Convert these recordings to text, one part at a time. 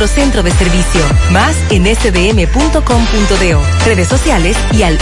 nuestro centro de servicio. Más en sdm.com.do, redes sociales y al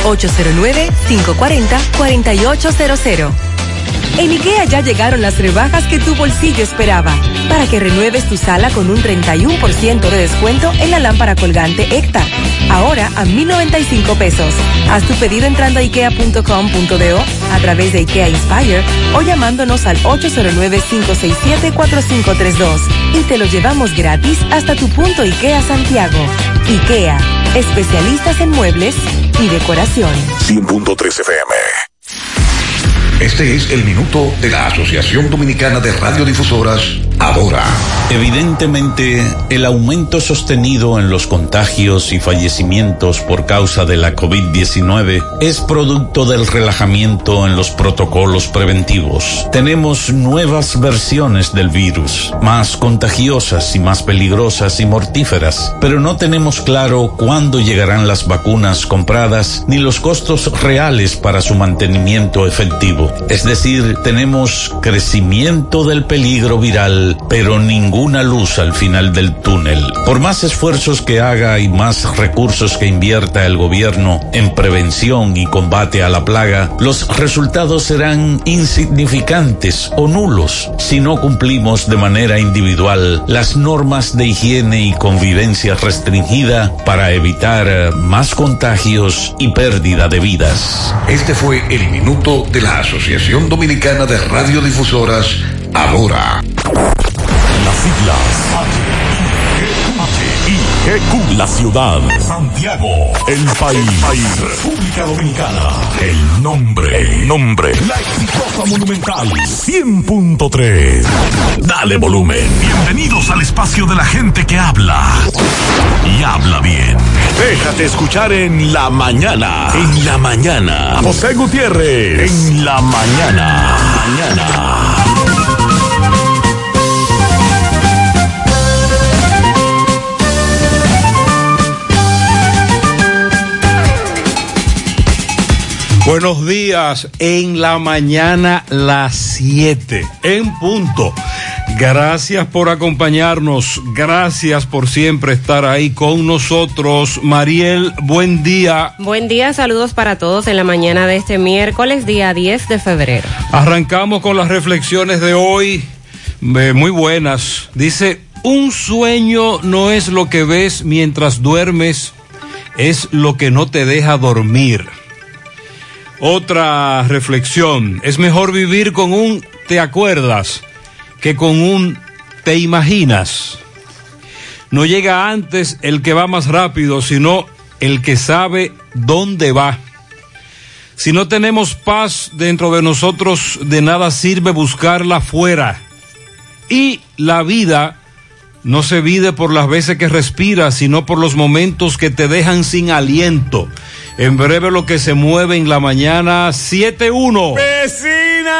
809-540-4800. En IKEA ya llegaron las rebajas que tu bolsillo esperaba, para que renueves tu sala con un 31% de descuento en la lámpara colgante ECTA. Ahora a $1,095. Haz tu pedido entrando a ikea.com.do, a través de IKEA Inspire o llamándonos al 809-567-4532 y te lo llevamos gratis hasta tu punto IKEA Santiago. IKEA, especialistas en muebles y decoración. 100.3 FM. Este es el minuto de la Asociación Dominicana de Radiodifusoras, Adora. Evidentemente, el aumento sostenido en los contagios y fallecimientos por causa de la COVID-19 es producto del relajamiento en los protocolos preventivos. Tenemos nuevas versiones del virus, más contagiosas y más peligrosas y mortíferas, pero no tenemos claro cuándo llegarán las vacunas compradas ni los costos reales para su mantenimiento efectivo. Es decir, tenemos crecimiento del peligro viral, pero ninguna luz al final del túnel. Por más esfuerzos que haga y más recursos que invierta el gobierno en prevención y combate a la plaga, los resultados serán insignificantes o nulos si no cumplimos de manera individual las normas de higiene y convivencia restringida para evitar más contagios y pérdida de vidas. Este fue el minuto de la Asociación Dominicana de Radiodifusoras, Adora. Las siglas HIGQ, la ciudad, Santiago, el país, República Dominicana, el nombre, la exitosa Monumental 100.3. Dale volumen. Bienvenidos al espacio de la gente que habla y habla bien. Déjate escuchar en la mañana. En la mañana. José Gutiérrez. En la mañana. Buenos días, en la mañana las 7, en punto. Gracias por acompañarnos, gracias por siempre estar ahí con nosotros. Mariel, buen día. Buen día, saludos para todos en la mañana de este miércoles, día 10 de febrero. Arrancamos con las reflexiones de hoy, muy buenas. Dice, un sueño no es lo que ves mientras duermes, es lo que no te deja dormir. Otra reflexión, es mejor vivir con un te acuerdas que con un te imaginas. No llega antes el que va más rápido, sino el que sabe dónde va. Si no tenemos paz dentro de nosotros, de nada sirve buscarla fuera. Y la vida no se vive por las veces que respiras, sino por los momentos que te dejan sin aliento. En breve lo que se mueve en la mañana 7-1. ¡Vecina!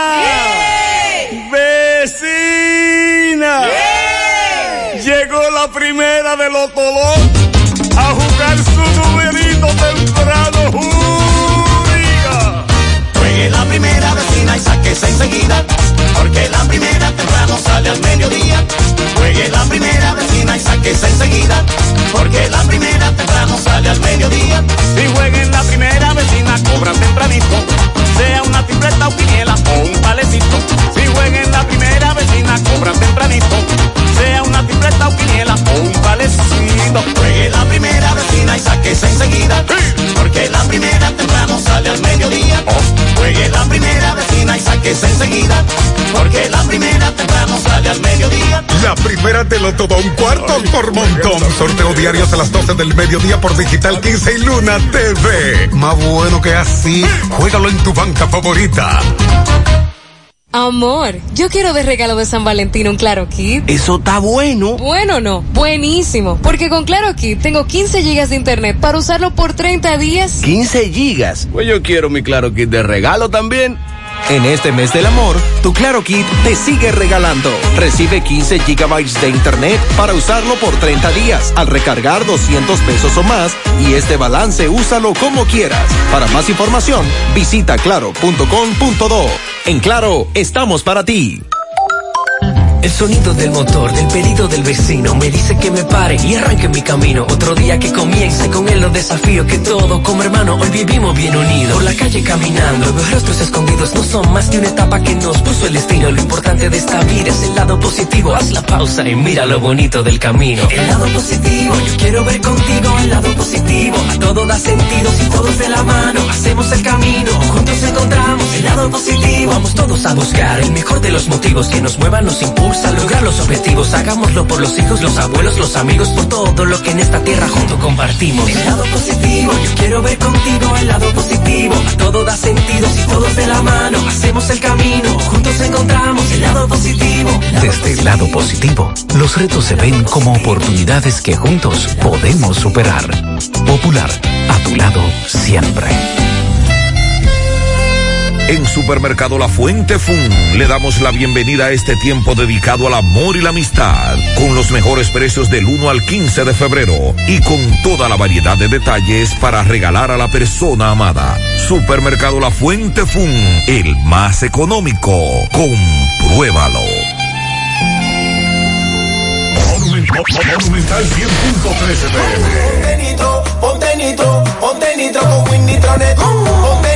¡Yeah! ¡Vecina! ¡Yeah! Llegó la primera de los todos a jugar su numerito temprano. ¡Júriga! Juegue la primera, vecina, y sáquese enseguida, porque la primera temprano sale al mediodía. Juegue la primera, vecina, y sáquese enseguida, porque la primera temprano sale al mediodía. Si jueguen la primera, vecina, cobran tempranito, sea una tripleta o quiniela o un palecito. Si jueguen la primera, vecina, cobran tempranito, sea una tripleta o quiniela o un palecito. Juegue la primera, vecina, y sáquese enseguida, porque la primera temprano sale al mediodía. Juegue la primera, vecina, y sáquese enseguida, porque la primera temprano sale al mediodía. La primera te lo todo un cuarto por montón. Sorteo diarios a las 12 del mediodía por Digital 15 y Luna TV. Más bueno que así, juégalo en tu banca favorita. Amor, yo quiero de regalo de San Valentín un Claro Kit. Eso está bueno. Bueno, no, buenísimo. Porque con Claro Kit tengo 15 gigas de internet para usarlo por 30 días. 15 gigas. Pues yo quiero mi Claro Kit de regalo también. En este mes del amor, tu Claro Kit te sigue regalando. Recibe 15 gigabytes de internet para usarlo por 30 días al recargar $200 o más, y este balance úsalo como quieras. Para más información, visita claro.com.do. En Claro, estamos para ti. El sonido del motor, del pedido del vecino, me dice que me pare y arranque mi camino. Otro día que comience, con él los desafíos que todo, como hermano, hoy vivimos bien unidos. Por la calle caminando, veo rostros escondidos, no son más de una etapa que nos puso el destino. Lo importante de esta vida es el lado positivo. Haz la pausa y mira lo bonito del camino. El lado positivo, yo quiero ver contigo el lado positivo. A todo da sentido si todos de la mano hacemos el camino. Juntos encontramos el lado positivo. Vamos todos a buscar el mejor de los motivos que nos muevan, nos impulsa a lograr los objetivos. Hagámoslo por los hijos, los abuelos, los amigos, por todo lo que en esta tierra juntos compartimos. El lado positivo, yo quiero ver contigo el lado positivo. A todo da sentido si todos de la mano hacemos el camino. Juntos encontramos el lado positivo. Desde el lado positivo, los retos se ven como oportunidades que juntos podemos superar. Popular, a tu lado siempre. En Supermercado La Fuente Fun le damos la bienvenida a este tiempo dedicado al amor y la amistad, con los mejores precios del 1 al 15 de febrero y con toda la variedad de detalles para regalar a la persona amada. Supermercado La Fuente Fun, el más económico. Compruébalo. Monumental 100.13 FM. Ponte nitro con Win Nitronet. Ponte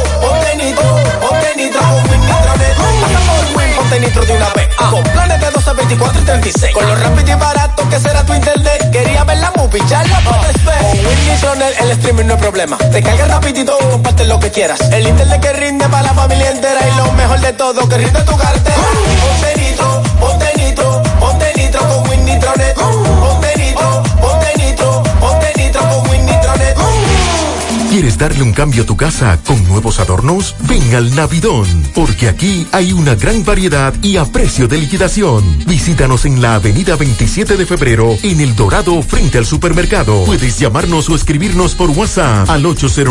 nitro con Win Nitronet. Ponte nitro de una vez. Con planes de 12, 24 y 36. Con lo rápido y barato que será tu internet. Quería ver la movie, ya la puedes ver. Con Win Nitronet el streaming no es problema. Te cargas rapidito y comparte lo que quieras. El internet que rinde para la familia entera. Y lo mejor de todo, que rinde tu cartera. Ponte nitro con Win Nitronet. Ponte nitro con Win Nitronet. ¿Quieres darle un cambio a tu casa con nuevos adornos? Ven al Navidón, porque aquí hay una gran variedad y a precio de liquidación. Visítanos en la avenida 27 de febrero, en El Dorado, frente al supermercado. Puedes llamarnos o escribirnos por WhatsApp al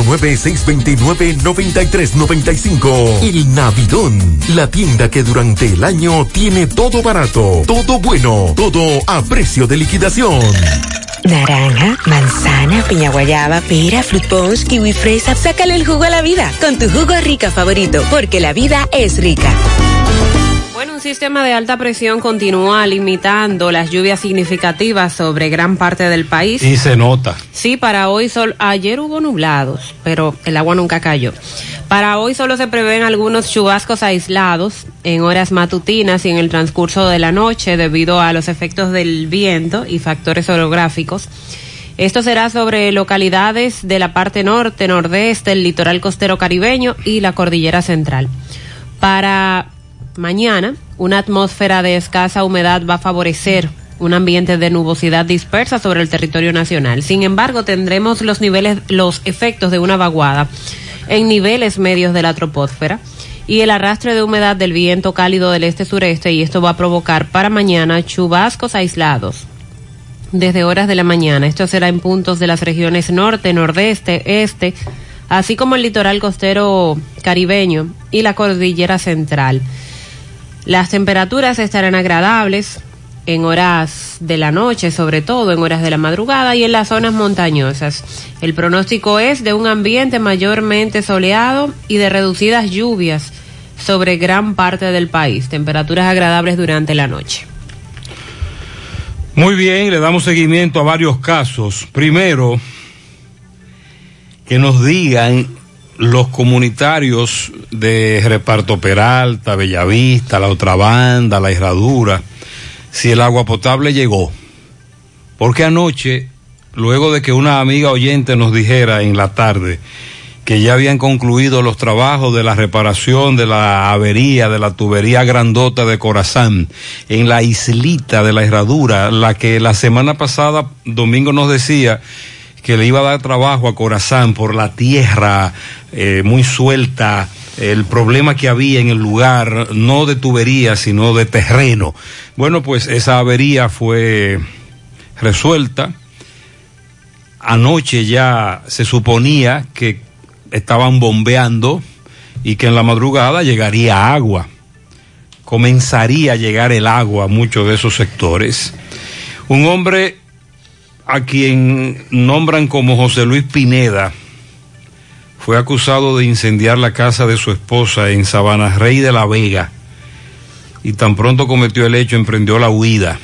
809-629-9395. El Navidón, la tienda que durante el año tiene todo barato, todo bueno, todo a precio de liquidación. Naranja, manzana, piña guayaba, pera, fruit punch, kiwi fresa. Sácale el jugo a la vida con tu jugo Rica favorito, porque la vida es rica. Bueno, un sistema de alta presión continúa limitando las lluvias significativas sobre gran parte del país. Y se nota. Sí, para hoy ayer hubo nublados, pero el agua nunca cayó. Para hoy solo se prevén algunos chubascos aislados en horas matutinas y en el transcurso de la noche debido a los efectos del viento y factores orográficos. Esto será sobre localidades de la parte norte, nordeste, el litoral costero caribeño y la cordillera central. Para mañana, una atmósfera de escasa humedad va a favorecer un ambiente de nubosidad dispersa sobre el territorio nacional. Sin embargo, tendremos los efectos de una vaguada en niveles medios de la troposfera y el arrastre de humedad del viento cálido del este-sureste, y esto va a provocar para mañana chubascos aislados desde horas de la mañana. Esto será en puntos de las regiones norte, nordeste, este, así como el litoral costero caribeño y la cordillera central. Las temperaturas estarán agradables en horas de la noche, sobre todo en horas de la madrugada y en las zonas montañosas. El pronóstico es de un ambiente mayormente soleado y de reducidas lluvias sobre gran parte del país. Temperaturas agradables durante la noche. Muy bien, le damos seguimiento a varios casos. Primero, que nos digan los comunitarios de Reparto Peralta, Bellavista, La Otra Banda, La Herradura, si el agua potable llegó. Porque anoche, luego de que una amiga oyente nos dijera en la tarde que ya habían concluido los trabajos de la reparación de la avería de la tubería grandota de Corazán en la islita de La Herradura, la que la semana pasada Domingo nos decía que le iba a dar trabajo a Corazán por la tierra muy suelta, el problema que había en el lugar, no de tubería, sino de terreno. Bueno, pues esa avería fue resuelta. Anoche ya se suponía que estaban bombeando y que en la madrugada llegaría agua. Comenzaría a llegar el agua a muchos de esos sectores. Un hombre a quien nombran como José Luis Pineda fue acusado de incendiar la casa de su esposa en Sabana Rey de la Vega y tan pronto cometió el hecho emprendió la huida.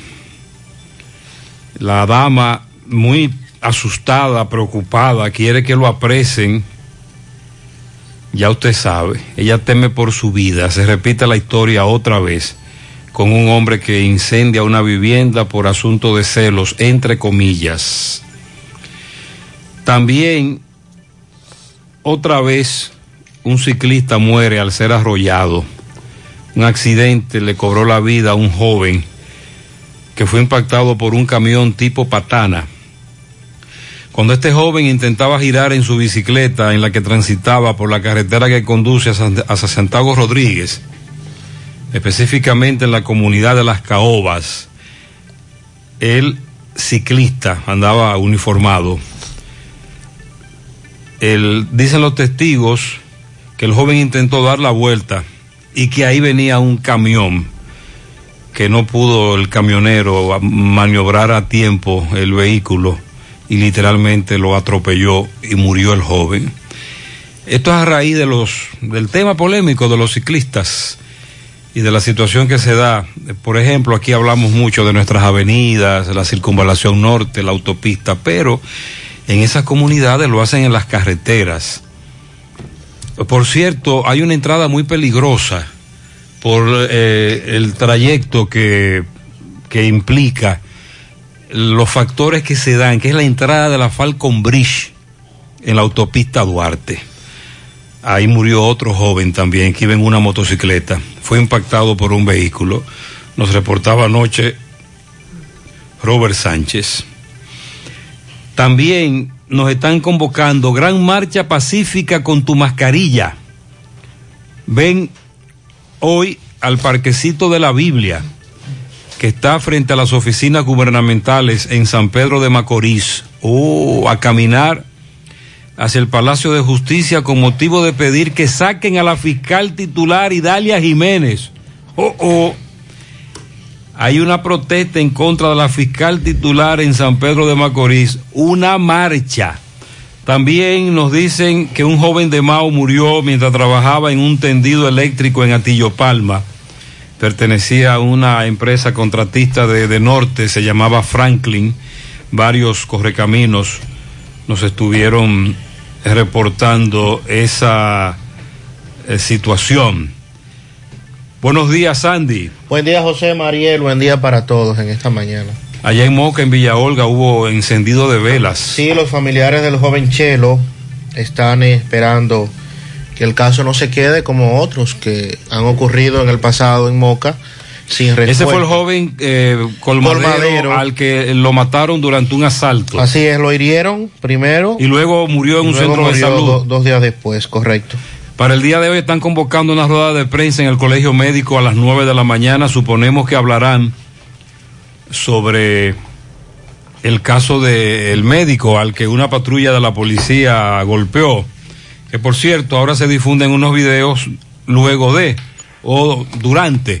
La dama, muy asustada, preocupada, quiere que lo apresen. Ya usted sabe, ella teme por su vida. Se repite la historia otra vez con un hombre que incendia una vivienda por asunto de celos, entre comillas. También, otra vez, un ciclista muere al ser arrollado. Un accidente le cobró la vida a un joven que fue impactado por un camión tipo patana. Cuando este joven intentaba girar en su bicicleta en la que transitaba por la carretera que conduce hacia Santiago Rodríguez, específicamente en la comunidad de Las Caobas, el ciclista andaba uniformado. Dicen los testigos que el joven intentó dar la vuelta y que ahí venía un camión, que no pudo el camionero maniobrar a tiempo el vehículo y literalmente lo atropelló y murió el joven. Esto es a raíz del tema polémico de los ciclistas y de la situación que se da. Por ejemplo, aquí hablamos mucho de nuestras avenidas, la circunvalación norte, la autopista, pero en esas comunidades lo hacen en las carreteras. Por cierto, hay una entrada muy peligrosa por el trayecto que implica los factores que se dan, que es la entrada de la Falcon Bridge en la autopista Duarte. Ahí murió otro joven también que iba en una motocicleta, fue impactado por un vehículo. Nos reportaba anoche Robert Sánchez. También nos están convocando gran marcha pacífica con tu mascarilla. Ven hoy al Parquecito de la Biblia, que está frente a las oficinas gubernamentales en San Pedro de Macorís, a caminar hacia el Palacio de Justicia con motivo de pedir que saquen a la fiscal titular Idalia Jiménez. Hay una protesta en contra de la fiscal titular en San Pedro de Macorís, una marcha. También nos dicen que un joven de Mao murió mientras trabajaba en un tendido eléctrico en Atillo Palma. Pertenecía a una empresa contratista de norte, se llamaba Franklin. Varios correcaminos nos estuvieron reportando esa situación. Buenos días, Sandy. Buen día, José Mariel, buen día para todos en esta mañana. Allá en Moca, en Villa Olga, hubo encendido de velas. Sí, los familiares del joven Chelo están esperando que el caso no se quede como otros que han ocurrido en el pasado en Moca sin respuesta. Ese fue el joven colmadero al que lo mataron durante un asalto. Así es, lo hirieron primero. Y luego murió en un centro de salud. Dos días después, correcto. Para el día de hoy están convocando una rueda de prensa en el Colegio Médico a las 9 de la mañana. Suponemos que hablarán sobre el caso del médico al que una patrulla de la policía golpeó. Que por cierto, ahora se difunden unos videos luego de o durante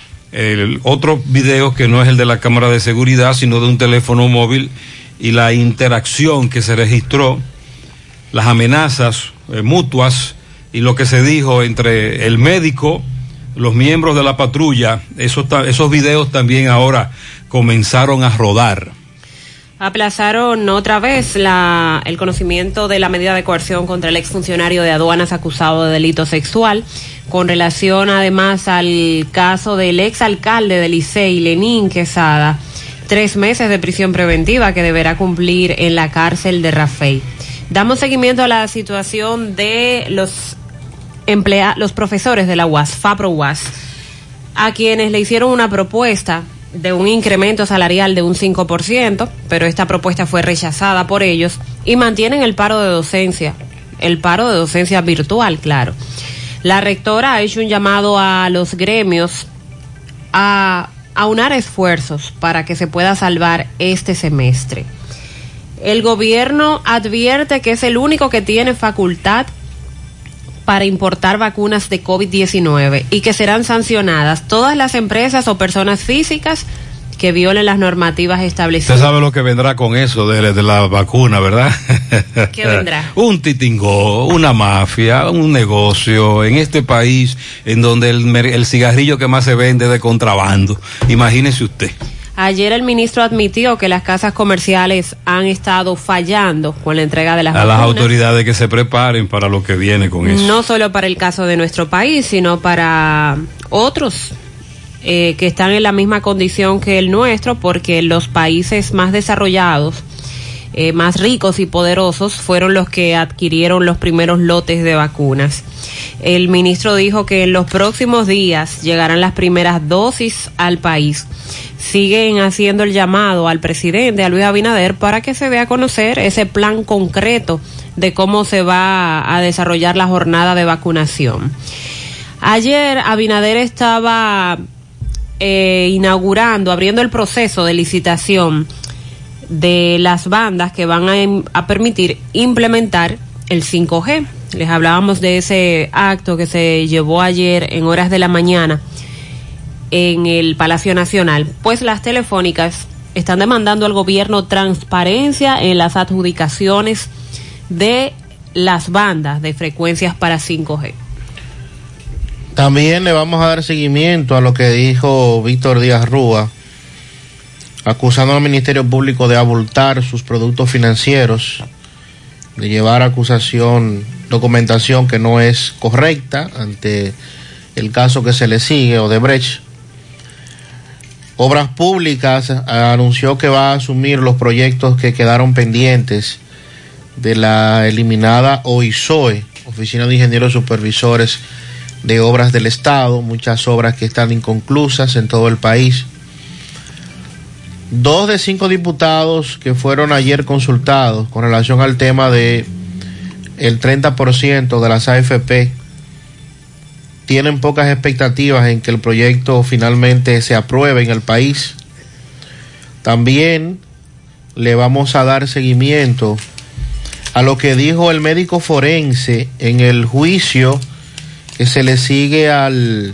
otros videos que no es el de la cámara de seguridad, sino de un teléfono móvil, y la interacción que se registró, las amenazas mutuas y lo que se dijo entre el médico, los miembros de la patrulla. Esos videos también ahora comenzaron a rodar. Aplazaron otra vez el conocimiento de la medida de coerción contra el exfuncionario de aduanas acusado de delito sexual, con relación además al caso del exalcalde de Licey, Lenín Quesada, 3 meses de prisión preventiva que deberá cumplir en la cárcel de Rafey. Damos seguimiento a la situación de los profesores de la UAS, FAPRO UAS, a quienes le hicieron una propuesta de un incremento salarial de un 5%, pero esta propuesta fue rechazada por ellos y mantienen el paro de docencia virtual, claro. La rectora ha hecho un llamado a los gremios a aunar esfuerzos para que se pueda salvar este semestre. El gobierno advierte que es el único que tiene facultad para importar vacunas de COVID-19 y que serán sancionadas todas las empresas o personas físicas que violen las normativas establecidas. Usted sabe lo que vendrá con eso de la vacuna, ¿verdad? ¿Qué vendrá? Un titingó, una mafia, un negocio en este país en donde el cigarrillo que más se vende es de contrabando. Imagínese usted. Ayer el ministro admitió que las casas comerciales han estado fallando con la entrega de las vacunas. A las autoridades que se preparen para lo que viene con eso. No solo para el caso de nuestro país, sino para otros que están en la misma condición que el nuestro, porque los países más desarrollados, más ricos y poderosos, fueron los que adquirieron los primeros lotes de vacunas. El ministro dijo que en los próximos días llegarán las primeras dosis al país. Siguen haciendo el llamado al presidente, a Luis Abinader, para que se dé a conocer ese plan concreto de cómo se va a desarrollar la jornada de vacunación. Ayer Abinader estaba abriendo el proceso de licitación de las bandas que van a permitir implementar el 5G. Les hablábamos de ese acto que se llevó ayer en horas de la mañana en el Palacio Nacional. Pues las telefónicas están demandando al gobierno transparencia en las adjudicaciones de las bandas de frecuencias para 5G. También le vamos a dar seguimiento a lo que dijo Víctor Díaz Rúa, acusando al Ministerio Público de abultar sus productos financieros, de llevar documentación que no es correcta ante el caso que se le sigue, Odebrecht. Obras Públicas anunció que va a asumir los proyectos que quedaron pendientes de la eliminada OISOE, Oficina de Ingenieros Supervisores de Obras del Estado, muchas obras que están inconclusas en todo el país. 2 de 5 diputados que fueron ayer consultados con relación al tema de el 30% de las AFP tienen pocas expectativas en que el proyecto finalmente se apruebe en el país. También le vamos a dar seguimiento a lo que dijo el médico forense en el juicio que se le sigue a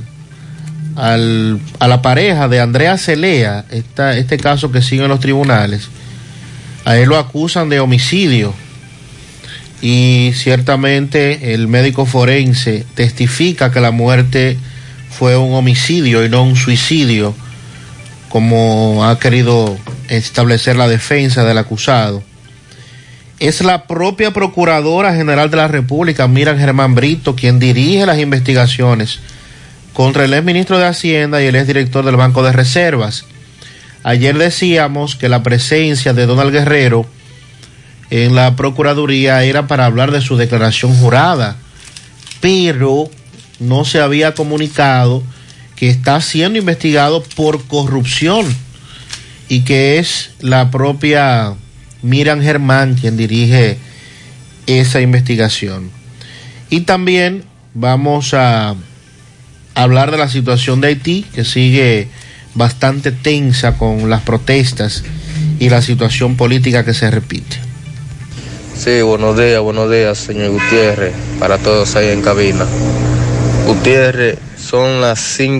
la pareja de Andrea Celea, este caso que sigue en los tribunales. A él lo acusan de homicidio y ciertamente el médico forense testifica que la muerte fue un homicidio y no un suicidio, como ha querido establecer la defensa del acusado. Es la propia Procuradora General de la República, Miriam Germán Brito, quien dirige las investigaciones contra el exministro de Hacienda y el exdirector del Banco de Reservas. Ayer decíamos que la presencia de Donald Guerrero en la Procuraduría era para hablar de su declaración jurada, pero no se había comunicado que está siendo investigado por corrupción y que es la propia Miriam Germán quien dirige esa investigación. Y también vamos a hablar de la situación de Haití, que sigue bastante tensa con las protestas y la situación política que se repite. Sí, buenos días, señor Gutiérrez, para todos ahí en cabina. Gutiérrez, son las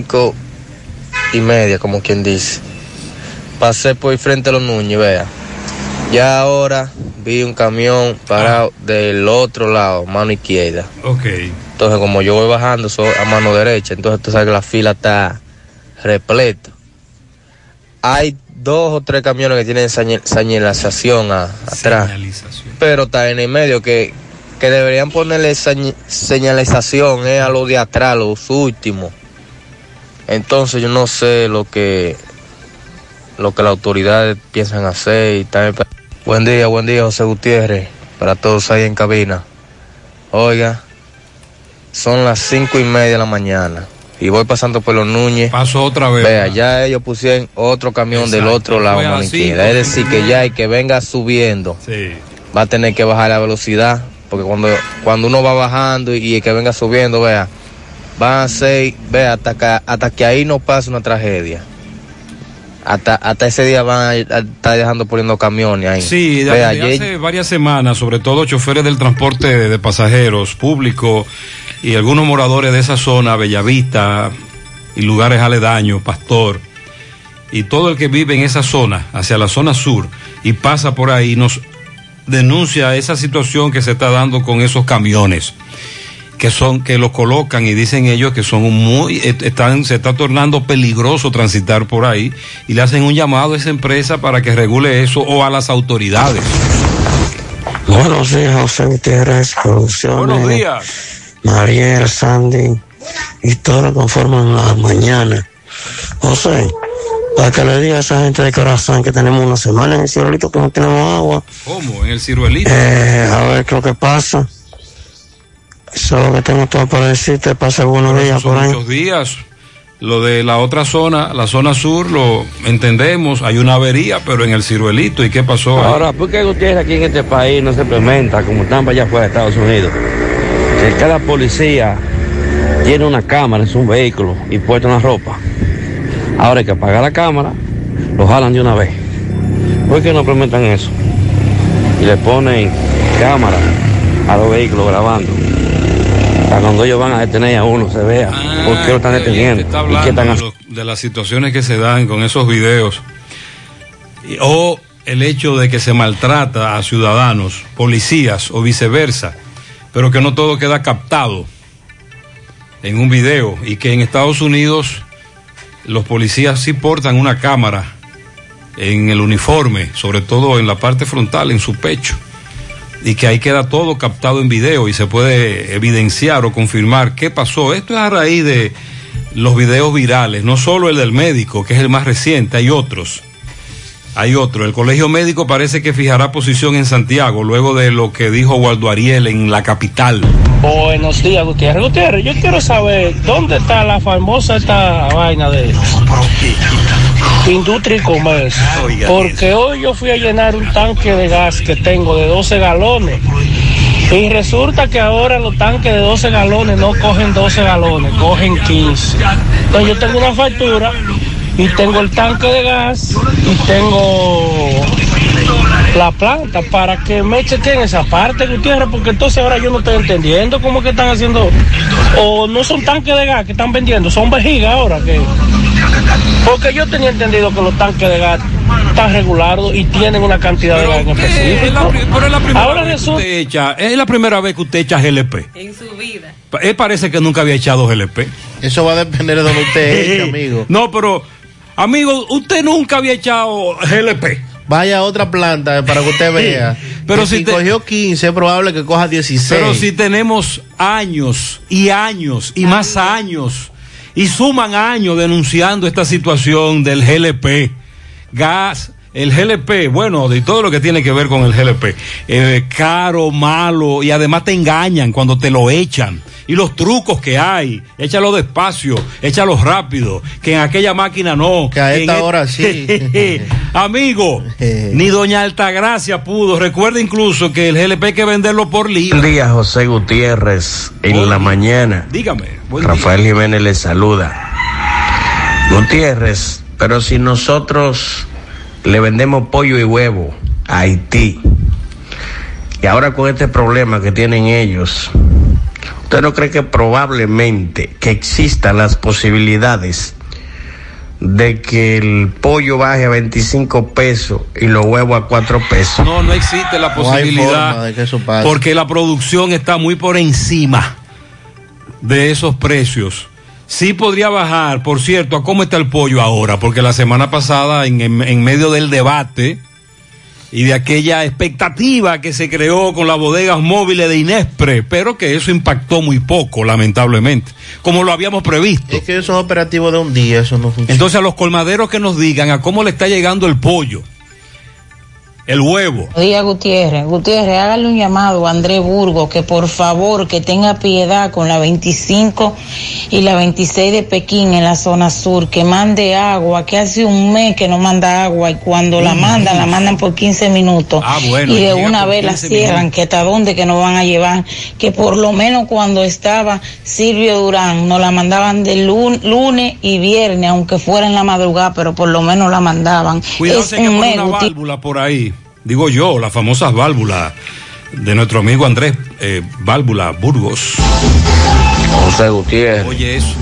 5:30, como quien dice. Pasé por el frente a los Núñez, vea. Ya ahora vi un camión parado del otro lado, mano izquierda. Ok. Entonces, como yo voy bajando, soy a mano derecha, entonces tú sabes que la fila está repleta. Hay 2 o 3 camiones que tienen señalización atrás, pero está en el medio que deberían ponerle señalización a los de atrás, los últimos. Entonces yo no sé lo que las autoridades piensan hacer y tal. Buen día, José Gutiérrez, para todos ahí en cabina. Oiga, son las 5:30 de la mañana y voy pasando por los Núñez. Paso otra vez. Vea, ya ellos pusieron otro camión. Exacto, del otro lado, mano izquierda. Es decir, que ya hay que venga subiendo. Sí. Va a tener que bajar la velocidad, porque cuando uno va bajando y el que venga subiendo, vea, van a ser, vea, hasta que ahí no pase una tragedia. Hasta ese día van a estar poniendo camiones ahí. Sí, desde hace varias semanas, sobre todo choferes del transporte de pasajeros público y algunos moradores de esa zona, Bellavista y lugares aledaños, Pastor, y todo el que vive en esa zona, hacia la zona sur, y pasa por ahí, nos denuncia esa situación que se está dando con esos camiones que los colocan y dicen ellos que son se está tornando peligroso transitar por ahí, y le hacen un llamado a esa empresa para que regule eso, o a las autoridades. Buenos días, José Gutiérrez, producciones. Buenos días. Mariel, Sandy y todo lo que conforman la mañana. José, para que le diga a esa gente de Corazón que tenemos una semana en el ciruelito que no tenemos agua. ¿Cómo? ¿En el ciruelito? A ver qué es lo que pasa. Eso es lo que tengo todo para decirte. Pasa buenos días por ahí. Muchos días. Lo de la otra zona, la zona sur, lo entendemos, hay una avería, pero en el ciruelito, ¿y qué pasó ahí? Ahora, ¿por qué Gutiérrez aquí en este país no se implementa como están para allá afuera de Estados Unidos? Que cada policía tiene una cámara en su vehículo y puesta una ropa. Ahora hay que apagar la cámara, lo jalan de una vez. ¿Por qué no implementan eso? Y le ponen cámara a los vehículos grabando. Para cuando ellos van a detener a uno se vea por qué lo están deteniendo. Está hablando de las situaciones que se dan con esos videos, o el hecho de que se maltrata a ciudadanos, policías o viceversa, pero que no todo queda captado en un video, y que en Estados Unidos los policías sí portan una cámara en el uniforme, sobre todo en la parte frontal, en su pecho, y que ahí queda todo captado en video y se puede evidenciar o confirmar qué pasó. Esto es a raíz de los videos virales, no solo el del médico, que es el más reciente, hay otros. El Colegio Médico parece que fijará posición en Santiago luego de lo que dijo Waldo Ariel en la capital. Buenos días, Gutiérrez. Gutiérrez, yo quiero saber dónde está la famosa esta vaina de industria y comercio. Porque hoy yo fui a llenar un tanque de gas que tengo de 12 galones. Y resulta que ahora los tanques de 12 galones no cogen 12 galones, cogen 15. Entonces yo tengo una factura y tengo el tanque de gas y tengo la planta para que me chequen esa parte, Gutiérrez, porque entonces ahora yo no estoy entendiendo cómo que están haciendo, o no son tanques de gas que están vendiendo, son vejigas ahora que, porque yo tenía entendido que los tanques de gas están regulados y tienen una cantidad de gas en específico. Pero es la primera ahora vez que usted echa, es la primera vez que usted echa GLP. En su vida. Él parece que nunca había echado GLP. Eso va a depender de donde usted eche, amigo. No, pero, amigo, usted nunca había echado GLP. Vaya a otra planta para que usted vea. Pero si cogió 15, es probable que coja 16. Pero si tenemos años y años y más años, y suman años denunciando esta situación del GLP, gas, el GLP, bueno, de todo lo que tiene que ver con el GLP, caro, malo, y además te engañan cuando te lo echan. Y los trucos que hay, échalo despacio, échalo rápido, que en aquella máquina no. Que a esta hora sí. Amigo, ni doña Altagracia pudo. Recuerda incluso que el GLP hay que venderlo por libra. Buen día, José Gutiérrez, en la mañana. Dígame. Rafael Jiménez le saluda. Gutiérrez, pero si nosotros le vendemos pollo y huevo a Haití, y ahora con este problema que tienen ellos, ¿usted no cree que probablemente que existan las posibilidades de que el pollo baje a 25 pesos y los huevos a 4 pesos? No, no existe la posibilidad, de que eso pase, porque la producción está muy por encima de esos precios. Sí podría bajar, por cierto, ¿a cómo está el pollo ahora? Porque la semana pasada, en medio del debate y de aquella expectativa que se creó con las bodegas móviles de Inespre, pero que eso impactó muy poco, lamentablemente, como lo habíamos previsto. Es que esos operativos de un día, eso no funciona. Entonces, a los colmaderos que nos digan a cómo le está llegando el pollo, el huevo. Díaz Gutiérrez, hágale un llamado a Andrés Burgos que por favor que tenga piedad con la 25 y la 26 de Pekín en la zona sur, que mande agua, que hace un mes que no manda agua y cuando la mandan por 15 minutos bueno, y de una vez la cierran, que hasta dónde que nos van a llevar, que por lo menos cuando estaba Silvio Durán nos la mandaban de lunes y viernes, aunque fuera en la madrugada, pero por lo menos la mandaban. Cuidado, es un mes, una válvula por ahí. Digo yo, las famosas válvulas de nuestro amigo Andrés Válvula Burgos. José Gutiérrez. Oye eso.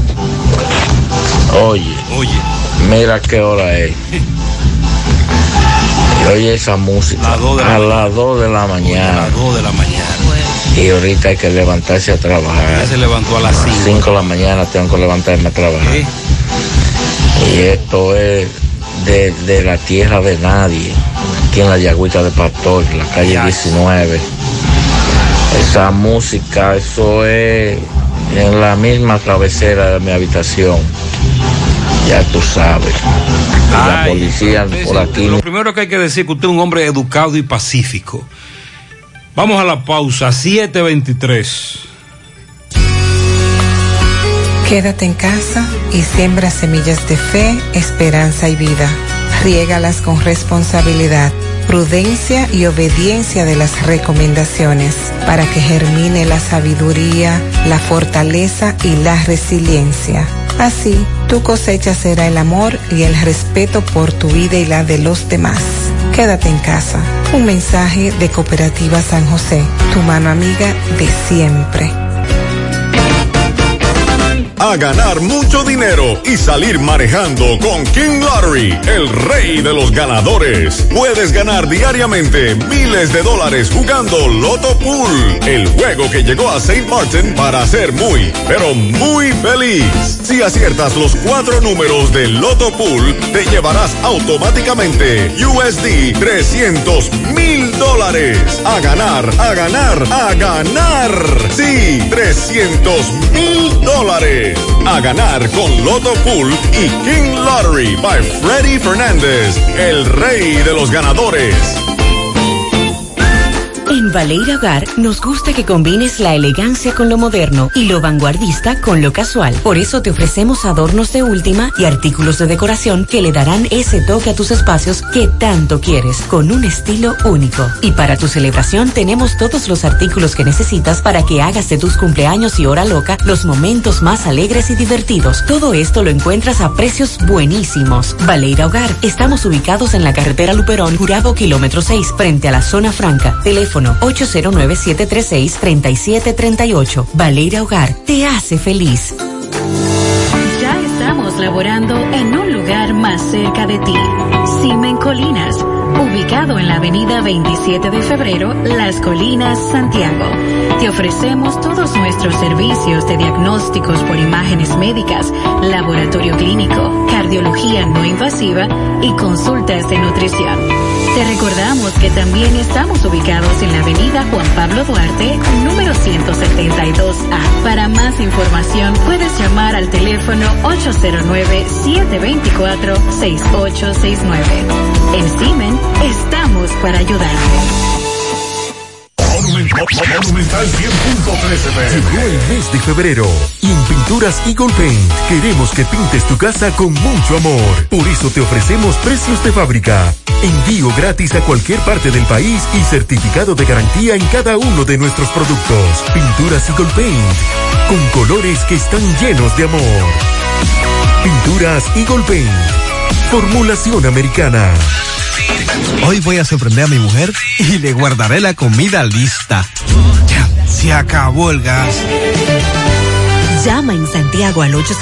Oye. Mira qué hora es. Y oye esa música a las 2 de la mañana. A las 2 de la mañana. Y ahorita hay que levantarse a trabajar. Ya se levantó a las 5. 5 de la mañana tengo que levantarme a trabajar. ¿Sí? Y esto es de la tierra de nadie, aquí en la Yagüita de Pastor, en la calle 19. Esa música, eso es en la misma cabecera de mi habitación. Ya tú sabes. La policía por aquí. Lo primero que hay que decir es que usted es un hombre educado y pacífico. Vamos a la pausa, 7:23. Quédate en casa y siembra semillas de fe, esperanza y vida. Riégalas con responsabilidad, prudencia y obediencia de las recomendaciones para que germine la sabiduría, la fortaleza y la resiliencia. Así, tu cosecha será el amor y el respeto por tu vida y la de los demás. Quédate en casa. Un mensaje de Cooperativa San José, tu mano amiga de siempre. A ganar mucho dinero y salir manejando con King Lottery, el rey de los ganadores. Puedes ganar diariamente miles de dólares jugando Loto Pool, el juego que llegó a St. Martin para ser muy, pero muy feliz. Si aciertas los 4 números del Loto Pool, te llevarás automáticamente USD $300,000. A ganar, a ganar, a ganar. Sí, $300,000. A ganar con Loto Pool y King Lottery by Freddy Fernández, el rey de los ganadores. En Baleira Hogar nos gusta que combines la elegancia con lo moderno y lo vanguardista con lo casual. Por eso te ofrecemos adornos de última y artículos de decoración que le darán ese toque a tus espacios que tanto quieres, con un estilo único. Y para tu celebración tenemos todos los artículos que necesitas para que hagas de tus cumpleaños y hora loca los momentos más alegres y divertidos. Todo esto lo encuentras a precios buenísimos. Baleira Hogar, estamos ubicados en la carretera Luperón, Jurado kilómetro 6, frente a la zona franca. Teléfono 809-736-3738. Baleira Hogar te hace feliz. Ya estamos laborando en un lugar más cerca de ti. Cimen Colinas, ubicado en la avenida 27 de febrero, Las Colinas, Santiago. Te ofrecemos todos nuestros servicios de diagnósticos por imágenes médicas, laboratorio clínico, cardiología no invasiva y consultas de nutrición. Te recordamos que también estamos ubicados en la avenida Juan Pablo Duarte, número 172A. Para más información puedes llamar al teléfono 809-724-6869. En Simen estamos para ayudarte. Monumental 100.13 Llegó el mes de febrero y en Pinturas Eagle Paint queremos que pintes tu casa con mucho amor. Por eso te ofrecemos precios de fábrica, envío gratis a cualquier parte del país y certificado de garantía en cada uno de nuestros productos. Pinturas Eagle Paint, con colores que están llenos de amor. Pinturas Eagle Paint, formulación americana. Hoy voy a sorprender a mi mujer y le guardaré la comida lista. Ya, se acabó el gas. Llama en Santiago al 809-226-0202,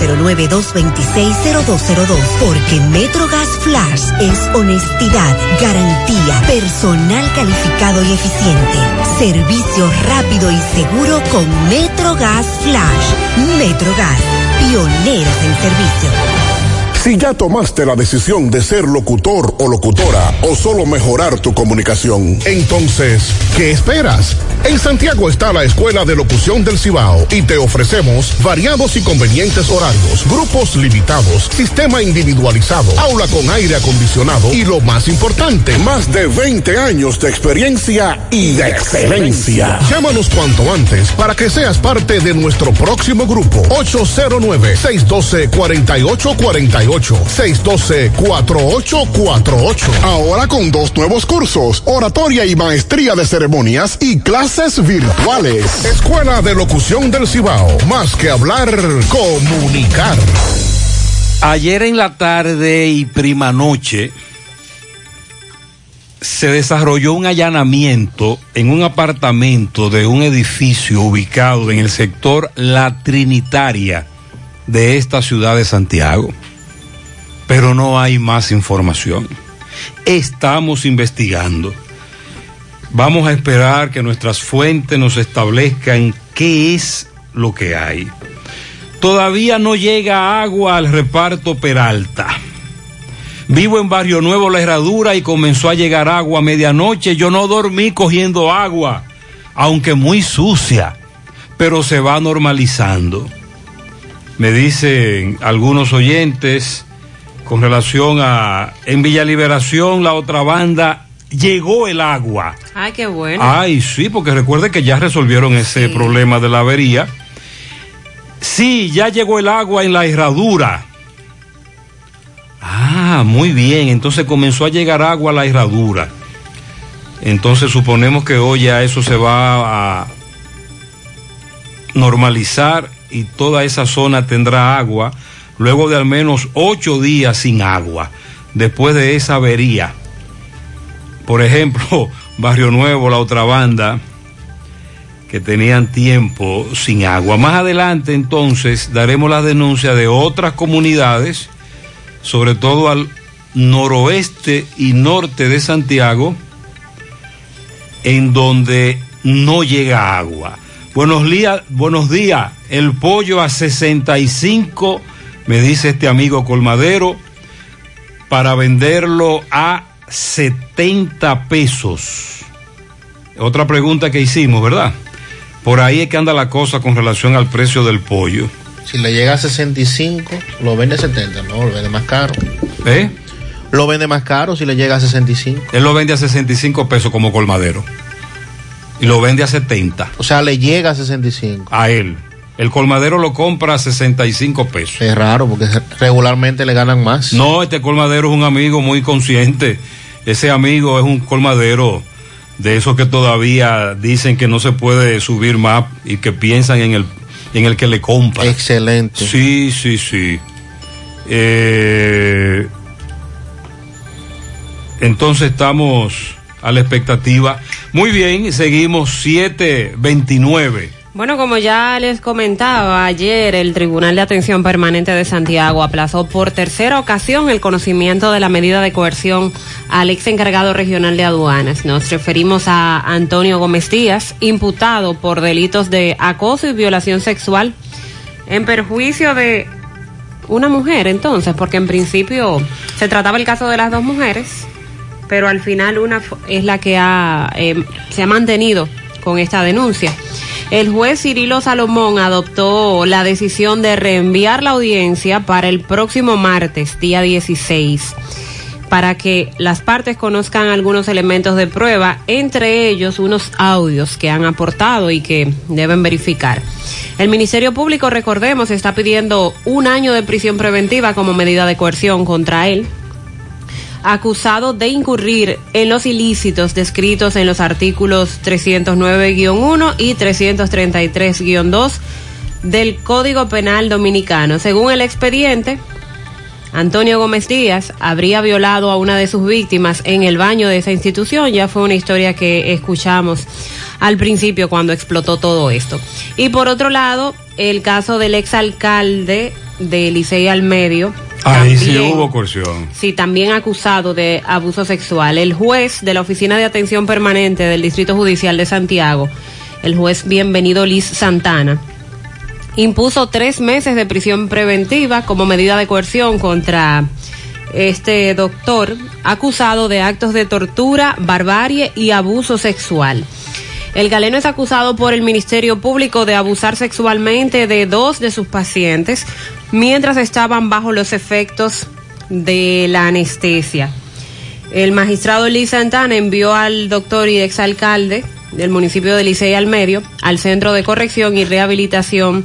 porque MetroGas Flash es honestidad, garantía, personal calificado y eficiente, servicio rápido y seguro con MetroGas Flash. MetroGas, pioneros en servicio. Si ya tomaste la decisión de ser locutor o locutora o solo mejorar tu comunicación, entonces, ¿qué esperas? En Santiago está la Escuela de Locución del Cibao y te ofrecemos variados y convenientes horarios, grupos limitados, sistema individualizado, aula con aire acondicionado y lo más importante, más de 20 años de experiencia y de excelencia. Llámanos cuanto antes para que seas parte de nuestro próximo grupo. 809-612-4848. 612-4848. Ahora con 2 nuevos cursos, oratoria y maestría de ceremonias y clases virtuales. Escuela de Locución del Cibao. Más que hablar, comunicar. Ayer en la tarde y prima noche se desarrolló un allanamiento en un apartamento de un edificio ubicado en el sector La Trinitaria de esta ciudad de Santiago. Pero no hay más información. Estamos investigando. Vamos a esperar que nuestras fuentes nos establezcan qué es lo que hay. Todavía no llega agua al reparto Peralta. Vivo en Barrio Nuevo, La Herradura, y comenzó a llegar agua a medianoche. Yo no dormí cogiendo agua, aunque muy sucia, pero se va normalizando. Me dicen algunos oyentes con relación a en Villa Liberación, la otra banda, llegó el agua. Ay, qué bueno. Ay, sí, porque recuerde que ya resolvieron ese problema de la avería. Sí, ya llegó el agua en La Herradura. Ah, muy bien, entonces comenzó a llegar agua a La Herradura. Entonces suponemos que hoy ya eso se va a normalizar y toda esa zona tendrá agua luego de al menos 8 días sin agua, después de esa avería. Por ejemplo, Barrio Nuevo, la otra banda, que tenían tiempo sin agua. Más adelante, entonces, daremos las denuncias de otras comunidades, sobre todo al noroeste y norte de Santiago, en donde no llega agua. Buenos días, el pollo a 65, me dice este amigo colmadero, para venderlo a 70 pesos. Otra pregunta que hicimos, ¿verdad? Por ahí es que anda la cosa con relación al precio del pollo. Si le llega a 65, lo vende a 70, no, lo vende más caro. Lo vende más caro si le llega a 65. Él lo vende a 65 pesos como colmadero. Y lo vende a 70. O sea, le llega a 65. A él. El colmadero lo compra a 65 pesos. Es raro porque regularmente le ganan más. No, este colmadero es un amigo muy consciente. Ese amigo es un colmadero de esos que todavía dicen que no se puede subir más y que piensan en el que le compra. Excelente. Sí. Entonces estamos a la expectativa. Muy bien, seguimos 7:29. Bueno, como ya les comentaba, ayer el Tribunal de Atención Permanente de Santiago aplazó por tercera ocasión el conocimiento de la medida de coerción al ex encargado regional de aduanas. Nos referimos a Antonio Gómez Díaz, imputado por delitos de acoso y violación sexual en perjuicio de una mujer, entonces, porque en principio se trataba el caso de las dos mujeres, pero al final una es la que se ha mantenido con esta denuncia. El juez Cirilo Salomón adoptó la decisión de reenviar la audiencia para el próximo martes, día 16, para que las partes conozcan algunos elementos de prueba, entre ellos unos audios que han aportado y que deben verificar. El Ministerio Público, recordemos, está pidiendo 1 año de prisión preventiva como medida de coerción contra él, acusado de incurrir en los ilícitos descritos en los artículos 309-1 y 333-2 del Código Penal Dominicano. Según el expediente, Antonio Gómez Díaz habría violado a una de sus víctimas en el baño de esa institución. Ya fue una historia que escuchamos al principio cuando explotó todo esto. Y por otro lado, el caso del exalcalde de Licey al Medio. Ahí sí hubo coerción. Sí, también acusado de abuso sexual. El juez de la Oficina de Atención Permanente del Distrito Judicial de Santiago, el juez Bienvenido Liz Santana, impuso 3 meses de prisión preventiva como medida de coerción contra este doctor acusado de actos de tortura, barbarie y abuso sexual. El galeno es acusado por el Ministerio Público de abusar sexualmente de 2 de sus pacientes mientras estaban bajo los efectos de la anestesia. El magistrado Liz Santana envió al doctor y exalcalde del municipio de Licey al Medio al Centro de Corrección y Rehabilitación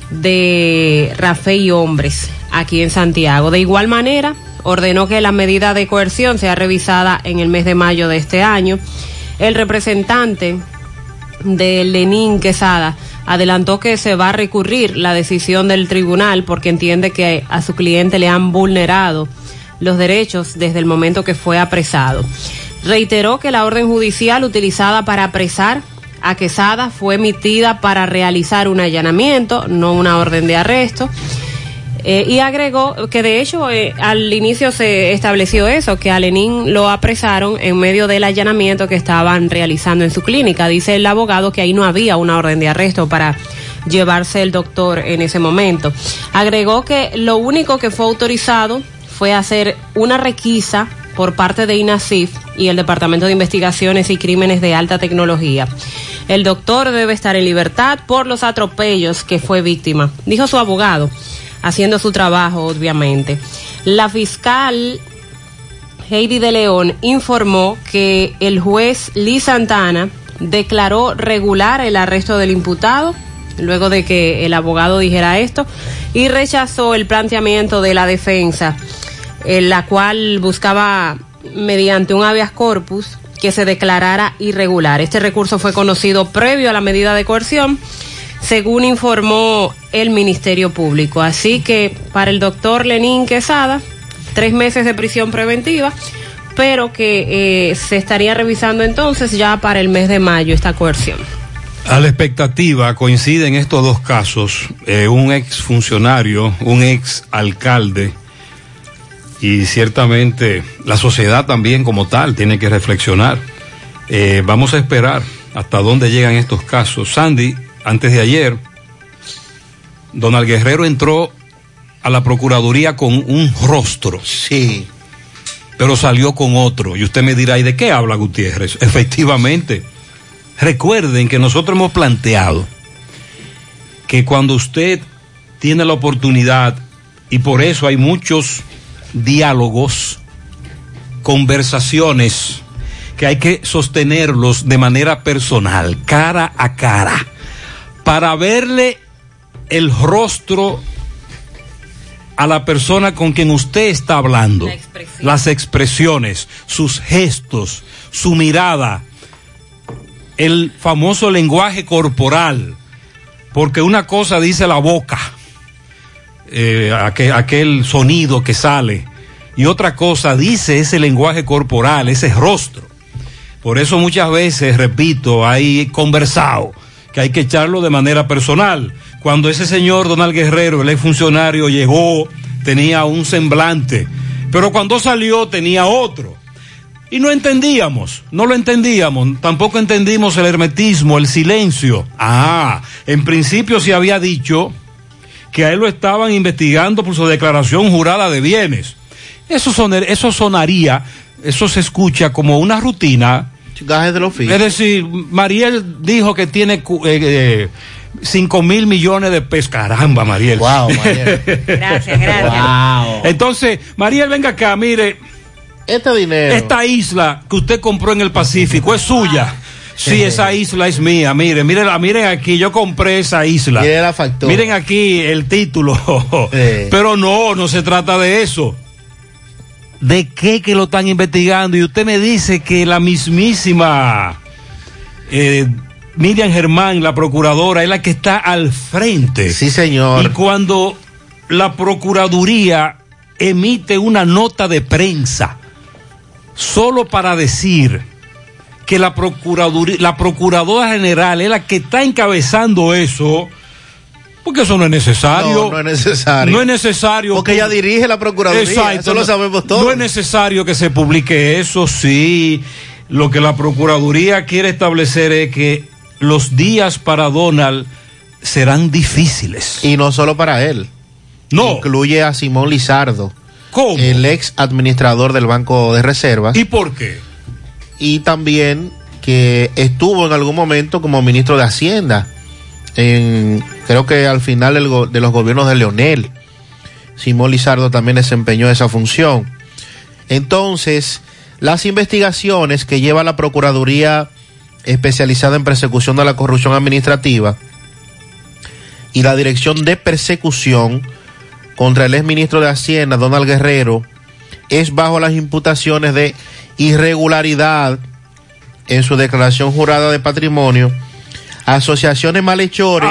de Rafael y Hombres, aquí en Santiago. De igual manera, ordenó que la medida de coerción sea revisada en el mes de mayo de este año. El representante de Lenín Quesada adelantó que se va a recurrir la decisión del tribunal porque entiende que a su cliente le han vulnerado los derechos desde el momento que fue apresado. Reiteró que la orden judicial utilizada para apresar a Quesada fue emitida para realizar un allanamiento, no una orden de arresto. Y agregó que de hecho al inicio se estableció eso, que a Lenín lo apresaron en medio del allanamiento que estaban realizando en su clínica. Dice el abogado que ahí no había una orden de arresto para llevarse el doctor en ese momento. Agregó que lo único que fue autorizado fue hacer una requisa por parte de INASIF y el Departamento de Investigaciones y Crímenes de Alta Tecnología. El doctor debe estar en libertad por los atropellos que fue víctima, dijo su abogado, haciendo su trabajo, obviamente. La fiscal Heidi de León informó que el juez Liz Santana declaró regular el arresto del imputado, luego de que el abogado dijera esto, y rechazó el planteamiento de la defensa, la cual buscaba, mediante un habeas corpus, que se declarara irregular. Este recurso fue conocido previo a la medida de coerción, según informó el Ministerio Público. Así que para el doctor Lenín Quesada, 3 meses de prisión preventiva, pero que se estaría revisando entonces ya para el mes de mayo esta coerción. A la expectativa coinciden estos dos casos, un ex funcionario, un ex alcalde, y ciertamente la sociedad también como tal tiene que reflexionar. Vamos a esperar hasta dónde llegan estos casos. Sandy, antes de ayer, Donald Guerrero entró a la Procuraduría con un rostro. Sí. Pero salió con otro. Y usted me dirá, ¿y de qué habla Gutiérrez? Efectivamente. Recuerden que nosotros hemos planteado que cuando usted tiene la oportunidad, y por eso hay muchos diálogos, conversaciones, que hay que sostenerlos de manera personal, cara a cara, para verle el rostro a la persona con quien usted está hablando, las expresiones, sus gestos, su mirada, el famoso lenguaje corporal, porque una cosa dice la boca, aquel sonido que sale, y otra cosa dice ese lenguaje corporal, ese rostro. Por eso muchas veces, repito, hay conversado que hay que echarlo de manera personal. Cuando ese señor Donald Guerrero, el exfuncionario, llegó, tenía un semblante, pero cuando salió tenía otro. Y no lo entendíamos, tampoco entendimos el hermetismo, el silencio. En principio se había dicho que a él lo estaban investigando por su declaración jurada de bienes. Eso sonaría, eso se escucha como una rutina. Gajes del oficio. Es decir, Mariel dijo que tiene 5,000 millones de pesos. Caramba, Mariel. Wow, Mariel. Gracias. Wow. Entonces, Mariel, venga acá, mire. Este dinero. Esta isla que usted compró en el Pacífico es suya. Sí, esa isla es mía. Miren aquí, yo compré esa isla. Mire la factura. Miren aquí el título. Pero no se trata de eso. ¿De qué que lo están investigando? Y usted me dice que la mismísima Miriam Germán, la procuradora, es la que está al frente. Sí, señor. Y cuando la Procuraduría emite una nota de prensa solo para decir que la Procuradora General es la que está encabezando eso, porque eso no es necesario. No es necesario. No es necesario. Porque ella dirige la Procuraduría. Exacto, eso lo sabemos todos. No es necesario que se publique eso, sí. Lo que la Procuraduría quiere establecer es que los días para Donald serán difíciles. Y no solo para él. No. Incluye a Simón Lizardo. ¿Cómo? El ex administrador del Banco de Reservas. ¿Y por qué? Y también que estuvo en algún momento como ministro de Hacienda, creo que al final de los gobiernos de Leonel. Simón Lizardo también desempeñó esa función. Entonces, las investigaciones que lleva la Procuraduría especializada en persecución de la corrupción administrativa y la Dirección de Persecución contra el exministro de Hacienda, Donald Guerrero, es bajo las imputaciones de irregularidad en su declaración jurada de patrimonio, asociaciones malhechores,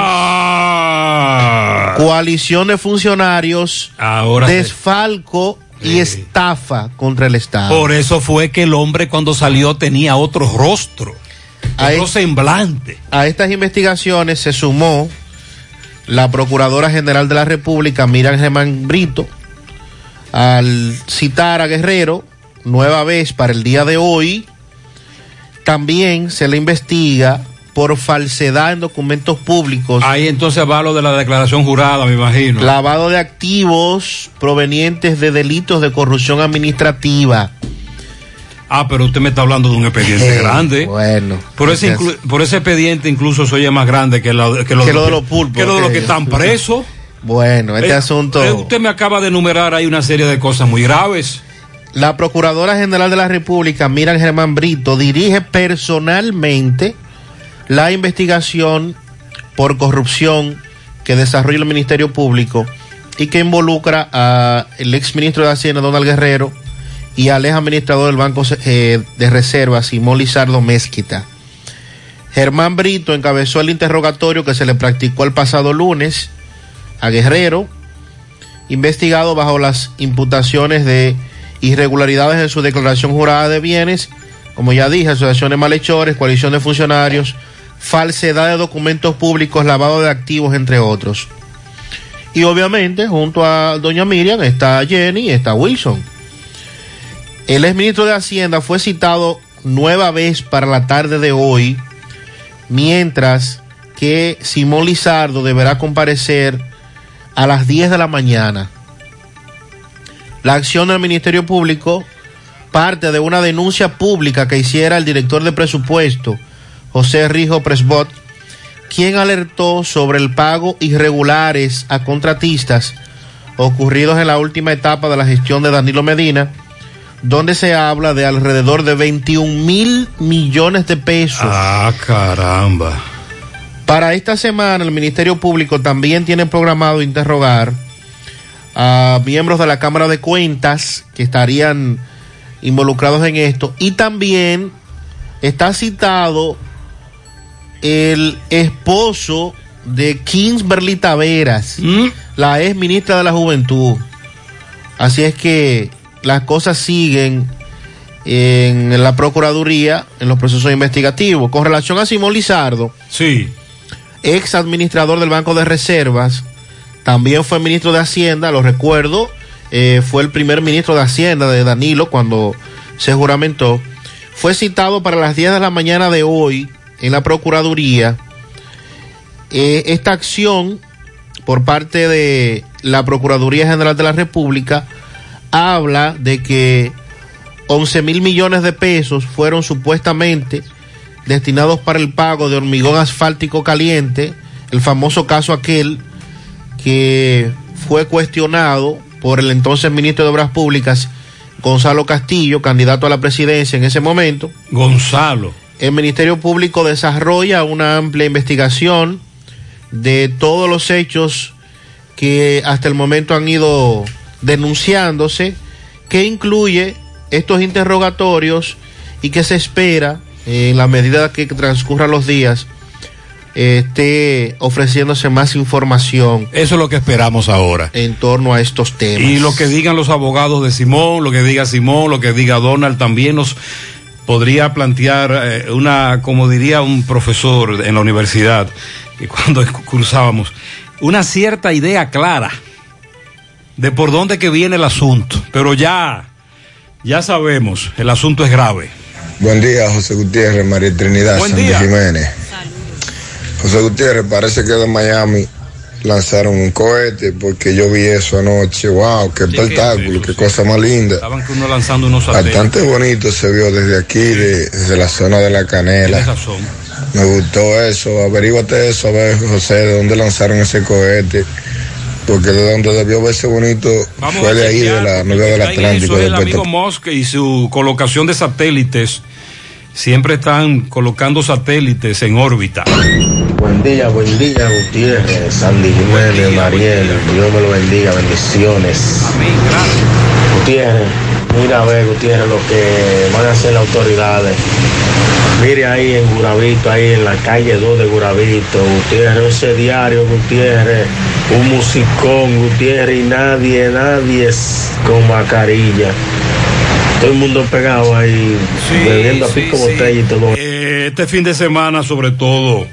coalición de funcionarios, desfalco y estafa contra el Estado. Por eso fue que el hombre cuando salió tenía otro rostro, otro semblante. A estas investigaciones se sumó la Procuradora General de la República, Miriam Germán Brito, al citar a Guerrero, nueva vez para el día de hoy, también se le investiga por falsedad en documentos públicos. Ahí entonces va lo de la declaración jurada, me imagino. Lavado de activos provenientes de delitos de corrupción administrativa. Ah, pero usted me está hablando de un expediente grande. Bueno. Por ese expediente incluso se oye más grande que lo de los pulpos. Que lo de los que están presos. Bueno, este asunto... Usted me acaba de enumerar ahí una serie de cosas muy graves. La Procuradora General de la República, Miriam Germán Brito, dirige personalmente la investigación por corrupción que desarrolla el Ministerio Público y que involucra al exministro de Hacienda, Donald Guerrero, y al ex administrador del Banco de Reservas, Simón Lizardo Mezquita. Germán Brito encabezó el interrogatorio que se le practicó el pasado lunes a Guerrero, investigado bajo las imputaciones de irregularidades en su declaración jurada de bienes, como ya dije, asociación de malhechores, coalición de funcionarios, falsedad de documentos públicos, lavado de activos, entre otros. Y obviamente, junto a doña Miriam, está Jenny y está Wilson. El exministro de Hacienda fue citado nueva vez para la tarde de hoy, mientras que Simón Lizardo deberá comparecer a las 10 de la mañana. La acción del Ministerio Público parte de una denuncia pública que hiciera el director de presupuesto, José Rijo Presbot, quien alertó sobre el pago irregulares a contratistas ocurridos en la última etapa de la gestión de Danilo Medina, donde se habla de alrededor de 21,000 millones de pesos. Ah, caramba. Para esta semana el Ministerio Público también tiene programado interrogar a miembros de la Cámara de Cuentas que estarían involucrados en esto, y también está citado el esposo de Kingsberly Taveras, la ex ministra de la Juventud. Así es que las cosas siguen en la Procuraduría, en los procesos investigativos. Con relación a Simón Lizardo, sí, ex administrador del Banco de Reservas, también fue ministro de Hacienda, lo recuerdo, fue el primer ministro de Hacienda de Danilo cuando se juramentó. Fue citado para las 10 de la mañana de hoy en la Procuraduría. Esta acción por parte de la Procuraduría General de la República habla de que 11,000 millones de pesos fueron supuestamente destinados para el pago de hormigón asfáltico caliente, el famoso caso aquel que fue cuestionado por el entonces ministro de Obras Públicas, Gonzalo Castillo, candidato a la presidencia en ese momento. Gonzalo. El Ministerio Público desarrolla una amplia investigación de todos los hechos que hasta el momento han ido denunciándose, que incluye estos interrogatorios y que se espera, en la medida que transcurran los días, esté ofreciéndose más información. Eso es lo que esperamos ahora en torno a estos temas. Y lo que digan los abogados de Simón, lo que diga Simón, lo que diga Donald, también nos podría plantear como diría un profesor en la universidad, que cuando cursábamos, una cierta idea clara de por dónde que viene el asunto. Pero ya sabemos, el asunto es grave. Buen día, José Gutiérrez, María Trinidad, Sandy Jiménez. José Gutiérrez, parece que de Miami lanzaron un cohete, porque yo vi eso anoche. Wow, qué espectáculo, qué cosa más linda. Estaban uno lanzando unos satélites. Bastante bonito se vio desde aquí, desde la zona de La Canela. Tienes razón. Me gustó eso. Averíguate eso, a ver, José, de dónde lanzaron ese cohete, porque de donde debió verse bonito fue de ahí, de la novia del Atlántico. Eso es el amigo Musk y su colocación de satélites. Siempre están colocando satélites en órbita. Buen día, Gutiérrez, Sandy Jiménez, Mariel, Dios me lo bendiga, bendiciones. Amén, gracias. Gutiérrez, mira a ver, Gutiérrez, lo que van a hacer las autoridades. Mire ahí en Guravito, ahí en la calle 2 de Guravito, Gutiérrez, ese diario, Gutiérrez, un musicón, Gutiérrez, y nadie es con mascarilla. Todo el mundo pegado ahí, bebiendo a pico botella y todo. Este fin de semana, sobre todo,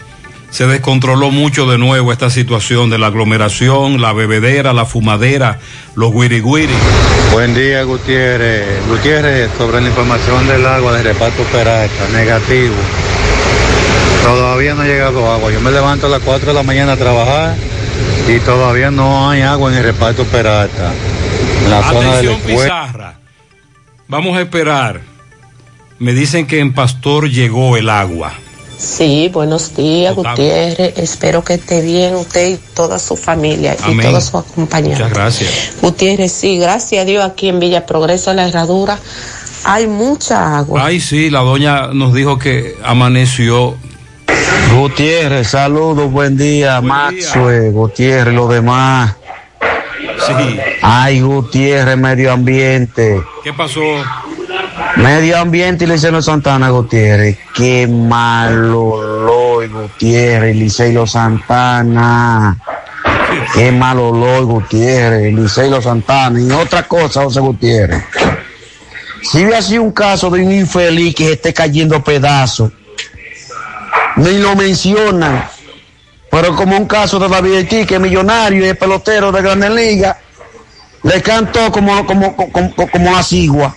se descontroló mucho de nuevo esta situación de la aglomeración, la bebedera, la fumadera, los guiriguiri. Buen día, Gutiérrez. Gutiérrez, sobre la información del agua de Reparto Peralta, negativo. Todavía no ha llegado agua. Yo me levanto a las 4 de la mañana a trabajar y todavía no hay agua en el Reparto Peralta. En la zona de la escuela. Pizarra. Vamos a esperar. Me dicen que en Pastor llegó el agua. Sí, buenos días, Gutiérrez. Espero que esté bien usted y toda su familia. Amén. Y todos sus acompañantes. Muchas gracias. Gutiérrez, sí, gracias a Dios aquí en Villa Progreso, la Herradura, hay mucha agua. Ay, sí, la doña nos dijo que amaneció. Gutiérrez, saludos, buen día, Maxwell, Gutiérrez, lo demás. Sí. Ay, Gutiérrez, medio ambiente. ¿Qué pasó? Medio ambiente y Liceo Santana, Gutiérrez. Qué malo olor, Gutiérrez, Liceo Santana. Qué malo olor, Gutiérrez, Liceo Santana. Y otra cosa, José Gutiérrez. Si hubiera sido un caso de un infeliz que se esté cayendo a pedazos, ni lo mencionan. Pero como un caso de David Haití, que es millonario y es pelotero de Grandes Ligas, le cantó como la cigua.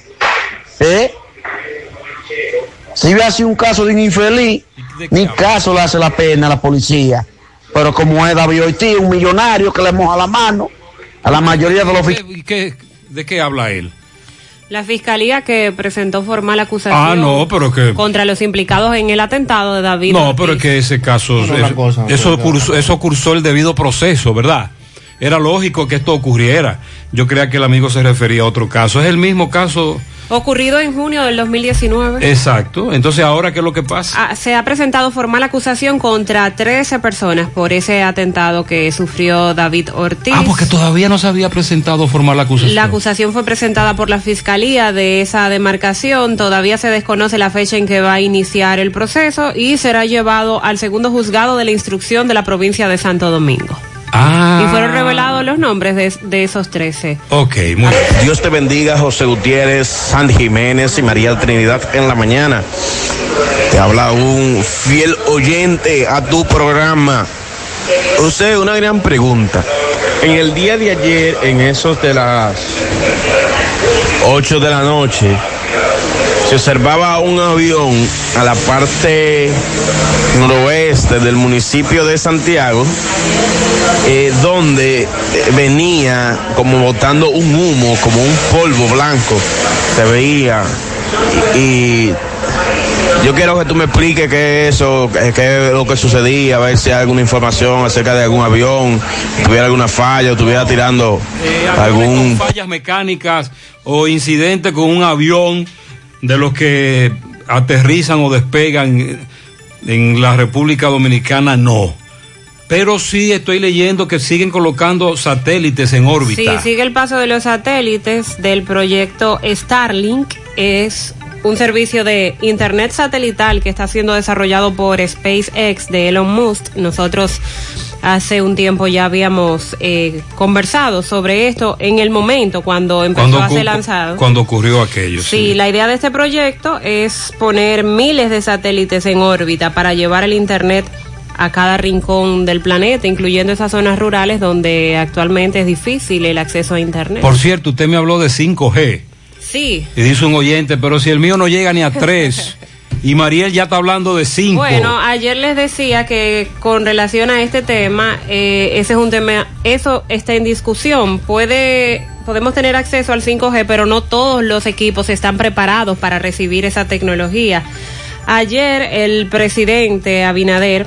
Si hubiera sido un caso de un infeliz, ni caso le hace la pena a la policía. Pero como es David Haití, un millonario que le moja la mano a la mayoría de los fiscales. ¿De qué habla él? La fiscalía que presentó formal acusación contra los implicados en el atentado de David No, Ortiz. pero es que ese caso, eso cursó el debido proceso, ¿verdad? Era lógico que esto ocurriera. Yo creía que el amigo se refería a otro caso. Es el mismo caso. Ocurrido en junio del 2019. Exacto. Entonces, ¿ahora qué es lo que pasa? Se ha presentado formal acusación contra 13 personas por ese atentado que sufrió David Ortiz. Porque todavía no se había presentado formal acusación. La acusación fue presentada por la Fiscalía de esa demarcación. Todavía se desconoce la fecha en que va a iniciar el proceso y será llevado al segundo juzgado de la instrucción de la provincia de Santo Domingo. Y fueron revelados los nombres de esos 13. Ok, muy bien. Dios te bendiga, José Gutiérrez, Sandy Jiménez y María Trinidad en la mañana. Te habla un fiel oyente a tu programa. José, una gran pregunta. En el día de ayer, en esos de las 8 de la noche, se observaba un avión a la parte noroeste del municipio de Santiago, donde venía como botando un humo, como un polvo blanco, se veía. Y yo quiero que tú me expliques qué es eso, qué es lo que sucedía, a ver si hay alguna información acerca de algún avión, tuviera alguna falla, o estuviera tirando algún... fallas mecánicas o incidente con un avión de los que aterrizan o despegan en la República Dominicana, no. Pero sí estoy leyendo que siguen colocando satélites en órbita. Sí, sigue el paso de los satélites del proyecto Starlink. Es un servicio de internet satelital que está siendo desarrollado por SpaceX de Elon Musk. Nosotros hace un tiempo ya habíamos conversado sobre esto en el momento cuando empezó a ser lanzado. Cuando ocurrió aquello. Sí, la idea de este proyecto es poner miles de satélites en órbita para llevar el internet a cada rincón del planeta, incluyendo esas zonas rurales donde actualmente es difícil el acceso a internet. Por cierto, usted me habló de 5G. Sí. Y dice un oyente, pero si el mío no llega ni a 3... Y Mariel ya está hablando de 5. Bueno, ayer les decía que con relación a este tema, ese es un tema, eso está en discusión. Podemos tener acceso al 5G, pero no todos los equipos están preparados para recibir esa tecnología. Ayer el presidente Abinader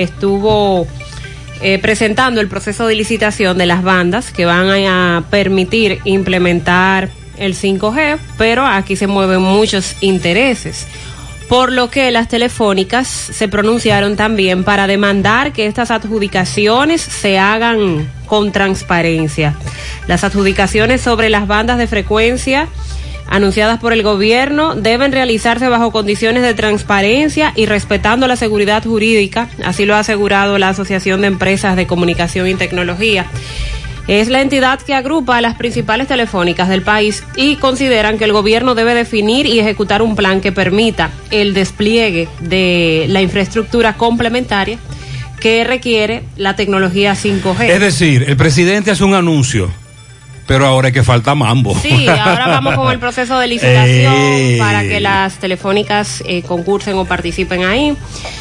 estuvo presentando el proceso de licitación de las bandas que van a permitir implementar el 5G, pero aquí se mueven muchos intereses. Por lo que las telefónicas se pronunciaron también para demandar que estas adjudicaciones se hagan con transparencia. Las adjudicaciones sobre las bandas de frecuencia anunciadas por el gobierno deben realizarse bajo condiciones de transparencia y respetando la seguridad jurídica, así lo ha asegurado la Asociación de Empresas de Comunicación y Tecnología. Es la entidad que agrupa a las principales telefónicas del país y consideran que el gobierno debe definir y ejecutar un plan que permita el despliegue de la infraestructura complementaria que requiere la tecnología 5G. Es decir, el presidente hace un anuncio, pero ahora es que falta mambo. Sí, ahora vamos con el proceso de licitación para que las telefónicas concursen o participen ahí.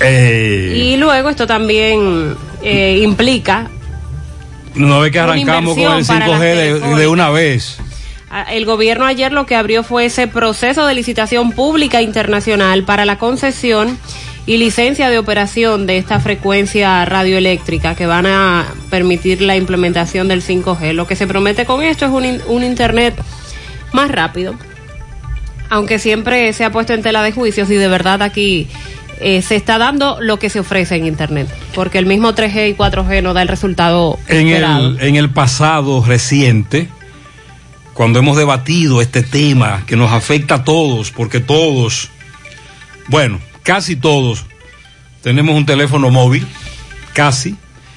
Y luego esto también implica... No ve que arrancamos con el 5G de una vez. El gobierno ayer lo que abrió fue ese proceso de licitación pública internacional para la concesión y licencia de operación de esta frecuencia radioeléctrica que van a permitir la implementación del 5G. Lo que se promete con esto es un internet más rápido, aunque siempre se ha puesto en tela de juicio si de verdad aquí se está dando lo que se ofrece en internet, porque el mismo 3G y 4G no da el resultado esperado. En el pasado reciente, cuando hemos debatido este tema que nos afecta a todos, porque todos, bueno, casi todos tenemos un teléfono móvil, casi,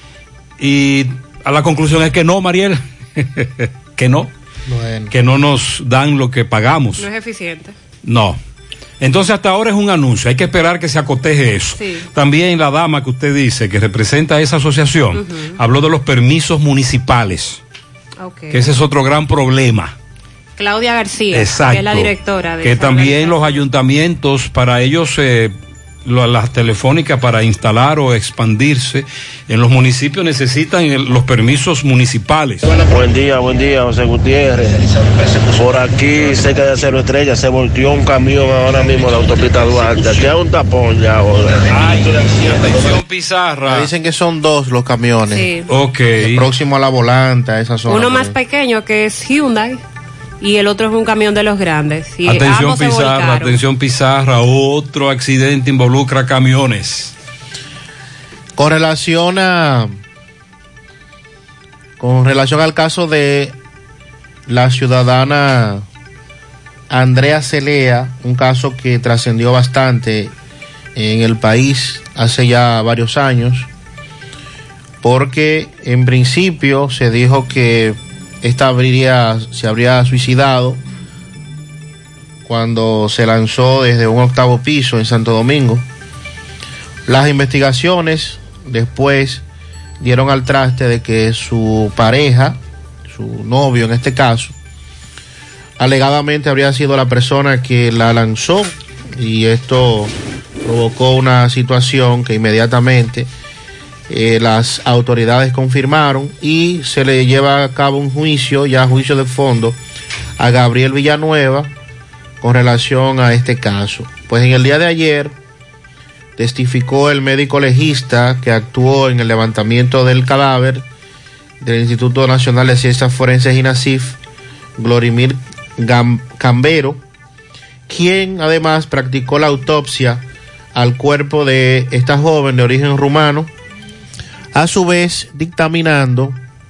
y a la conclusión es que no, Mariel, que no, bueno, que no nos dan lo que pagamos. No es eficiente. No. Entonces hasta ahora es un anuncio, hay que esperar que se acoteje eso. Sí. También la dama que usted dice, que representa a esa asociación, habló de los permisos municipales, que ese es otro gran problema. Claudia García, exacto, que es la directora de que también los ayuntamientos, para ellos las telefónicas para instalar o expandirse en los municipios necesitan los permisos municipales. Buen día, José Gutiérrez. Por aquí, cerca de Cerro Estrella, se volteó un camión ahora mismo en la autopista Duarte. Aquí hay un tapón ya ahora. Atención, Pizarra. Dicen que son dos los camiones. Sí. Ok. Próximo a la Volanta, esa zona. Uno más pequeño, que es Hyundai, y el otro es un camión de los grandes. Y atención Pizarra, otro accidente involucra camiones. Con relación al caso de la ciudadana Andrea Celea, un caso que trascendió bastante en el país hace ya varios años, porque en principio se dijo que esta se habría suicidado cuando se lanzó desde un 8º piso en Santo Domingo. Las investigaciones después dieron al traste de que su pareja, su novio en este caso, alegadamente habría sido la persona que la lanzó, y esto provocó una situación que inmediatamente las autoridades confirmaron y se le lleva a cabo un juicio de fondo a Gabriel Villanueva con relación a este caso. Pues en el día de ayer testificó el médico legista que actuó en el levantamiento del cadáver del Instituto Nacional de Ciencias Forenses INACIF, Glorimir Cambero, quien además practicó la autopsia al cuerpo de esta joven de origen rumano, a su vez dictaminando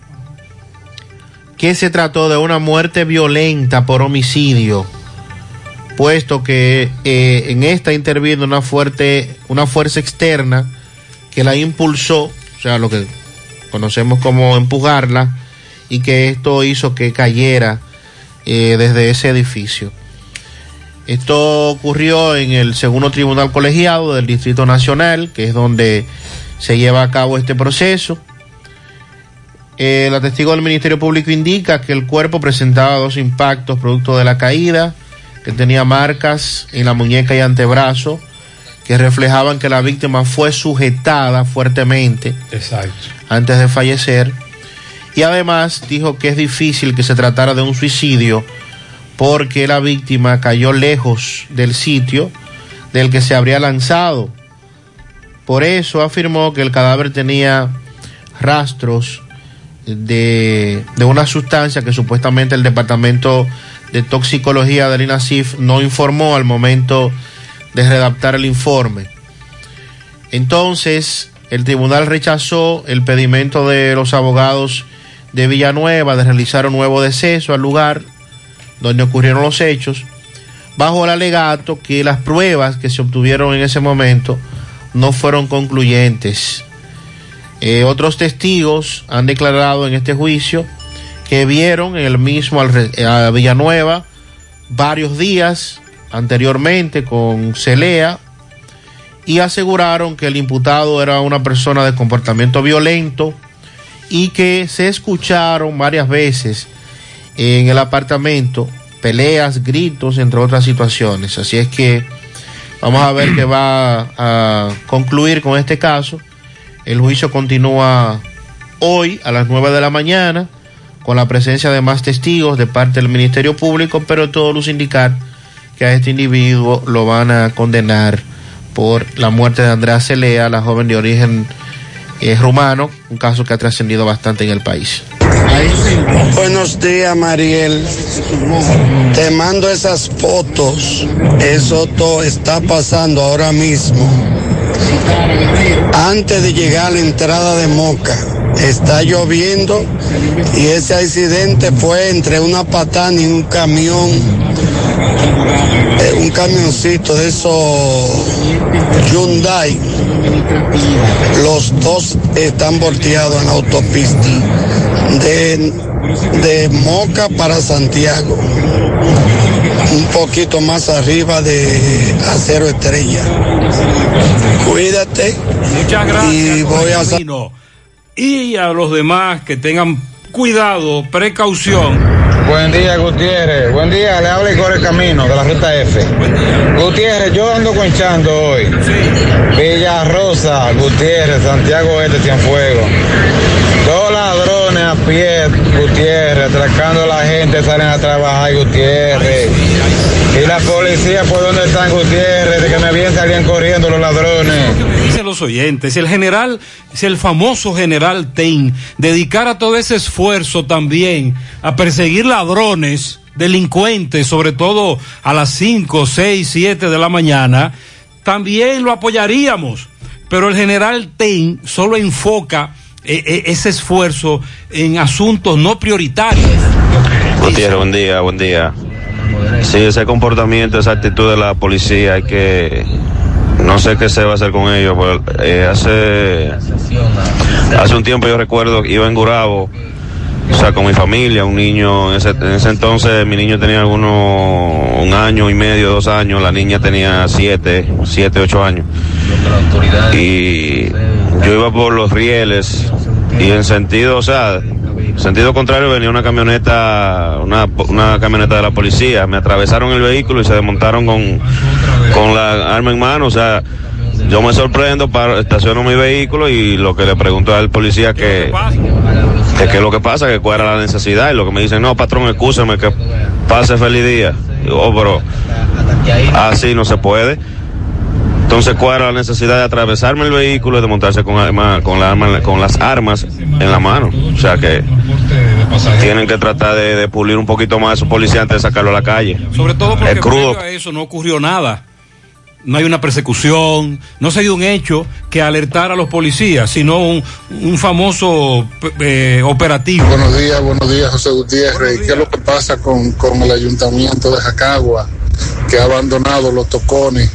que se trató de una muerte violenta por homicidio, puesto que en esta intervino una fuerza externa que la impulsó, o sea, lo que conocemos como empujarla, y que esto hizo que cayera desde ese edificio. Esto ocurrió en el segundo tribunal colegiado del Distrito Nacional, que es donde se lleva a cabo este proceso. La testigo del Ministerio Público indica que el cuerpo presentaba 2 impactos producto de la caída, que tenía marcas en la muñeca y antebrazo que reflejaban que la víctima fue sujetada fuertemente. Exacto. Antes de fallecer. Y además dijo que es difícil que se tratara de un suicidio porque la víctima cayó lejos del sitio del que se habría lanzado. Por eso afirmó que el cadáver tenía rastros de una sustancia que supuestamente el Departamento de Toxicología del INACIF no informó al momento de redactar el informe. Entonces, el tribunal rechazó el pedimento de los abogados de Villanueva de realizar un nuevo deceso al lugar donde ocurrieron los hechos, bajo el alegato que las pruebas que se obtuvieron en ese momento no fueron concluyentes. Otros testigos han declarado en este juicio que vieron el mismo a Villanueva varios días anteriormente con Celea, y aseguraron que el imputado era una persona de comportamiento violento y que se escucharon varias veces en el apartamento peleas, gritos, entre otras situaciones. Así es que vamos a ver qué va a concluir con este caso. El juicio continúa hoy a las 9 de la mañana con la presencia de más testigos de parte del Ministerio Público, pero todo luce indicar que a este individuo lo van a condenar por la muerte de Andrea Celea, la joven de origen rumano, un caso que ha trascendido bastante en el país. Buenos días, Mariel. Te mando esas fotos. Eso todo está pasando ahora mismo. Antes de llegar a la entrada de Moca, está lloviendo y ese accidente fue entre una patana y un camión, un camioncito de esos Hyundai. Los dos están volteados en la autopista de Moca para Santiago, un poquito más arriba de Acero Estrella. Cuídate. Muchas gracias. Y voy a... Y a los demás que tengan cuidado, precaución. Buen día, Gutiérrez. Buen día, le habla Igor El Camino de la Ruta F. Gutiérrez, yo ando conchando hoy. Sí. Villa Rosa, Gutiérrez, Santiago Este, Cienfuegos. 2 ladrones a pie, Gutiérrez, atracando a la gente, salen a trabajar, Gutiérrez. Y la policía, ¿por dónde están, Gutiérrez? De que me bien salían corriendo los ladrones. Dicen los oyentes, el general, es el famoso general Ten, dedicara todo ese esfuerzo también a perseguir ladrones, delincuentes, sobre todo a las 5, 6, 7 de la mañana, también lo apoyaríamos. Pero el general Ten solo enfoca ese esfuerzo en asuntos no prioritarios. Gutiérrez, buen día, buen día. Sí, ese comportamiento, esa actitud de la policía, hay que... No sé qué se va a hacer con ellos, pero hace un tiempo yo recuerdo, iba en Gurabo, o sea, con mi familia, un niño, en ese entonces mi niño tenía 1 año y medio, 2 años, la niña tenía 7, 8 años. Y yo iba por los rieles y en sentido, o sea, sentido contrario venía una camioneta, una camioneta de la policía, me atravesaron el vehículo y se desmontaron con la arma en mano, o sea, yo me sorprendo, estaciono mi vehículo y lo que le pregunto al policía que qué es lo que pasa, que cuál era la necesidad, y lo que me dicen, no, patrón, excúseme, que pase feliz día. Digo, pero así no se puede. Entonces, ¿cuál era la necesidad de atravesarme el vehículo y de montarse con las armas en la mano? O sea que tienen que tratar de pulir un poquito más a esos policías antes de sacarlo a la calle. Sobre todo porque previo a eso no ocurrió nada. No hay una persecución, no se ha ido un hecho que alertara a los policías, sino un famoso operativo. Buenos días, José Gutiérrez. ¿Qué es lo que pasa con el ayuntamiento de Jacagua, que ha abandonado los tocones?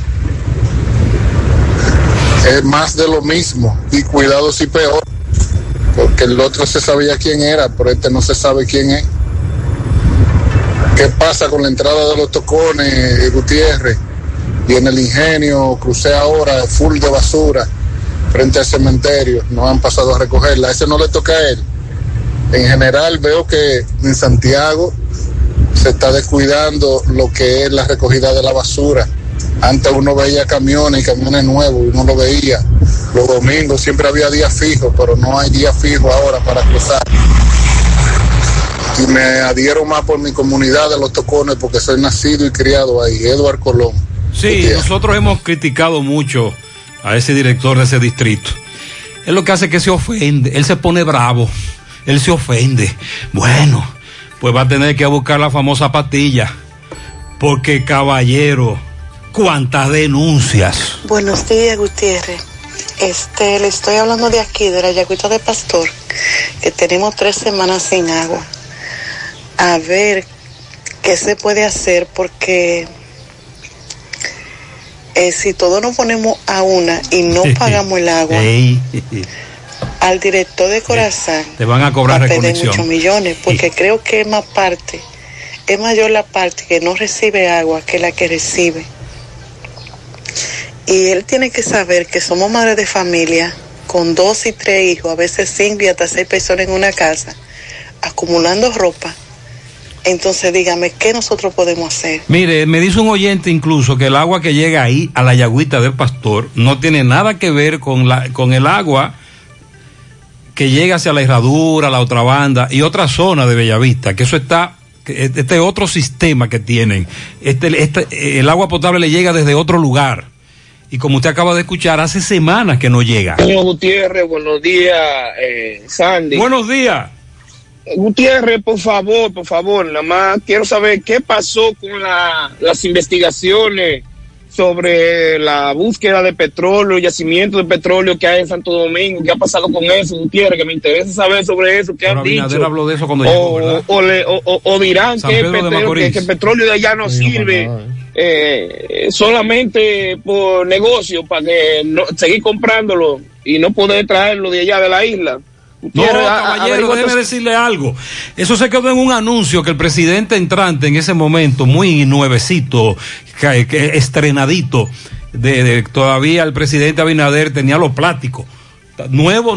Es más de lo mismo, y cuidado si peor, porque el otro se sabía quién era, pero este no se sabe quién es. ¿Qué pasa con la entrada de los tocones, Gutiérrez? Y en el Ingenio crucé ahora full de basura frente al cementerio, no han pasado a recogerla, ese no le toca a él. En general veo que en Santiago se está descuidando lo que es la recogida de la basura. Antes uno veía camiones nuevos, uno lo veía los domingos, siempre había días fijos, pero no hay días fijos ahora para cruzar. Y me adhiero más por mi comunidad de los tocones porque soy nacido y criado ahí, Eduardo Colón. Sí, nosotros hemos criticado mucho a ese director de ese distrito. Él lo que hace es que se ofende, él se pone bravo, él se ofende. Bueno, pues va a tener que buscar la famosa pastilla, porque caballero, cuántas denuncias. Buenos días, Gutiérrez. Le estoy hablando de aquí, de la Yagüita de Pastor, que tenemos 3 semanas sin agua. A ver qué se puede hacer, porque si todos nos ponemos a una y no pagamos el agua, al director de Corazán te van a cobrar reconexión. Muchos millones, porque creo que es mayor la parte que no recibe agua que la que recibe. Y él tiene que saber que somos madres de familia con 2 y 3 hijos, a veces 5 y hasta 6 personas en una casa, acumulando ropa. Entonces dígame, ¿qué nosotros podemos hacer? Mire, me dice un oyente incluso que el agua que llega ahí a la Yagüita del Pastor no tiene nada que ver con el agua que llega hacia la Herradura, la otra banda y otra zona de Bellavista, que eso está, este otro sistema que tienen, el agua potable le llega desde otro lugar. Y como usted acaba de escuchar, hace semanas que no llega. Señor Gutiérrez, buenos días, Sandy. Buenos días. Gutiérrez, por favor, nada más quiero saber qué pasó con las investigaciones sobre la búsqueda de petróleo, yacimiento de petróleo que hay en Santo Domingo. ¿Qué ha pasado con eso, Gutiérrez? Que me interesa saber sobre eso. ¿Qué han dicho? Abinader habló de eso cuando llegó, ¿verdad? O dirán que el petróleo de allá no sirve solamente por negocio, para que seguir comprándolo y no poder traerlo de allá de la isla. No, caballero, déjeme decirle algo. Eso se quedó en un anuncio que el presidente entrante en ese momento, muy nuevecito, que estrenadito, todavía el presidente Abinader tenía los pláticos. Nuevo.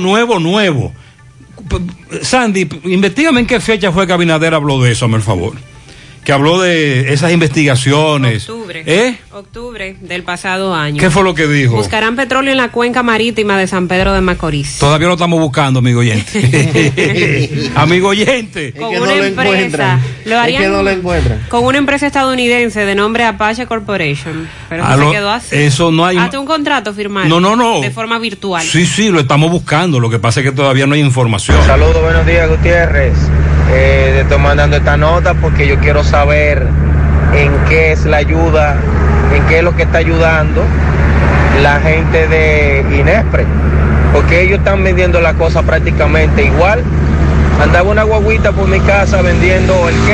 Sandy, investígame en qué fecha fue que Abinader habló de eso, hazme el favor. Que habló de esas investigaciones. Octubre del pasado año. ¿Qué fue lo que dijo? Buscarán petróleo en la cuenca marítima de San Pedro de Macorís. Todavía lo estamos buscando, amigo oyente. Amigo oyente. Con una empresa. Lo harían no lo encuentran. Con una empresa estadounidense de nombre Apache Corporation. Pero eso se quedó así. Eso no hay. Hasta un contrato firmado. No. De forma virtual. Sí, lo estamos buscando. Lo que pasa es que todavía no hay información. Saludos, buenos días, Gutiérrez. Estoy mandando esta nota porque yo quiero saber en qué es la ayuda, en qué es lo que está ayudando la gente de Inespre, porque ellos están vendiendo la cosa prácticamente igual. Andaba una guaguita por mi casa vendiendo el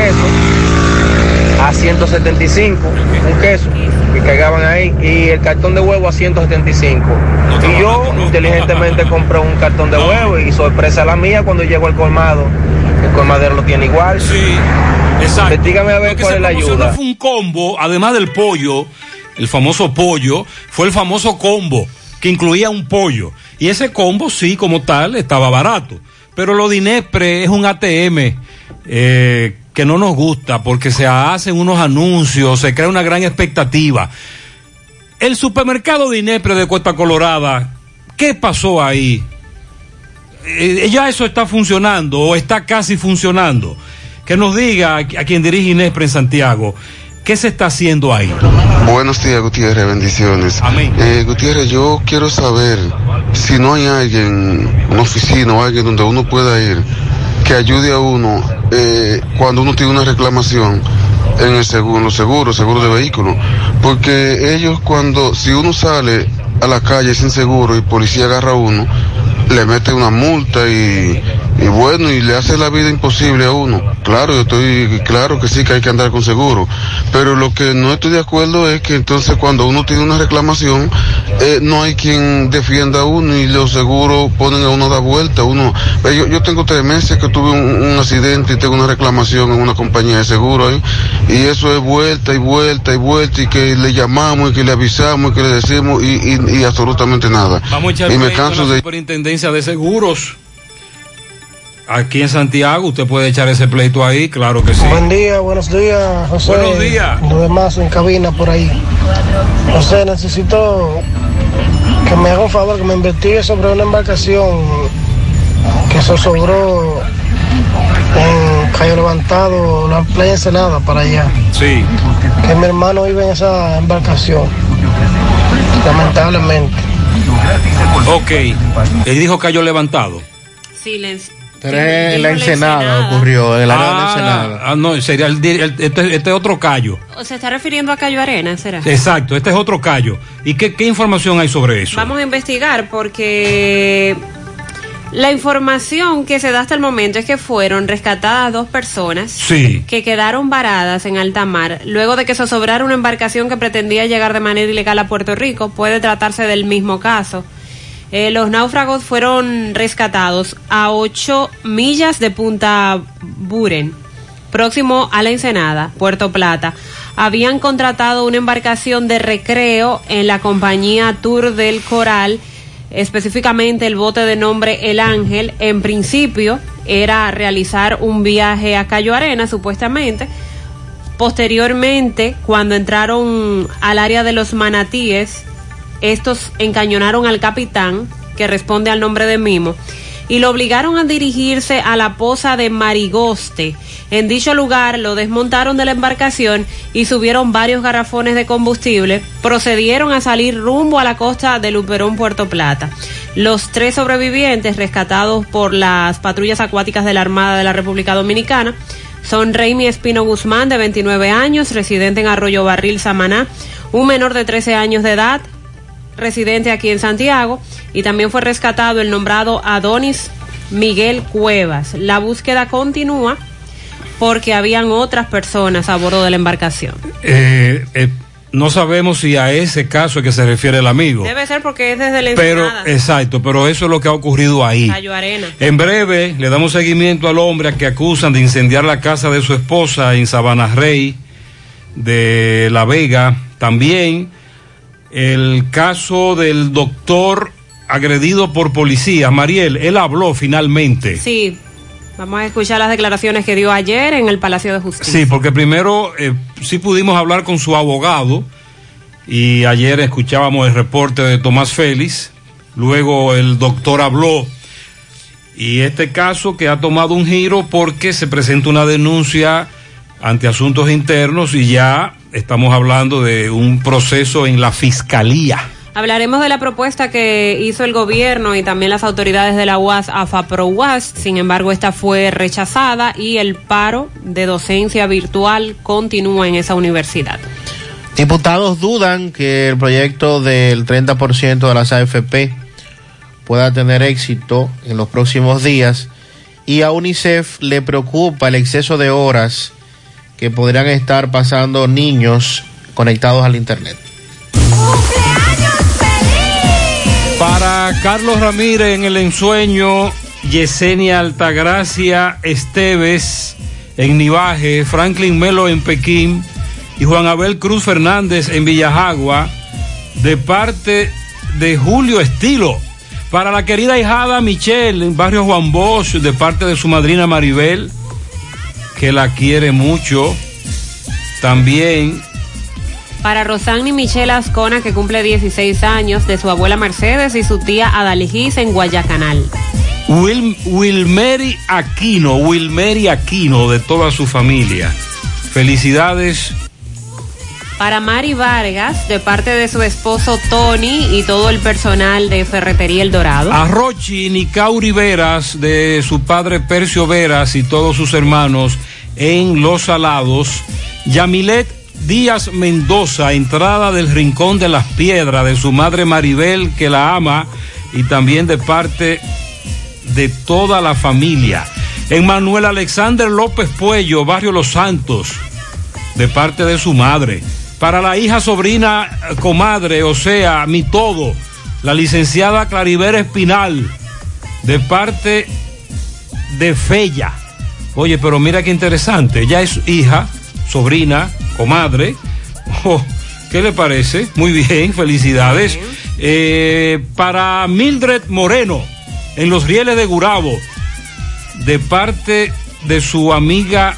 queso a 175, un queso que cargaban ahí, y el cartón de huevo a 175. Y yo inteligentemente compré un cartón de huevo y sorpresa la mía cuando llego al colmado. El colmadero lo tiene igual. Sí, exacto. Dígame a ver cuál es la ayuda. Fue un combo, además del pollo, el famoso pollo, fue el famoso combo que incluía un pollo. Y ese combo, sí, como tal, estaba barato. Pero lo de Inespre es un ATM que no nos gusta porque se hacen unos anuncios, se crea una gran expectativa. El supermercado de Inespre de Cuesta Colorada, ¿qué pasó ahí? Ya eso está funcionando o está casi funcionando. Que nos diga a quien dirige Inespre en Santiago, ¿qué se está haciendo ahí? Buenos días, Gutiérrez, bendiciones. Amén. Gutiérrez, yo quiero saber si no hay alguien, una oficina o alguien donde uno pueda ir que ayude a uno cuando uno tiene una reclamación en el seguro de vehículo, porque ellos si uno sale a la calle sin seguro y policía agarra a uno, le mete una multa y le hace la vida imposible a uno. Claro, claro que sí que hay que andar con seguro, pero lo que no estoy de acuerdo es que entonces cuando uno tiene una reclamación, no hay quien defienda a uno y los seguros ponen a uno a dar vuelta. Yo tengo 3 meses que tuve un accidente y tengo una reclamación en una compañía de seguro ahí, y eso es vuelta y que le llamamos y que le avisamos y que le decimos y absolutamente nada. Vamos a echar y me canso de Superintendencia de Seguros aquí en Santiago. Usted puede echar ese pleito ahí, claro que sí. Buenos días, José. Buenos días. No ve más en cabina por ahí. José, necesito que me haga un favor, que me investigue sobre una embarcación que se sobró en Cayo Levantado, la playa Ensenada, para allá. Sí. Que mi hermano vive en esa embarcación, lamentablemente. Ok. Él dijo Cayo Levantado. Silencio. Pero en la Ensenada ocurrió, en el área de la Ensenada. No, sería este es otro Cayo. ¿O se está refiriendo a Cayo Arena, será? Exacto, este es otro Cayo. ¿Y qué información hay sobre eso? Vamos a investigar porque la información que se da hasta el momento es que fueron rescatadas 2 personas que quedaron varadas en alta mar luego de que se sobrara una embarcación que pretendía llegar de manera ilegal a Puerto Rico. Puede tratarse del mismo caso. Los náufragos fueron rescatados a 8 millas de Punta Buren, próximo a la Ensenada, Puerto Plata. habían contratado una embarcación de recreo en la compañía Tour del Coral, específicamente el bote de nombre El Ángel. En principio era realizar un viaje a Cayo Arena, supuestamente. Posteriormente, cuando entraron al área de los manatíes, estos encañonaron al capitán, que responde al nombre de Mimo, y lo obligaron a dirigirse a la poza de Marigoste. En dicho lugar lo desmontaron de la embarcación y subieron varios garrafones de combustible. Procedieron a salir rumbo a la costa de Luperón, Puerto Plata. Los 3 sobrevivientes, rescatados por las patrullas acuáticas de la Armada de la República Dominicana, son Raimi Espino Guzmán, de 29 años, residente en Arroyo Barril, Samaná, un menor de 13 años de edad, residente aquí en Santiago, y también fue rescatado el nombrado Adonis Miguel Cuevas. La búsqueda continúa porque habían otras personas a bordo de la embarcación. No sabemos si a ese caso es que se refiere el amigo. Debe ser porque es desde la Ensenada. Exacto, pero eso es lo que ha ocurrido ahí. Cayo Arena. En breve le damos seguimiento al hombre a que acusan de incendiar la casa de su esposa en Sabana Rey de La Vega. También el caso del doctor agredido por policías. Mariel, él habló finalmente. Sí. Vamos a escuchar las declaraciones que dio ayer en el Palacio de Justicia. Sí, porque primero sí pudimos hablar con su abogado y ayer escuchábamos el reporte de Tomás Félix, luego el doctor habló y este caso que ha tomado un giro porque se presenta una denuncia ante Asuntos Internos y ya estamos hablando de un proceso en la Fiscalía. Hablaremos de la propuesta que hizo el gobierno y también las autoridades de la UAS a FAPRO-UAS. Sin embargo, esta fue rechazada y el paro de docencia virtual continúa en esa universidad. Diputados dudan que el proyecto del 30% de las AFP pueda tener éxito en los próximos días y a UNICEF le preocupa el exceso de horas que podrían estar pasando niños conectados al Internet. Para Carlos Ramírez en El Ensueño, Yesenia Altagracia Esteves en Nivaje, Franklin Melo en Pekín y Juan Abel Cruz Fernández en Villajagua, de parte de Julio Estilo. Para la querida hijada Michelle en Barrio Juan Bosch, de parte de su madrina Maribel, que la quiere mucho. También para Rosani Michelle Ascona, que cumple 16 años, de su abuela Mercedes y su tía Adaligis en Guayacanal. Wilmeri Aquino, de toda su familia. Felicidades. Para Mari Vargas, de parte de su esposo Tony y todo el personal de Ferretería El Dorado. A Rochi Nicauri Veras, de su padre Percio Veras y todos sus hermanos en Los Salados. Yamilet Díaz Mendoza, entrada del Rincón de las Piedras, de su madre Maribel, que la ama, y también de parte de toda la familia. En Manuel Alexander López Puello, Barrio Los Santos, de parte de su madre. Para la hija, sobrina, comadre, o sea, mi todo, la licenciada Clariver Espinal, de parte de Fella. Oye, pero mira qué interesante, ella es hija, sobrina, comadre. Oh, ¿qué le parece? Muy bien, felicidades. Para Mildred Moreno, en Los Rieles de Gurabo, de parte de su amiga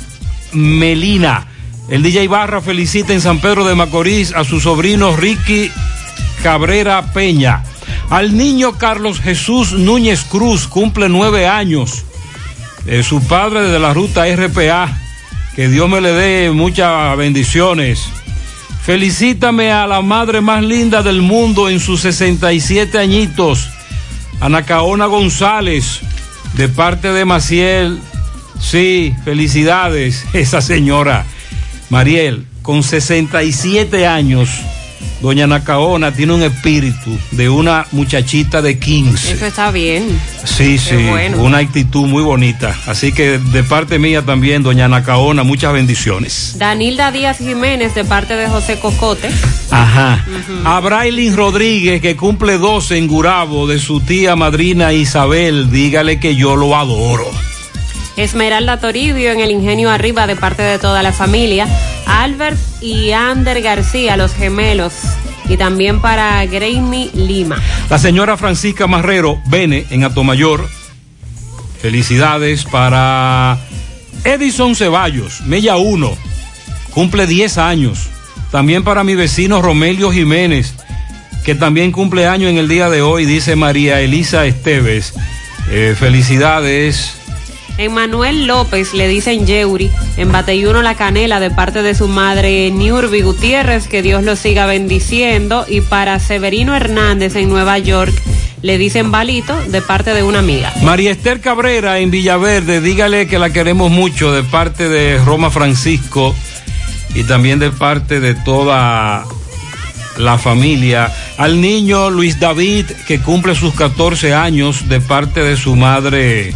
Melina. El DJ Barra felicita en San Pedro de Macorís a su sobrino Ricky Cabrera Peña. Al niño Carlos Jesús Núñez Cruz, cumple 9 años. Su padre de la ruta RPA. Que Dios me le dé muchas bendiciones. Felicítame a la madre más linda del mundo en sus 67 añitos, Ana Caona González, de parte de Maciel. Sí, felicidades, esa señora. Mariel, con 67 años, doña Ana Caona tiene un espíritu de una muchachita de 15. Eso está bien. Sí, sí, bueno. Una actitud muy bonita. Así que de parte mía también, doña Ana Caona, muchas bendiciones. Danilda Díaz Jiménez, de parte de José Cocote. Ajá. A Brailin Rodríguez, que cumple 12 en Gurabo, de su tía madrina Isabel, dígale que yo lo adoro. Esmeralda Toribio en el Ingenio Arriba de parte de toda la familia. Albert y Ander García, los gemelos. Y también para Greimy Lima. La señora Francisca Marrero Bene en Atomayor. Felicidades para Edison Ceballos, Mella 1. Cumple 10 años. También para mi vecino Romelio Jiménez, que también cumple año en el día de hoy, dice María Elisa Esteves. Felicidades. Emmanuel López le dicen Yeuri, en Bateyuno La Canela, de parte de su madre Niurbi Gutiérrez, que Dios lo siga bendiciendo. Y para Severino Hernández en Nueva York le dicen Balito, de parte de una amiga. María Esther Cabrera en Villaverde, dígale que la queremos mucho, de parte de Roma Francisco y también de parte de toda la familia. Al niño Luis David, que cumple sus 14 años, de parte de su madre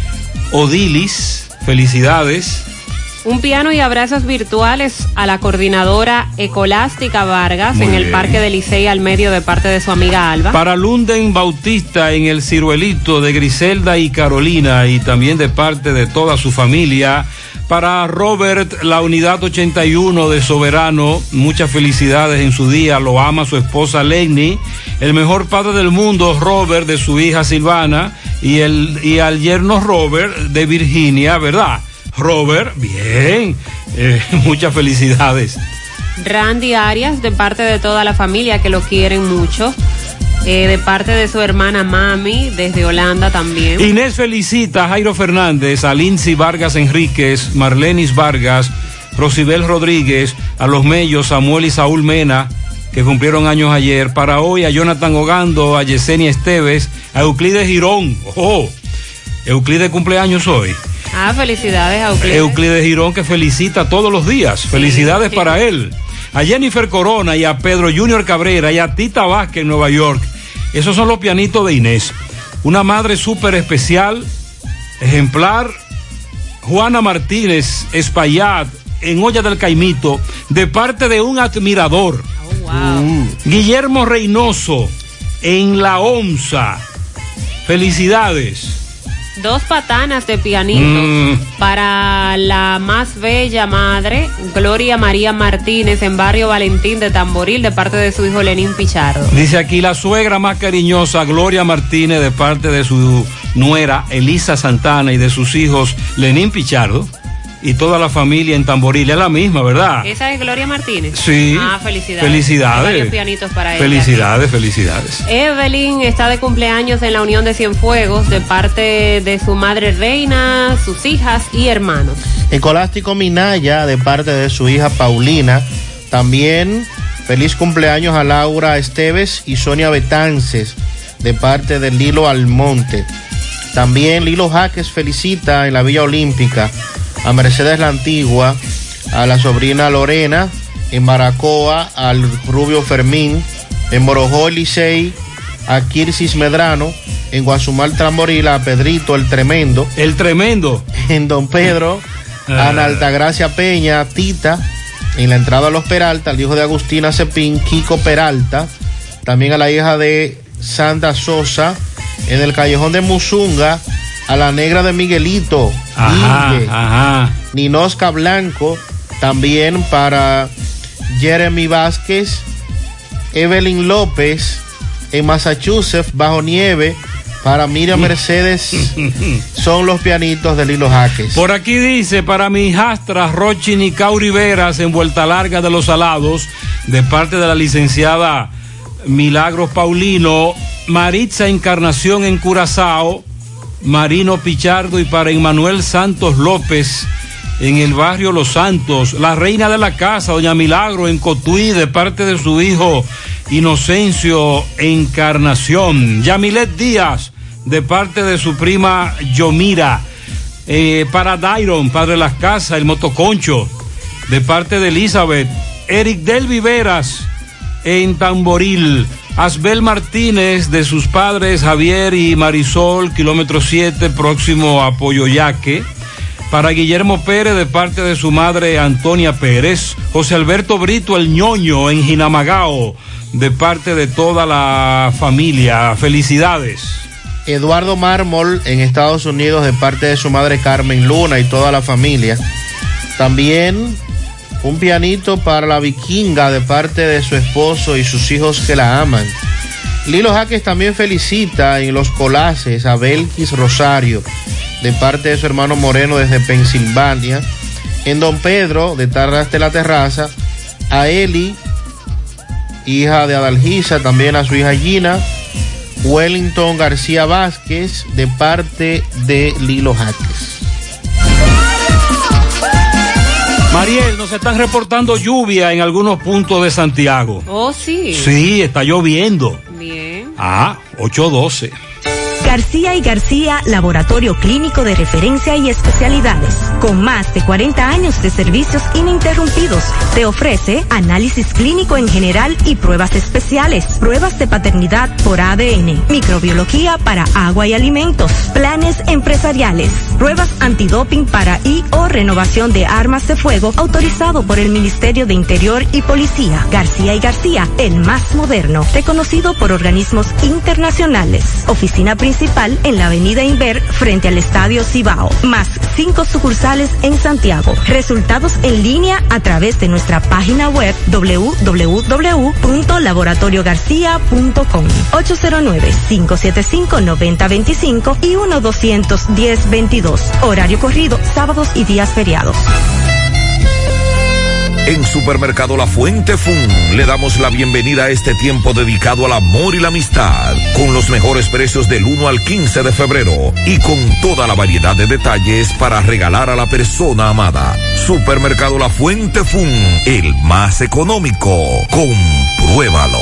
Odilis, felicidades. Un piano y abrazos virtuales a la coordinadora Ecolástica Vargas. Muy en el bien. Parque de Licey al Medio, de parte de su amiga Alba. Para Lunden Bautista en el Ciruelito, de Griselda y Carolina, y también de parte de toda su familia. Para Robert, la unidad 81 de Soberano, muchas felicidades en su día, lo ama su esposa Lenny. El mejor padre del mundo, Robert, de su hija Silvana, y al yerno Robert de Virginia, ¿verdad? Robert, bien, muchas felicidades. Randy Arias, de parte de toda la familia, que lo quieren mucho. De parte de su hermana Mami, desde Holanda también. Inés felicita a Jairo Fernández, a Lindsay Vargas Enríquez, Marlenis Vargas, Rosibel Rodríguez, a los Mellos, Samuel y Saúl Mena, que cumplieron años ayer. Para hoy a Jonathan Ogando, a Yesenia Esteves, a Euclides Girón. ¡Oh! Euclides cumpleaños hoy. Felicidades a Euclides. Euclides Girón, que felicita todos los días. Sí, felicidades sí. Para él. A Jennifer Corona y a Pedro Junior Cabrera y a Tita Vázquez en Nueva York. Esos son los pianitos de Inés. Una madre súper especial, ejemplar. Juana Martínez Espaillat en Olla del Caimito, de parte de un admirador. Oh, wow. Guillermo Reynoso en La Onza. Felicidades. 2 patanas de pianito para la más bella madre, Gloria María Martínez, en Barrio Valentín de Tamboril, de parte de su hijo Lenín Pichardo. Dice aquí la suegra más cariñosa, Gloria Martínez, de parte de su nuera Elisa Santana y de sus hijos Lenín Pichardo y toda la familia en Tamboril. Es la misma, ¿verdad? ¿Esa es Gloria Martínez? Sí. Felicidades. Felicidades. Hay varios pianitos para ella. Felicidades, felicidades. Evelyn está de cumpleaños en la Unión de Cienfuegos, de parte de su madre Reina, sus hijas y hermanos. Escolástico Minaya, de parte de su hija Paulina. También feliz cumpleaños a Laura Esteves y Sonia Betances, de parte de Lilo Almonte. También Lilo Jaques felicita en la Villa Olímpica a Mercedes la Antigua, a la sobrina Lorena, en Baracoa, al Rubio Fermín, en Morojó Licey, a Kirsis Medrano, en Guazumal Tamboril, a Pedrito el Tremendo. El Tremendo. En Don Pedro, a Ana Altagracia Peña, Tita, en la entrada a Los Peralta, al hijo de Agustina Cepín, Kiko Peralta, también a la hija de Sandra Sosa, en el Callejón de Musunga, a la negra de Miguelito, Ninosca Blanco, también para Jeremy Vázquez, Evelyn López, en Massachusetts, bajo nieve, para Miriam Mercedes, son los pianitos de Lilo Jaques. Por aquí dice, para mi hijastra Rochi Nicao Riveras, en Vuelta Larga de los Salados, de parte de la licenciada Milagros Paulino, Maritza Encarnación en Curazao, Marino Pichardo, y para Emmanuel Santos López en el barrio Los Santos, la reina de la casa, doña Milagro en Cotuí, de parte de su hijo Inocencio Encarnación, Yamilet Díaz, de parte de su prima Yomira, para Dairon, padre de las casas, el Motoconcho, de parte de Elizabeth, Eric Del Viveras en Tamboril, Asbel Martínez, de sus padres Javier y Marisol, kilómetro 7, próximo a Poyoyaque. Para Guillermo Pérez, de parte de su madre Antonia Pérez. José Alberto Brito, el ñoño, en Jinamagao, de parte de toda la familia. Felicidades. Eduardo Mármol en Estados Unidos de parte de su madre Carmen Luna y toda la familia. También un pianito para la Vikinga de parte de su esposo y sus hijos que la aman. Lilo Jaques también felicita en Los Colaces a Belkis Rosario de parte de su hermano Moreno desde Pensilvania. En Don Pedro de Tarras de la Terraza a Eli, hija de Adalgisa, también a su hija Gina. Wellington García Vázquez de parte de Lilo Jaques. Mariel, nos están reportando lluvia en algunos puntos de Santiago. Oh, sí. Sí, está lloviendo. Bien. 8:12. García y García, laboratorio clínico de referencia y especialidades. Con más de 40 años de servicios ininterrumpidos, te ofrece análisis clínico en general y pruebas especiales, pruebas de paternidad por ADN, microbiología para agua y alimentos, planes empresariales, pruebas antidoping para y o renovación de armas de fuego autorizado por el Ministerio de Interior y Policía. García y García, el más moderno, reconocido por organismos internacionales. Oficina principal en la avenida Inver frente al Estadio Cibao, más 5 sucursales en Santiago. Resultados en línea a través de nuestra página web www.laboratoriogarcia.com 809-575-9025 y 1-210-22. Horario corrido, sábados y días feriados. En Supermercado La Fuente Fun le damos la bienvenida a este tiempo dedicado al amor y la amistad, con los mejores precios del 1 al 15 de febrero y con toda la variedad de detalles para regalar a la persona amada. Supermercado La Fuente Fun, el más económico. Compruébalo.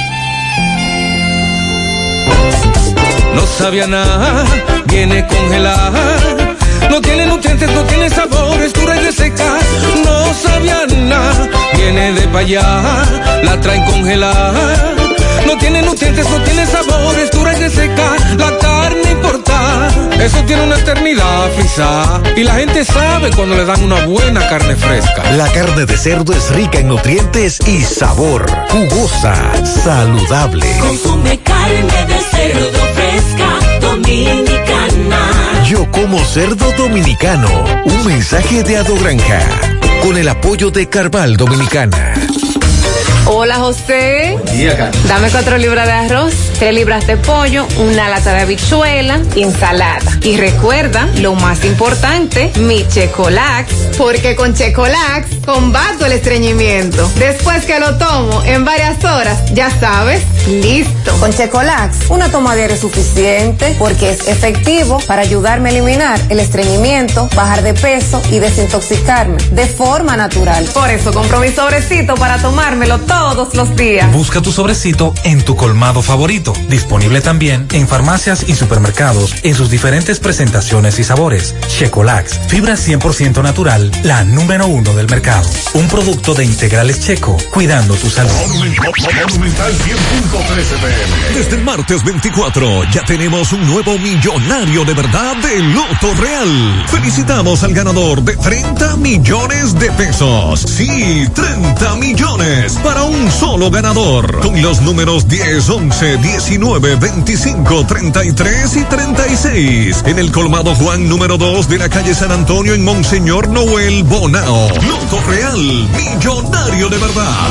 No sabía nada, viene congelada. No tiene nutrientes, no tiene sabor, es dura y reseca. No sabía nada, viene de pa' allá, la traen congelada. No tiene nutrientes, no tiene sabor, es dura y reseca. La carne importada, eso tiene una eternidad frisada. Y la gente sabe cuando le dan una buena carne fresca. La carne de cerdo es rica en nutrientes y sabor, jugosa, saludable. Consume carne de cerdo fresca, dominicana. Yo como cerdo dominicano. Un mensaje de Ado Granja, con el apoyo de Carval Dominicana. Hola, José. Buen día, Carlos. Dame 4 libras de arroz, 3 libras de pollo, una lata de habichuela, ensalada. Y recuerda, lo más importante, mi Checolax, porque con Checolax combato el estreñimiento. Después que lo tomo en varias horas, ya sabes, listo. Con Checolax, una toma diaria es suficiente porque es efectivo para ayudarme a eliminar el estreñimiento, bajar de peso y desintoxicarme de forma natural. Por eso compro mi sobrecito para tomármelo todos los días. Busca tu sobrecito en tu colmado favorito. Disponible también en farmacias y supermercados en sus diferentes presentaciones y sabores. Checolax, fibra 100% natural, la número 1 del mercado. Un producto de Integrales Checo, cuidando tu salud. Monumental 100.13 PM. Desde el martes 24 ya tenemos un nuevo millonario de verdad de Loto Real. Felicitamos al ganador de 30 millones de pesos. Sí, 30 millones para un solo ganador, con los números 10, 11, 19, 25, 33 y 36 en el colmado Juan número 2 de la calle San Antonio en Monseñor Noel Bonao. Loto Real, millonario de verdad.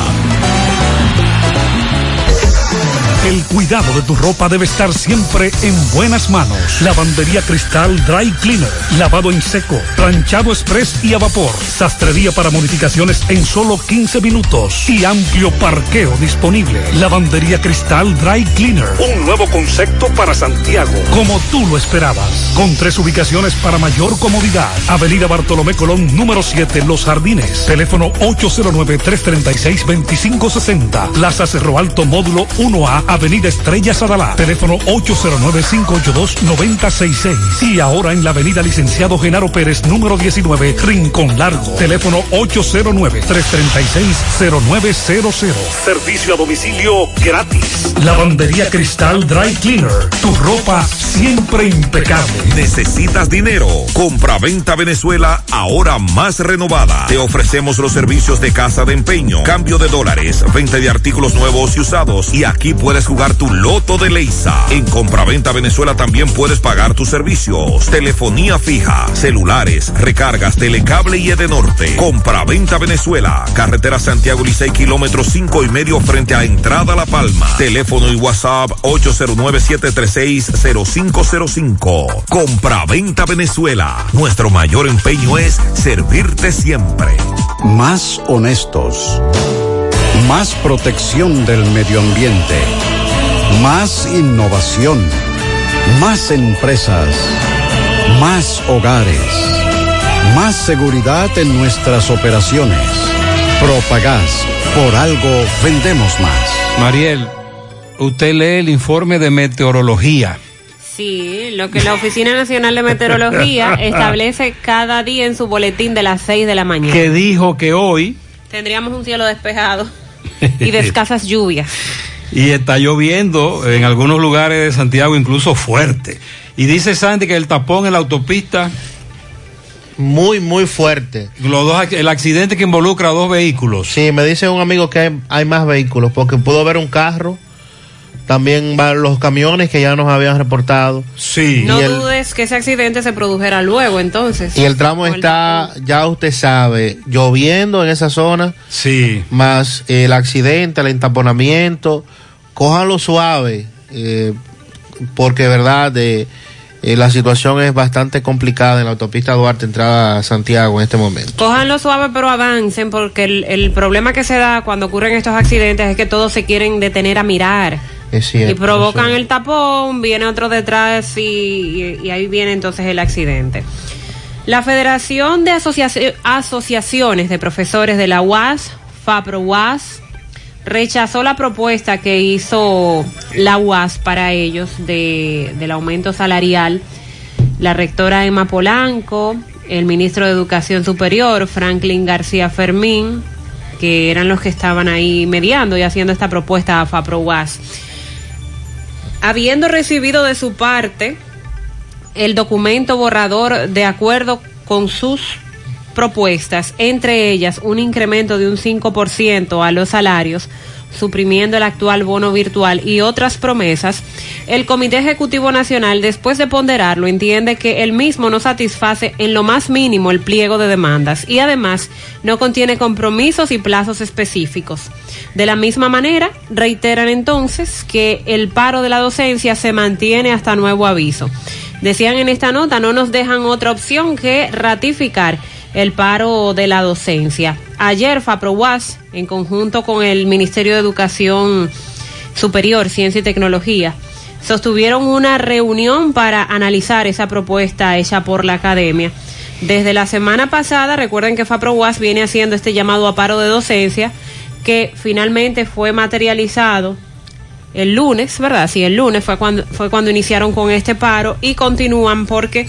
El cuidado de tu ropa debe estar siempre en buenas manos. Lavandería Cristal Dry Cleaner, lavado en seco, planchado express y a vapor, sastrería para modificaciones en solo 15 minutos y amplio parqueo disponible. Lavandería Cristal Dry Cleaner, un nuevo concepto para Santiago, como tú lo esperabas, con 3 ubicaciones para mayor comodidad. Avenida Bartolomé Colón, número 7, Los Jardines, teléfono 809-336-2560, Plaza Cerro Alto, módulo 1A, Avenida Estrella Sadalá, teléfono 809-582-9066. Y ahora en la Avenida Licenciado Genaro Pérez, número 19, Rincón Largo, teléfono 809-336-0900. Servicio a domicilio gratis. Lavandería Cristal Dry Cleaner, tu ropa siempre impecable. ¿Necesitas dinero? Compra-venta Venezuela, ahora más renovada. Te ofrecemos los servicios de casa de empeño, cambio de dólares, venta de artículos nuevos y usados. Y aquí puedes jugar tu loto de Leisa. En Compra-venta Venezuela también puedes pagar tus servicios. Telefonía fija, celulares, recargas, telecable y Edenorte. Compra-venta Venezuela. Carretera Santiago Licey, kilómetro 5.5 frente a Entrada La Palma. Teléfono y WhatsApp 809-736-0505. Compra-venta Venezuela. Nuestro mayor empeño es servirte siempre. Más honestos. Más protección del medio ambiente. Más innovación. Más empresas. Más hogares. Más seguridad en nuestras operaciones. Propagás. Por algo vendemos más. Mariel, usted lee el informe de meteorología. Sí, lo que la Oficina Nacional de Meteorología establece cada día en su boletín de las 6 de la mañana. Que dijo que hoy tendríamos un cielo despejado y de escasas lluvias. Y está lloviendo en algunos lugares de Santiago, incluso fuerte. Y dice Sandy que el tapón en la autopista... muy fuerte. El accidente que involucra a 2 vehículos. Sí, me dice un amigo que hay más vehículos, porque pudo ver un carro, también van los camiones que ya nos habían reportado. Sí. No dudes que ese accidente se produjera luego, entonces. Y el tramo está, ya usted sabe, lloviendo en esa zona. Sí. Más el accidente, el entaponamiento. Cójanlo suave, porque verdad la situación es bastante complicada en la autopista Duarte, entrada a Santiago en este momento. Cójanlo suave, pero avancen, porque el problema que se da cuando ocurren estos accidentes es que todos se quieren detener a mirar. Es cierto, y provocan el tapón, viene otro detrás y ahí viene entonces el accidente. La Federación de Asociaciones de Profesores de la UAS, FAPRO-UAS, rechazó la propuesta que hizo la UAS para ellos del aumento salarial. La rectora Emma Polanco, el ministro de Educación Superior, Franklin García Fermín, que eran los que estaban ahí mediando y haciendo esta propuesta a FAPRO-UAS. Habiendo recibido de su parte el documento borrador de acuerdo con sus propuestas, entre ellas un incremento de un 5% a los salarios, suprimiendo el actual bono virtual y otras promesas, el Comité Ejecutivo Nacional, después de ponderarlo, entiende que el mismo no satisface en lo más mínimo el pliego de demandas y además no contiene compromisos y plazos específicos. De la misma manera, reiteran entonces que el paro de la docencia se mantiene hasta nuevo aviso. Decían en esta nota, no nos dejan otra opción que ratificar el paro de la docencia. Ayer FAPRO-UAS, en conjunto con el Ministerio de Educación Superior, Ciencia y Tecnología, sostuvieron una reunión para analizar esa propuesta hecha por la academia. Desde la semana pasada, recuerden que FAPRO-UAS viene haciendo este llamado a paro de docencia, que finalmente fue materializado el lunes, ¿verdad? Sí, el lunes fue cuando iniciaron con este paro y continúan porque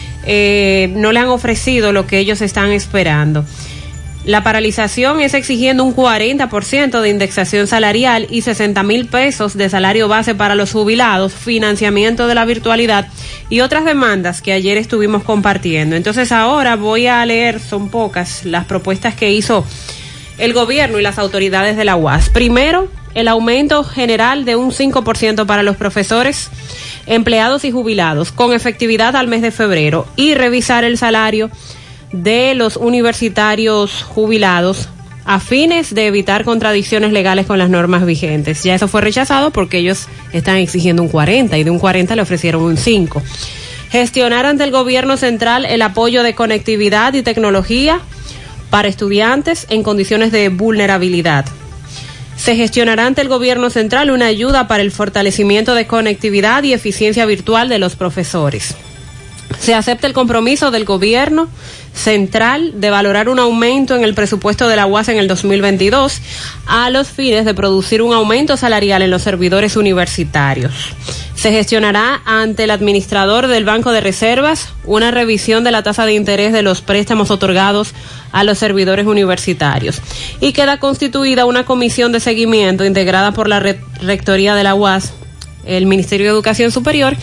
no le han ofrecido lo que ellos están esperando. La paralización es exigiendo un 40% de indexación salarial y 60,000 pesos de salario base para los jubilados, financiamiento de la virtualidad y otras demandas que ayer estuvimos compartiendo. Entonces ahora voy a leer, son pocas, las propuestas que hizo el gobierno y las autoridades de la UAS. Primero, el aumento general de un 5% para los profesores, empleados y jubilados, con efectividad al mes de febrero, y revisar el salario de los universitarios jubilados a fines de evitar contradicciones legales con las normas vigentes. Ya eso fue rechazado porque ellos están exigiendo un 40 y de un 40 le ofrecieron un 5. Gestionar ante el gobierno central el apoyo de conectividad y tecnología para estudiantes en condiciones de vulnerabilidad. Se gestionará ante el gobierno central una ayuda para el fortalecimiento de conectividad y eficiencia virtual de los profesores. Se acepta el compromiso del gobierno central de valorar un aumento en el presupuesto de la UAS en el 2022 a los fines de producir un aumento salarial en los servidores universitarios. Se gestionará ante el administrador del Banco de Reservas una revisión de la tasa de interés de los préstamos otorgados a los servidores universitarios. Y queda constituida una comisión de seguimiento integrada por la Rectoría de la UAS, el Ministerio de Educación Superior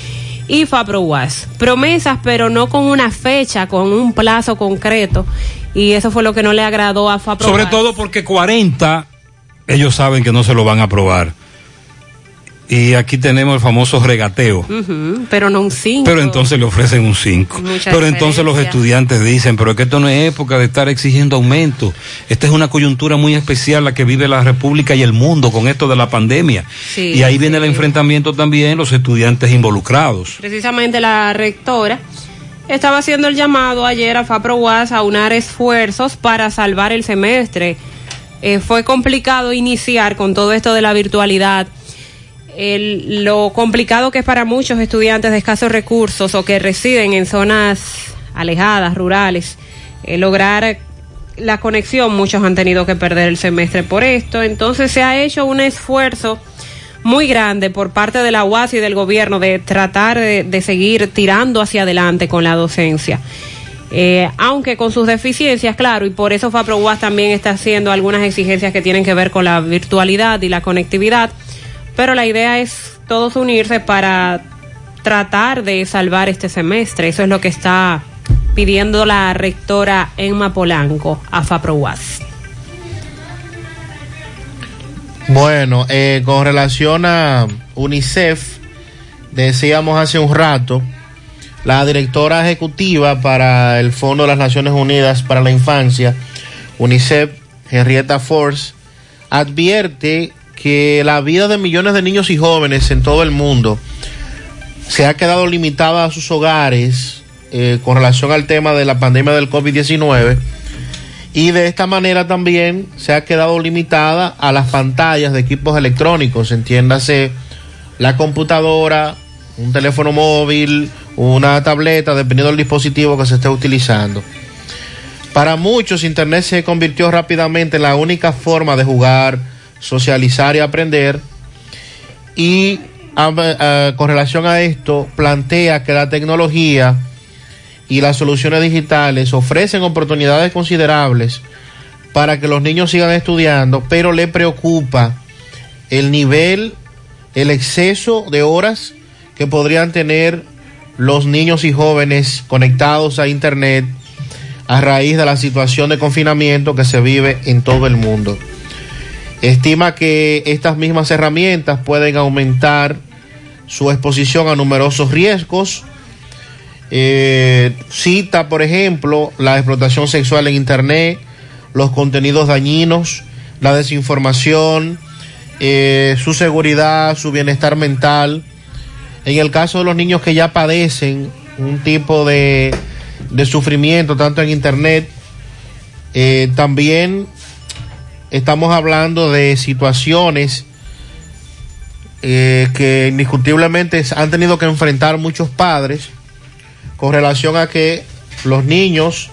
y FAPROWAS. Promesas, pero no con una fecha, con un plazo concreto, y eso fue lo que no le agradó a FAPROWAS. Sobre todo porque 40, ellos saben que no se lo van a aprobar. Y aquí tenemos el famoso regateo. Pero no un 5. Pero entonces le ofrecen un 5. Pero entonces los estudiantes dicen, pero es que esto no es época de estar exigiendo aumento. Esta es una coyuntura muy especial la que vive la República y el mundo con esto de la pandemia. Sí, y ahí viene el enfrentamiento también, los estudiantes involucrados. Precisamente la rectora estaba haciendo el llamado ayer a FAPROWAS a unar esfuerzos para salvar el semestre. Fue complicado iniciar con todo esto de la virtualidad. Lo complicado que es para muchos estudiantes de escasos recursos o que residen en zonas alejadas, rurales, lograr la conexión. Muchos han tenido que perder el semestre por esto. Entonces se ha hecho un esfuerzo muy grande por parte de la UAS y del gobierno de tratar de seguir tirando hacia adelante con la docencia. Aunque con sus deficiencias, claro, y por eso FAPROWAS también está haciendo algunas exigencias que tienen que ver con la virtualidad y la conectividad. Pero la idea es todos unirse para tratar de salvar este semestre. Eso es lo que está pidiendo la rectora Emma Polanco a FAPROWAS. Bueno, con relación a UNICEF, decíamos hace un rato, la directora ejecutiva para el Fondo de las Naciones Unidas para la Infancia, UNICEF, Henrietta Ford, advierte que la vida de millones de niños y jóvenes en todo el mundo se ha quedado limitada a sus hogares con relación al tema de la pandemia del COVID-19, y de esta manera también se ha quedado limitada a las pantallas de equipos electrónicos, entiéndase la computadora, un teléfono móvil, una tableta, dependiendo del dispositivo que se esté utilizando. Para muchos, Internet se convirtió rápidamente en la única forma de jugar, socializar y aprender, y con relación a esto plantea que la tecnología y las soluciones digitales ofrecen oportunidades considerables para que los niños sigan estudiando, pero le preocupa el nivel, el exceso de horas que podrían tener los niños y jóvenes conectados a Internet a raíz de la situación de confinamiento que se vive en todo el mundo. Estima que estas mismas herramientas pueden aumentar su exposición a numerosos riesgos. Cita, por ejemplo, la explotación sexual en Internet, los contenidos dañinos, la desinformación, su seguridad, su bienestar mental. En el caso de los niños que ya padecen un tipo de sufrimiento, tanto en Internet, también estamos hablando de situaciones que indiscutiblemente han tenido que enfrentar muchos padres con relación a que los niños,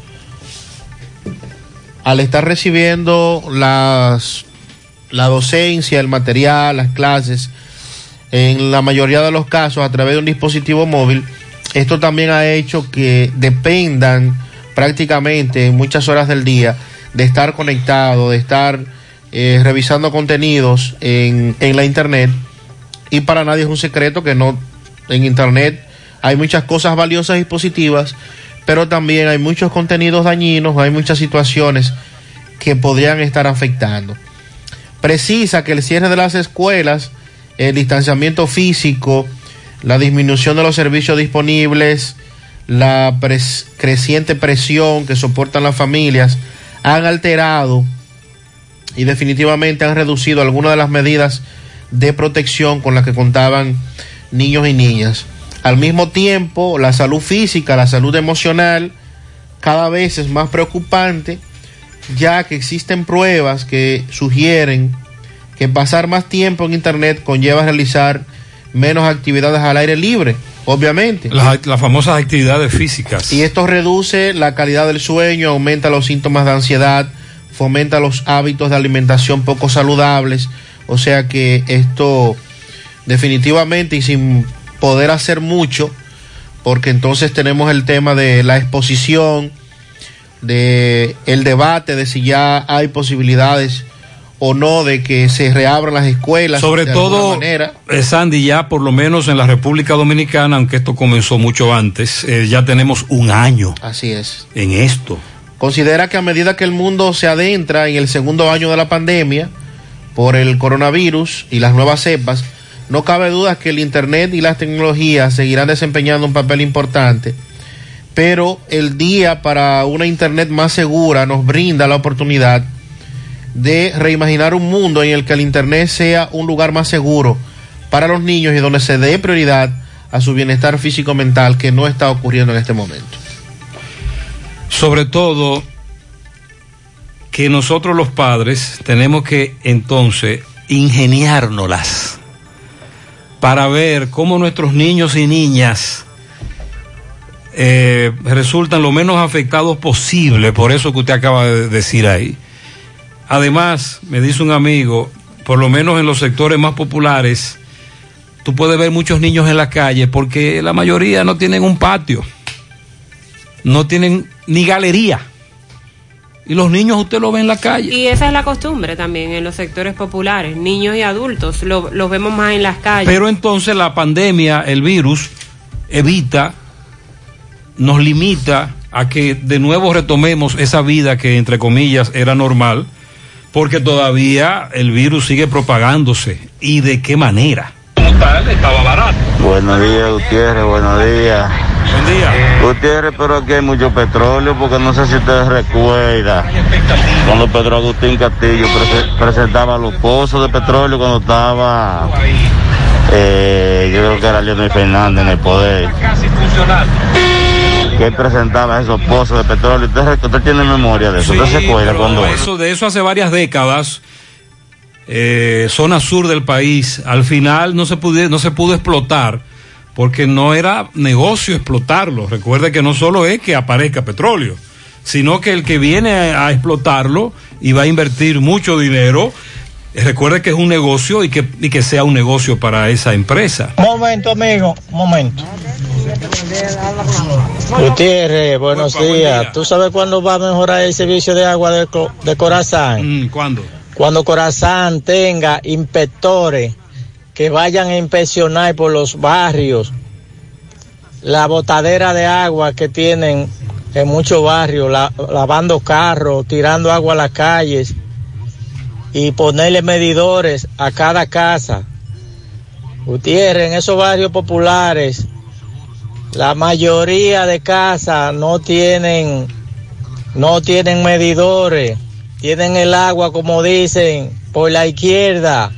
al estar recibiendo la docencia, el material, las clases, en la mayoría de los casos a través de un dispositivo móvil, esto también ha hecho que dependan prácticamente muchas horas del día de estar conectado, de estar revisando contenidos en la Internet. Y para nadie es un secreto que no, en Internet hay muchas cosas valiosas y positivas, pero también hay muchos contenidos dañinos, hay muchas situaciones que podrían estar afectando. Precisa que el cierre de las escuelas, el distanciamiento físico, la disminución de los servicios disponibles, la creciente presión que soportan las familias han alterado y definitivamente han reducido algunas de las medidas de protección con las que contaban niños y niñas. Al mismo tiempo, la salud física, la salud emocional, cada vez es más preocupante, ya que existen pruebas que sugieren que pasar más tiempo en Internet conlleva realizar menos actividades al aire libre, obviamente. Las famosas actividades físicas. Y esto reduce la calidad del sueño, aumenta los síntomas de ansiedad, fomenta los hábitos de alimentación poco saludables. O sea que esto definitivamente, y sin poder hacer mucho, porque entonces tenemos el tema de la exposición, de el debate de si ya hay posibilidades o no de que se reabran las escuelas. Sobre todo, Sandy, ya por lo menos en la República Dominicana, aunque esto comenzó mucho antes, ya tenemos un año. Así es. En esto. Considera que a medida que el mundo se adentra en el segundo año de la pandemia por el coronavirus y las nuevas cepas, no cabe duda que el Internet y las tecnologías seguirán desempeñando un papel importante, pero el día para una Internet más segura nos brinda la oportunidad de reimaginar un mundo en el que el Internet sea un lugar más seguro para los niños y donde se dé prioridad a su bienestar físico-mental, que no está ocurriendo en este momento. Sobre todo que nosotros los padres tenemos que entonces ingeniárnoslas para ver cómo nuestros niños y niñas resultan lo menos afectados posible por eso que usted acaba de decir ahí. Además, me dice un amigo, por lo menos en los sectores más populares, tú puedes ver muchos niños en la calle porque la mayoría no tienen un patio, no tienen ni galería. Y los niños usted los ve en la calle. Y esa es la costumbre también en los sectores populares, niños y adultos, los vemos más en las calles. Pero entonces la pandemia, el virus, nos limita a que de nuevo retomemos esa vida que entre comillas era normal, porque todavía el virus sigue propagándose. ¿Y de qué manera? Estaba barato. Buenos días, Gutiérrez, buenos días. Buen día. Gutiérrez, pero aquí hay mucho petróleo, porque no sé si ustedes recuerdan cuando Pedro Agustín Castillo presentaba los pozos de petróleo cuando estaba, yo creo que era Leonel Fernández en el poder. Que él presentaba esos pozos de petróleo. ¿Usted tiene memoria de eso? Sí, ¿Usted se acuerda cuando de eso hace varias décadas? Zona sur del país, al final no se pudo explotar porque no era negocio explotarlo. Recuerde que no solo es que aparezca petróleo, sino que el que viene a explotarlo y va a invertir mucho dinero, recuerde que es un negocio y que sea un negocio para esa empresa. Momento, amigo, momento. Gutiérrez, buenos días. ¿Tú sabes cuándo va a mejorar el servicio de agua de Corazán? ¿Cuándo? Cuando Corazán tenga inspectores que vayan a inspeccionar por los barrios la botadera de agua que tienen en muchos barrios, lavando carros, tirando agua a las calles, y ponerle medidores a cada casa. Gutiérrez, en esos barrios populares, la mayoría de casas no tienen medidores. Tienen el agua, como dicen, por la izquierda.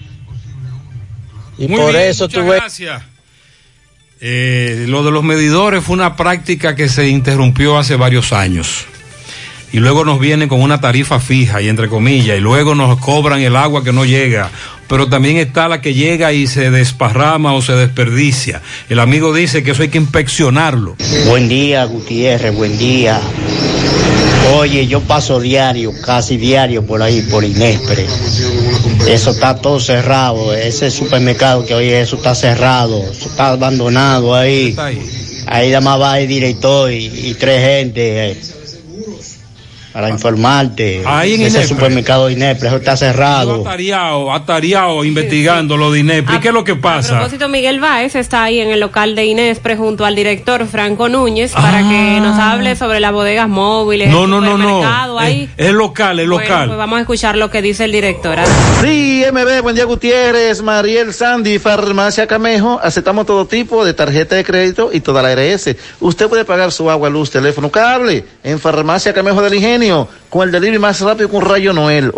Y muy por bien, eso muchas gracias. Lo de los medidores fue una práctica que se interrumpió hace varios años. Y luego nos vienen con una tarifa fija, y entre comillas, y luego nos cobran el agua que no llega. Pero también está la que llega y se desparrama o se desperdicia. El amigo dice que eso hay que inspeccionarlo. Buen día, Gutiérrez, buen día. Oye, yo paso casi diario por ahí, por Inespre. Eso está todo cerrado, ese supermercado que hoy eso está cerrado, eso está abandonado ahí. Ahí nada más va el director y tres gente para informarte. Ahí en ese Inespre. Supermercado de Inespre, eso está cerrado. Atareado, investigando lo de Inespre. ¿Y qué es lo que pasa? A propósito, Miguel Báez está ahí en el local de Inespre junto al director Franco Núñez para que nos hable sobre las bodegas móviles. No. Ahí. Es local. Bueno, pues vamos a escuchar lo que dice el director. Sí, MB, buen día, Gutiérrez, Mariel, Sandy, Farmacia Camejo. Aceptamos todo tipo de tarjeta de crédito y toda la ARS. Usted puede pagar su agua, luz, teléfono, cable en Farmacia Camejo del Ingenio con el delivery más rápido con Rayo Noel,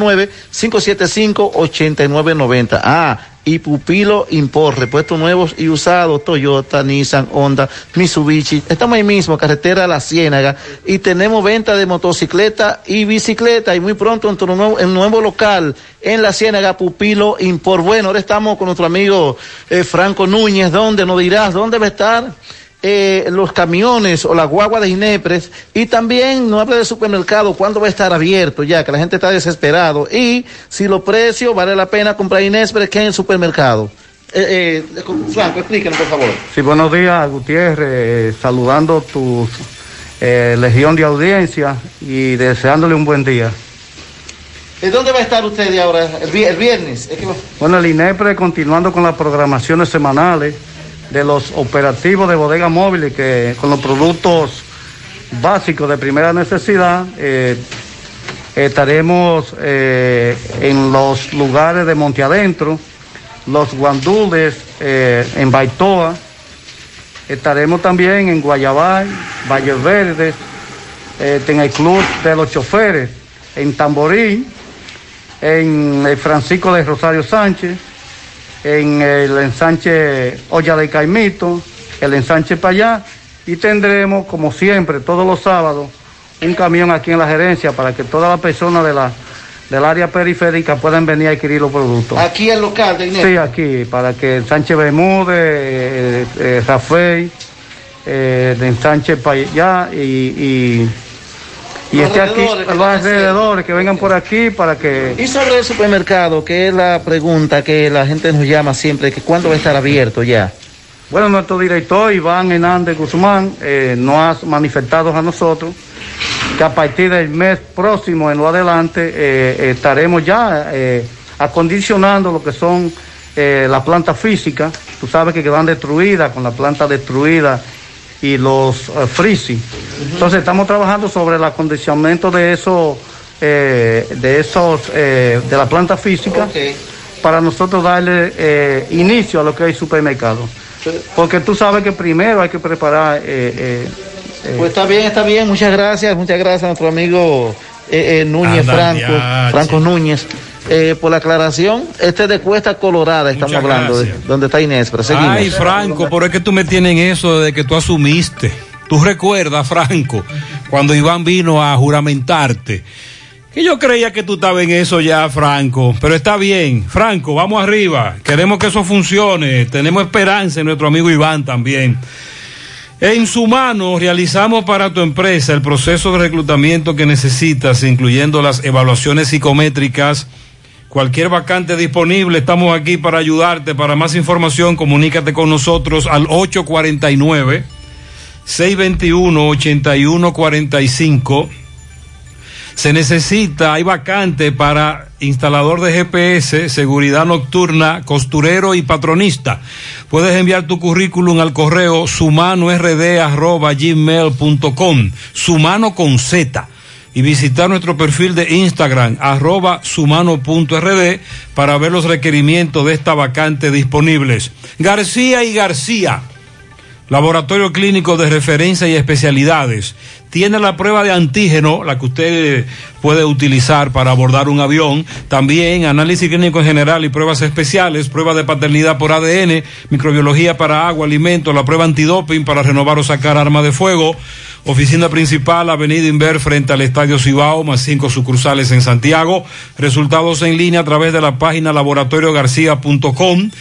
809-575-8990. Y Pupilo Import, repuestos nuevos y usados, Toyota, Nissan, Honda, Mitsubishi. Estamos ahí mismo, carretera La Ciénaga, y tenemos venta de motocicleta y bicicleta, y muy pronto en nuevo local en La Ciénaga, Pupilo Import. Bueno, ahora estamos con nuestro amigo Franco Núñez, donde nos dirás dónde va a estar los camiones o la guagua de Inespres, y también nos habla del supermercado, cuándo va a estar abierto, ya que la gente está desesperado, y si los precios vale la pena comprar Inespres que en el supermercado. Franco, explíquenos por favor. Sí, buenos días, Gutiérrez, saludando tu legión de audiencia y deseándole un buen día. ¿Dónde va a estar usted ahora el viernes? Bueno, el INEPRE continuando con las programaciones semanales de los operativos de bodegas móviles que con los productos básicos de primera necesidad estaremos en los lugares de Monte Adentro, los guandules en Baitoa, estaremos también en Guayabay, Valles Verdes, en el Club de los Choferes, en Tamborí, en el Francisco de Rosario Sánchez, en el ensanche Olla de Caimito, el ensanche Payá, y tendremos, como siempre, todos los sábados, un camión aquí en la gerencia para que todas las personas del área periférica puedan venir a adquirir los productos. ¿Aquí el local de Inés? Sí, aquí, para que el Sánchez Bermúdez, Rafael, de ensanche Payá y esté aquí, los alrededores, que vengan por aquí para que... Y sobre el supermercado, que es la pregunta que la gente nos llama siempre, que ¿cuándo va a estar abierto ya? Bueno, nuestro director Iván Hernández Guzmán nos ha manifestado a nosotros que a partir del mes próximo en lo adelante estaremos ya acondicionando lo que son las plantas físicas. Tú sabes que quedan destruidas, con la planta destruida y los freezing. Entonces estamos trabajando sobre el acondicionamiento de la planta física para nosotros darle inicio a lo que es el supermercado. Porque tú sabes que primero hay que preparar... Pues está bien, muchas gracias a nuestro amigo Núñez, Franco Núñez, por la aclaración. Este de Cuesta Colorada estamos hablando, donde está Inés, pero seguimos. Ay, Franco, pero es que tú me tienes en eso de que tú asumiste. Tú recuerdas, Franco, cuando Iván vino a juramentarte, que yo creía que tú estabas en eso ya, Franco, pero está bien. Franco, vamos arriba, queremos que eso funcione, tenemos esperanza en nuestro amigo Iván también. En Sumano realizamos para tu empresa el proceso de reclutamiento que necesitas, incluyendo las evaluaciones psicométricas. Cualquier vacante disponible, estamos aquí para ayudarte. Para más información, comunícate con nosotros al 849-621-8145. Se necesita, hay vacante para instalador de GPS, seguridad nocturna, costurero y patronista. Puedes enviar tu currículum al correo sumanord@gmail.com, sumano con Z, y visitar nuestro perfil de Instagram, @sumano.rd, para ver los requerimientos de esta vacante disponibles. García y García, laboratorio clínico de referencia y especialidades. Tiene la prueba de antígeno, la que usted puede utilizar para abordar un avión. También análisis clínico en general y pruebas especiales, prueba de paternidad por ADN, microbiología para agua, alimentos, la prueba antidoping para renovar o sacar arma de fuego. Oficina principal, Avenida Inver, frente al Estadio Cibao, más 5 sucursales en Santiago. Resultados en línea a través de la página laboratoriogarcia.com.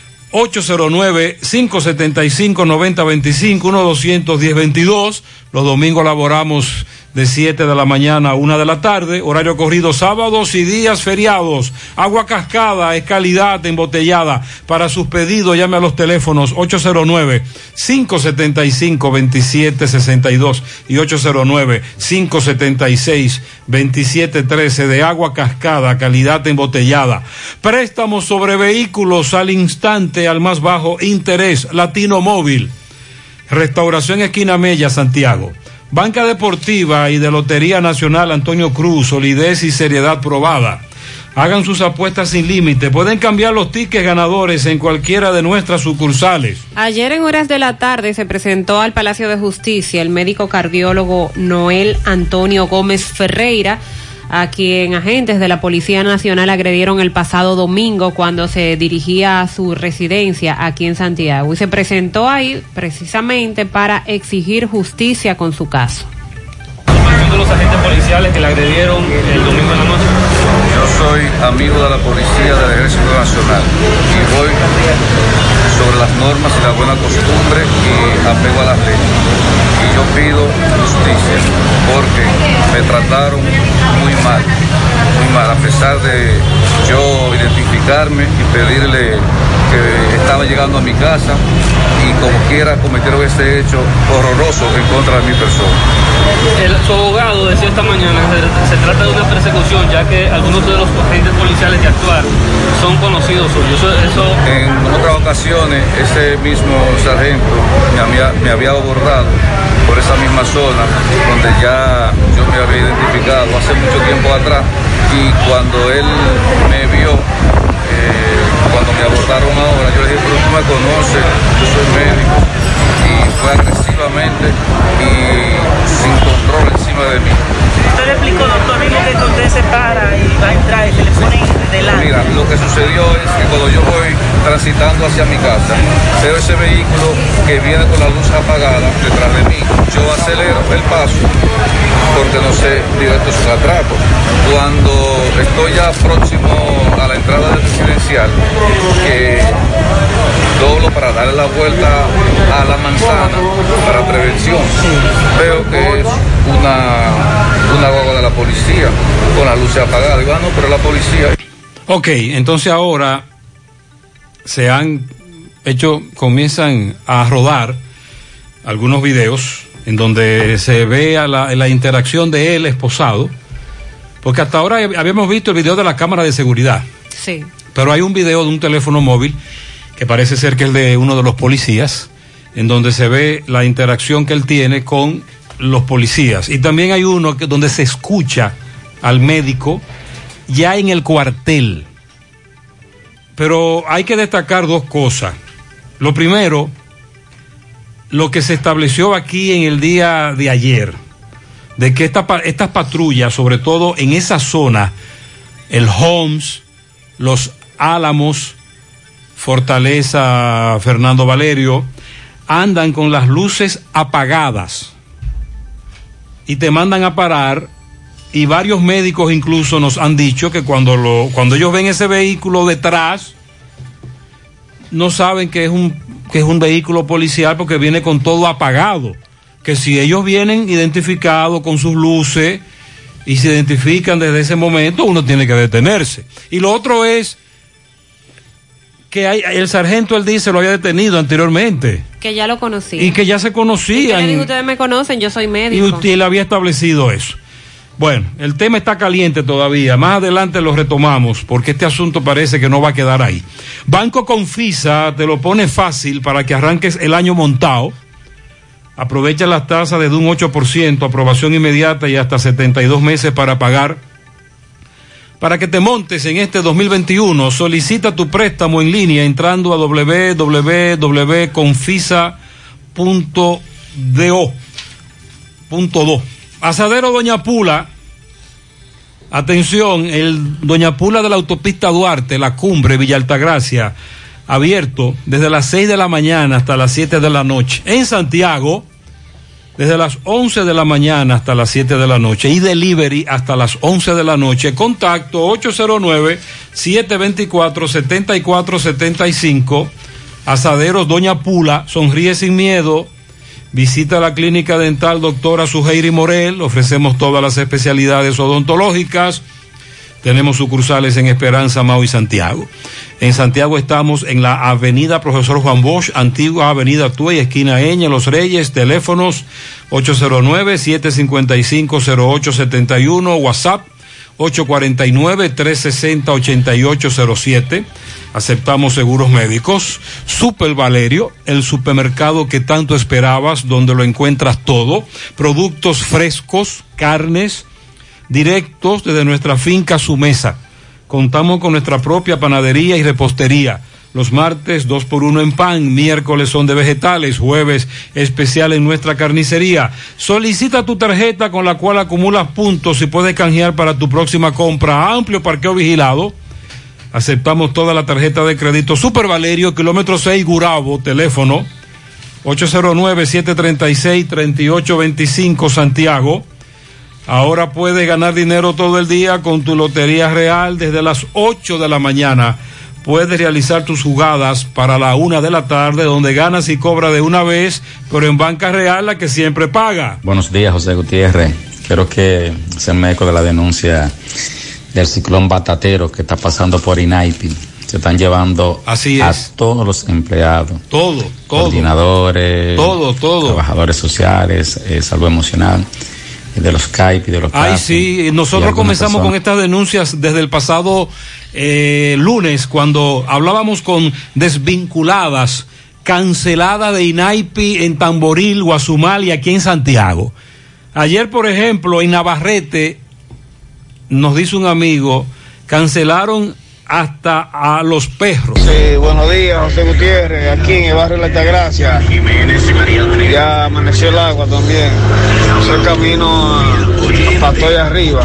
809-575-9025, 1-210-22. Los domingos laboramos de 7 de la mañana a 1 de la tarde, horario corrido sábados y días feriados. Agua Cascada es calidad embotellada. Para sus pedidos llame a los teléfonos 809-575-2762 y 809-576-2713 de Agua Cascada, calidad embotellada. Préstamos sobre vehículos al instante, al más bajo interés. Latino Móvil. Restauración Esquina Mella, Santiago. Banca Deportiva y de Lotería Nacional Antonio Cruz, solidez y seriedad probada. Hagan sus apuestas sin límite. Pueden cambiar los tickets ganadores en cualquiera de nuestras sucursales. Ayer en horas de la tarde se presentó al Palacio de Justicia el médico cardiólogo Noel Antonio Gómez Ferreira, a quien agentes de la Policía Nacional agredieron el pasado domingo cuando se dirigía a su residencia aquí en Santiago, y se presentó ahí precisamente para exigir justicia con su caso. De los agentes policiales que le agredieron el domingo en la noche. Yo soy amigo de la policía del Ejército Nacional y voy sobre las normas y la buena costumbre y apego a la ley. Y yo pido justicia porque me trataron muy mal filmar, a pesar de yo identificarme y pedirle que estaba llegando a mi casa, y como quiera cometieron este hecho horroroso en contra de mi persona. Su abogado decía esta mañana que se trata de una persecución, ya que algunos de los agentes policiales de actuar son conocidos suyos. En otras ocasiones, ese mismo sargento me había abordado por esa misma zona, donde ya yo me había identificado hace mucho tiempo atrás, y cuando él me vio, cuando me abordaron ahora, yo le dije, pero tú me conoces, yo soy médico, y fue agresivamente y sin control encima de mí. Usted le explicó, doctor, mismo que usted se para y va a entrar y se le pone delante. Mira, lo que sucedió es que cuando yo voy transitando hacia mi casa, veo ese vehículo que viene con la luz apagada detrás de mí. Yo acelero el paso porque no sé, digo, esto es un atraco. Cuando estoy ya próximo a la entrada del residencial, que doblo para darle la vuelta a la manzana para prevención, veo que es una guagua de la policía con la luz apagada. Digo, no, pero la policía. Ok, entonces ahora comienzan a rodar algunos videos en donde se ve la interacción de él esposado, porque hasta ahora habíamos visto el video de la cámara de seguridad. Sí. Pero hay un video de un teléfono móvil que parece ser que es de uno de los policías, en donde se ve la interacción que él tiene con los policías. Y también hay uno donde se escucha al médico ya en el cuartel. Pero hay que destacar dos cosas. Lo primero, lo que se estableció aquí en el día de ayer, de que estas patrullas, sobre todo en esa zona, el Homs, Los Álamos, Fortaleza, Fernando Valerio, andan con las luces apagadas y te mandan a parar, y varios médicos incluso nos han dicho que cuando ellos ven ese vehículo detrás, no saben que es un vehículo policial porque viene con todo apagado, que si ellos vienen identificados con sus luces y se identifican desde ese momento, uno tiene que detenerse. Y lo otro es que el sargento, él dice, lo había detenido anteriormente. Que ya lo conocía. Y que ya se conocían. Y que le dijo, ustedes me conocen, yo soy médico. Y usted le había establecido eso. Bueno, el tema está caliente todavía. Más adelante lo retomamos porque este asunto parece que no va a quedar ahí. Banco Confisa te lo pone fácil para que arranques el año montado. Aprovecha las tasas desde un 8%, aprobación inmediata y hasta 72 meses para pagar. Para que te montes en este 2021, solicita tu préstamo en línea entrando a www.confisa.do. Asadero Doña Pula, atención, el Doña Pula de la autopista Duarte, La Cumbre, Villa Altagracia, abierto desde las 6 de la mañana hasta las 7 de la noche. En Santiago, desde las 11 de la mañana hasta las 7 de la noche, y delivery hasta las 11 de la noche. Contacto 809-724-7475. Asaderos Doña Pula, sonríe sin miedo. Visita la clínica dental doctora Suheiri Morel. Ofrecemos todas las especialidades odontológicas. Tenemos sucursales en Esperanza, Mao y Santiago. En Santiago estamos en la avenida Profesor Juan Bosch, antigua avenida Tuey, esquina Eña, Los Reyes. Teléfonos 809-755-0871, WhatsApp 849-360-8807. Aceptamos seguros médicos. Super Valerio, el supermercado que tanto esperabas, donde lo encuentras todo. Productos frescos, carnes, directos desde nuestra finca a su mesa. Contamos con nuestra propia panadería y repostería. Los martes 2x1 en pan, miércoles son de vegetales, jueves especial en nuestra carnicería. Solicita tu tarjeta con la cual acumulas puntos y puedes canjear para tu próxima compra. Amplio parqueo vigilado. Aceptamos toda la tarjeta de crédito. Super Valerio, kilómetro 6, Gurabo, teléfono 809-736-3825, Santiago. Ahora puedes ganar dinero todo el día con tu Lotería Real desde las 8 de la mañana. Puedes realizar tus jugadas para la 1 de la tarde, donde ganas y cobras de una vez, pero en Banca Real, la que siempre paga. Buenos días, José Gutiérrez. Quiero que se me eco de la denuncia del ciclón Batatero que está pasando por Inaipi. Se están llevando a todos los empleados. Todo. Coordinadores. Todo. Trabajadores sociales, salud emocional, de los CAIP y de los CAF. Ay, sí, nosotros comenzamos con estas denuncias desde el pasado lunes, cuando hablábamos con desvinculadas, canceladas de Inaipi en Tamboril, Guazumal y aquí en Santiago. Ayer, por ejemplo, en Navarrete, nos dice un amigo, cancelaron hasta a los perros. Sí, buenos días, José Gutiérrez, aquí en el barrio La Altagracia. Ya amaneció el agua también. Soy camino a Patoya arriba.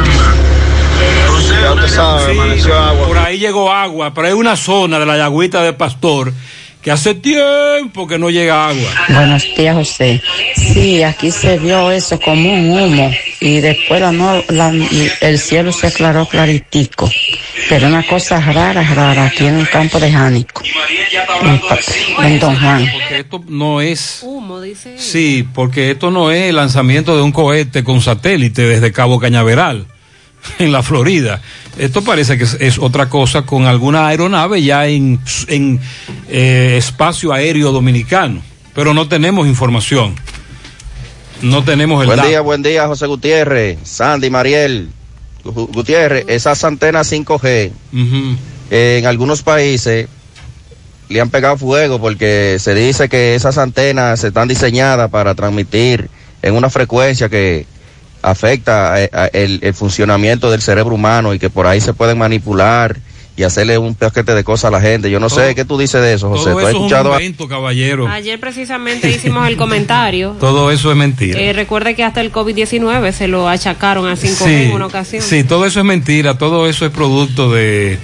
Ya usted sabe, amaneció agua. Por ahí llegó agua, pero hay una zona de la Yagüita de Pastor que hace tiempo que no llega agua. Buenos días, José. Sí, aquí se vio eso como un humo y después el cielo se aclaró claritico. Pero una cosa rara aquí en el campo de Jánico, en Don Juan. Porque esto no es humo, dice. Sí, porque esto no es el lanzamiento de un cohete con satélite desde Cabo Cañaveral, en la Florida. Esto parece que es otra cosa con alguna aeronave ya en espacio aéreo dominicano, pero no tenemos información. No tenemos el dato. Buen día, José Gutiérrez, Sandy, Mariel. Gutiérrez, esas antenas 5G, en algunos países le han pegado fuego porque se dice que esas antenas están diseñadas para transmitir en una frecuencia que afecta el funcionamiento del cerebro humano y que por ahí se pueden manipular y hacerle un paquete de cosas a la gente. Yo no sé qué tú dices de eso, José. Todo eso es un invento, caballero. Ayer precisamente hicimos el comentario. Todo eso es mentira. Recuerde que hasta el COVID-19 se lo achacaron a 5G en una ocasión. Sí, todo eso es mentira, todo eso es producto de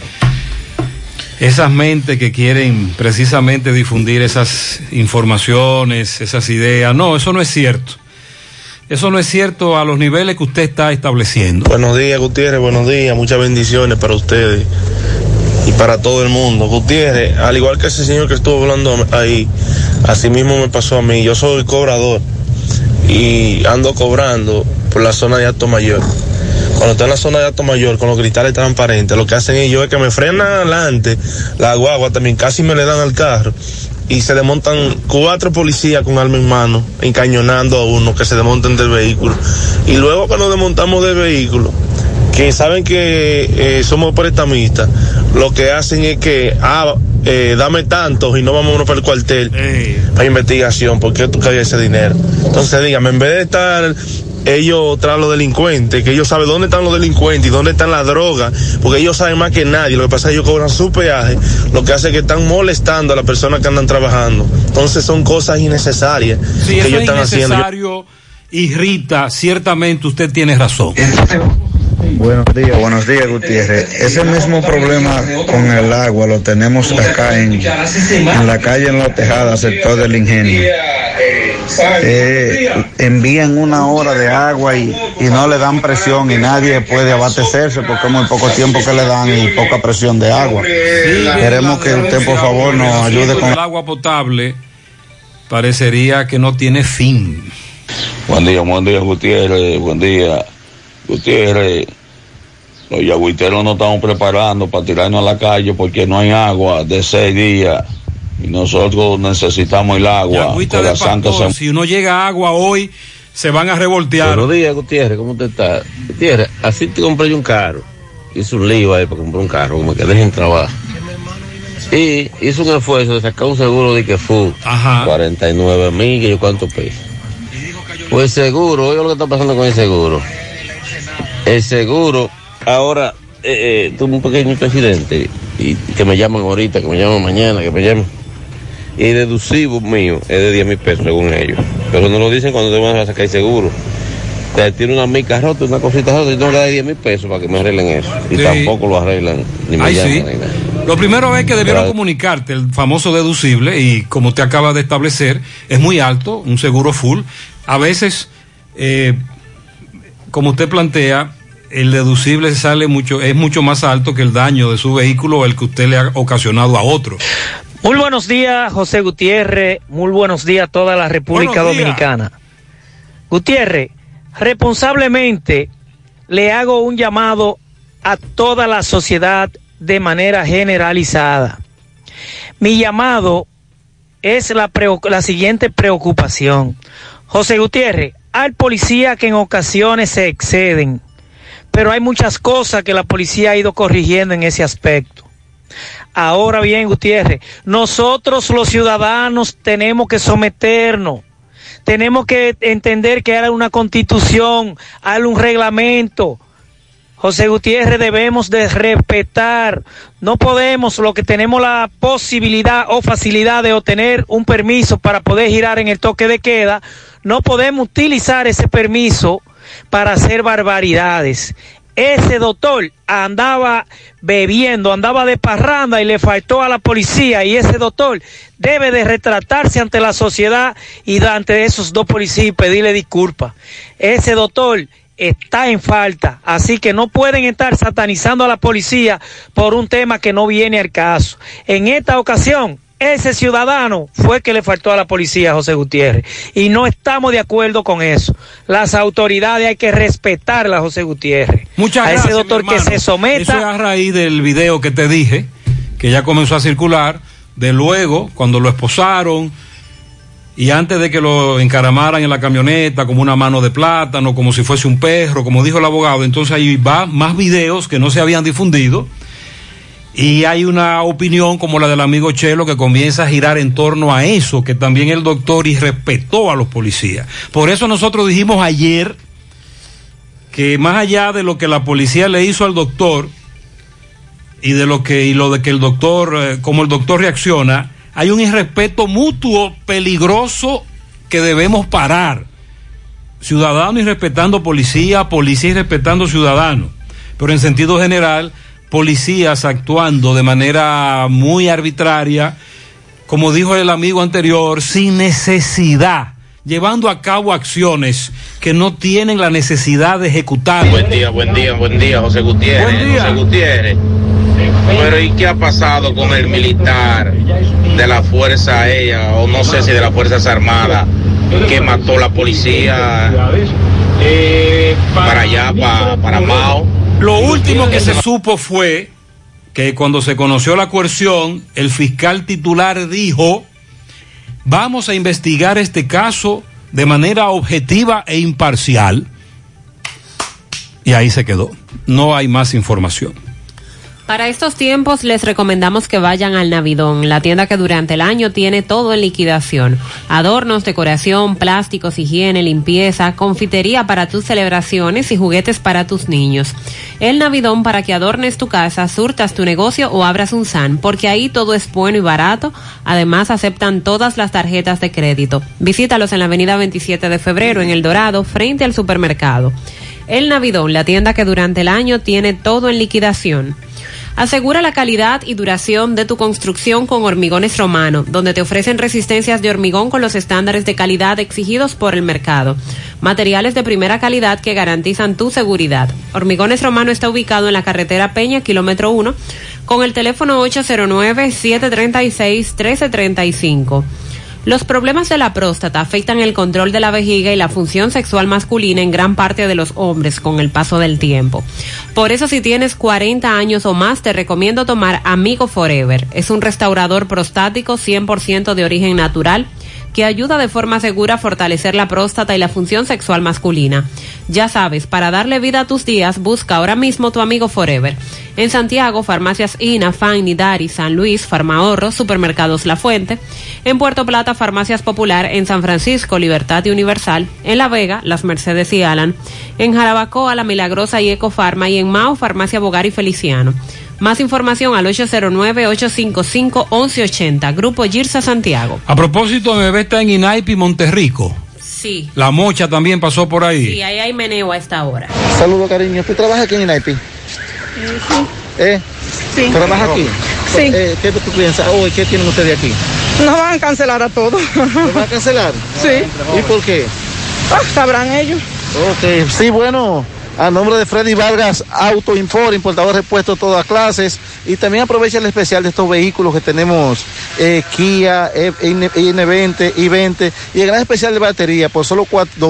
esas mentes que quieren precisamente difundir esas informaciones, esas ideas. No, eso no es cierto. Eso no es cierto a los niveles que usted está estableciendo. Buenos días, Gutiérrez, buenos días, muchas bendiciones para ustedes y para todo el mundo. Gutiérrez, al igual que ese señor que estuvo hablando ahí, así mismo me pasó a mí. Yo soy cobrador y ando cobrando por la zona de Alto Mayor. Cuando estoy en la zona de Alto Mayor con los cristales transparentes, lo que hacen ellos es que me frenan adelante, la guagua también casi me le dan al carro. Y se desmontan 4 policías con arma en mano, encañonando a uno que se desmonten del vehículo. Y luego cuando desmontamos del vehículo, que saben que somos prestamistas, lo que hacen es que, dame tantos y no vamos para el cuartel para investigación, porque tú caes ese dinero. Entonces dígame, en vez de estar ellos tras los delincuentes, que ellos saben dónde están los delincuentes y dónde están las drogas, porque ellos saben más que nadie. Lo que pasa es que ellos cobran su peaje, lo que hace es que están molestando a las personas que andan trabajando. Entonces son cosas innecesarias que ellos están haciendo. Innecesario, irrita, ciertamente usted tiene razón. Buenos días, Gutiérrez. Ese mismo problema con el agua lo tenemos acá en la calle En La Tejada, sector del Ingenio. Envían 1 hora de agua y no le dan presión y nadie puede abastecerse porque es muy poco tiempo que le dan y poca presión de agua. Queremos que usted por favor nos ayude con el agua potable. Parecería que no tiene fin. Buen día, Gutiérrez. Buen día, Gutiérrez. Los yagüiteros nos estamos preparando para tirarnos a la calle porque no hay agua de 6 días. Y nosotros necesitamos el agua. Con la Pastor, si no llega agua hoy, se van a revoltear. Buenos días, Gutiérrez, ¿cómo te estás? Gutiérrez, así te compré yo un carro. Hice un lío ahí para comprar un carro, como que dejen trabajo. Y hice un esfuerzo de sacar un seguro de que fue 49,000, que yo cuánto peso. Pues el seguro, oiga lo que está pasando con el seguro. El seguro, ahora, tuve un pequeño accidente, y que me llaman ahorita, que me llaman mañana, que me llaman. Y el deducible mío es de 10,000 pesos según ellos, pero no lo dicen cuando te van a sacar el seguro. Te tiene una mica rota, una cosita rota y tengo que dar 10,000 pesos para que me arreglen eso, y tampoco lo arreglan ni me llaman ni nada. Lo primero es que debieron comunicarte el famoso deducible, y como usted acaba de establecer, es muy alto, un seguro full. A veces, como usted plantea, el deducible es mucho más alto que el daño de su vehículo o el que usted le ha ocasionado a otro. Muy buenos días, José Gutiérrez. Muy buenos días a toda la República Dominicana. Gutiérrez, responsablemente le hago un llamado a toda la sociedad de manera generalizada. Mi llamado es la siguiente preocupación. José Gutiérrez, hay policías que en ocasiones se exceden, pero hay muchas cosas que la policía ha ido corrigiendo en ese aspecto. Ahora bien, Gutiérrez, nosotros los ciudadanos tenemos que someternos, tenemos que entender que hay una constitución, hay un reglamento. José Gutiérrez, debemos de respetar, no podemos, lo que tenemos la posibilidad o facilidad de obtener un permiso para poder girar en el toque de queda, no podemos utilizar ese permiso para hacer barbaridades. Ese doctor andaba bebiendo, andaba de parranda y le faltó a la policía, y ese doctor debe de retratarse ante la sociedad y ante esos dos policías y pedirle disculpas. Ese doctor está en falta, así que no pueden estar satanizando a la policía por un tema que no viene al caso. En esta ocasión, ese ciudadano fue que le faltó a la policía, José Gutiérrez, y no estamos de acuerdo con eso. Las autoridades hay que respetarlas, José Gutiérrez. Muchas gracias, ese doctor que se someta. Eso es a raíz del video que te dije, que ya comenzó a circular, de luego, cuando lo esposaron, y antes de que lo encaramaran en la camioneta como una mano de plátano, como si fuese un perro, como dijo el abogado, entonces ahí va más videos que no se habían difundido, y hay una opinión como la del amigo Chelo que comienza a girar en torno a eso, que también el doctor irrespetó a los policías. Por eso nosotros dijimos ayer que más allá de lo que la policía le hizo al doctor y de lo que el doctor, como el doctor reacciona, hay un irrespeto mutuo peligroso que debemos parar. Ciudadano irrespetando policía, policía irrespetando ciudadano. Pero en sentido general, policías actuando de manera muy arbitraria, como dijo el amigo anterior, sin necesidad, llevando a cabo acciones que no tienen la necesidad de ejecutar. Buen día, José Gutiérrez. Buen día. José Gutiérrez. Pero ¿y qué ha pasado con el militar de la Fuerza Aérea, o no sé si de las Fuerzas Armadas, que mató la policía para allá, para Mao? Lo último que se supo fue que cuando se conoció la coerción, el fiscal titular dijo: vamos a investigar este caso de manera objetiva e imparcial. Y ahí se quedó. No hay más información. Para estos tiempos les recomendamos que vayan al Navidón, la tienda que durante el año tiene todo en liquidación. Adornos, decoración, plásticos, higiene, limpieza, confitería para tus celebraciones y juguetes para tus niños. El Navidón, para que adornes tu casa, surtas tu negocio o abras un SAN, porque ahí todo es bueno y barato. Además aceptan todas las tarjetas de crédito. Visítalos en la avenida 27 de febrero en El Dorado, frente al supermercado. El Navidón, la tienda que durante el año tiene todo en liquidación. Asegura la calidad y duración de tu construcción con Hormigones Romano, donde te ofrecen resistencias de hormigón con los estándares de calidad exigidos por el mercado. Materiales de primera calidad que garantizan tu seguridad. Hormigones Romano está ubicado en la carretera Peña, kilómetro 1, con el teléfono 809-736-1335. Los problemas de la próstata afectan el control de la vejiga y la función sexual masculina en gran parte de los hombres con el paso del tiempo. Por eso, si tienes 40 años o más, te recomiendo tomar Amigo Forever. Es un restaurador prostático 100% de origen natural que ayuda de forma segura a fortalecer la próstata y la función sexual masculina. Ya sabes, para darle vida a tus días, busca ahora mismo tu Amigo Forever. En Santiago, farmacias INA, FAN, Nidari, San Luis, Farmahorro, Supermercados La Fuente. En Puerto Plata, Farmacias Popular. En San Francisco, Libertad y Universal. En La Vega, Las Mercedes y Alan. En Jarabacoa, La Milagrosa y Ecofarma. Y en Mao, Farmacia Bogar y Feliciano. Más información al 809-855-1180. Grupo Girsa Santiago. A propósito, mi bebé está en Inaipi, Monterrico. Sí. La Mocha también pasó por ahí. Sí, ahí hay meneo a esta hora. Saludos, cariño. ¿Usted trabaja aquí en Inaipi? Sí. Sí. ¿Trabaja aquí? Sí. ¿Qué tú piensas? ¿Qué tienen ustedes aquí? Nos van a cancelar a todos. ¿Nos van a cancelar? Sí. ¿Y por qué? Sabrán ellos. Ok, sí, bueno, a nombre de Freddy Vargas Auto Import, importador de repuestos de todas clases, y también aprovecha el especial de estos vehículos que tenemos, Kia, N20, i20, y el gran especial de batería por solo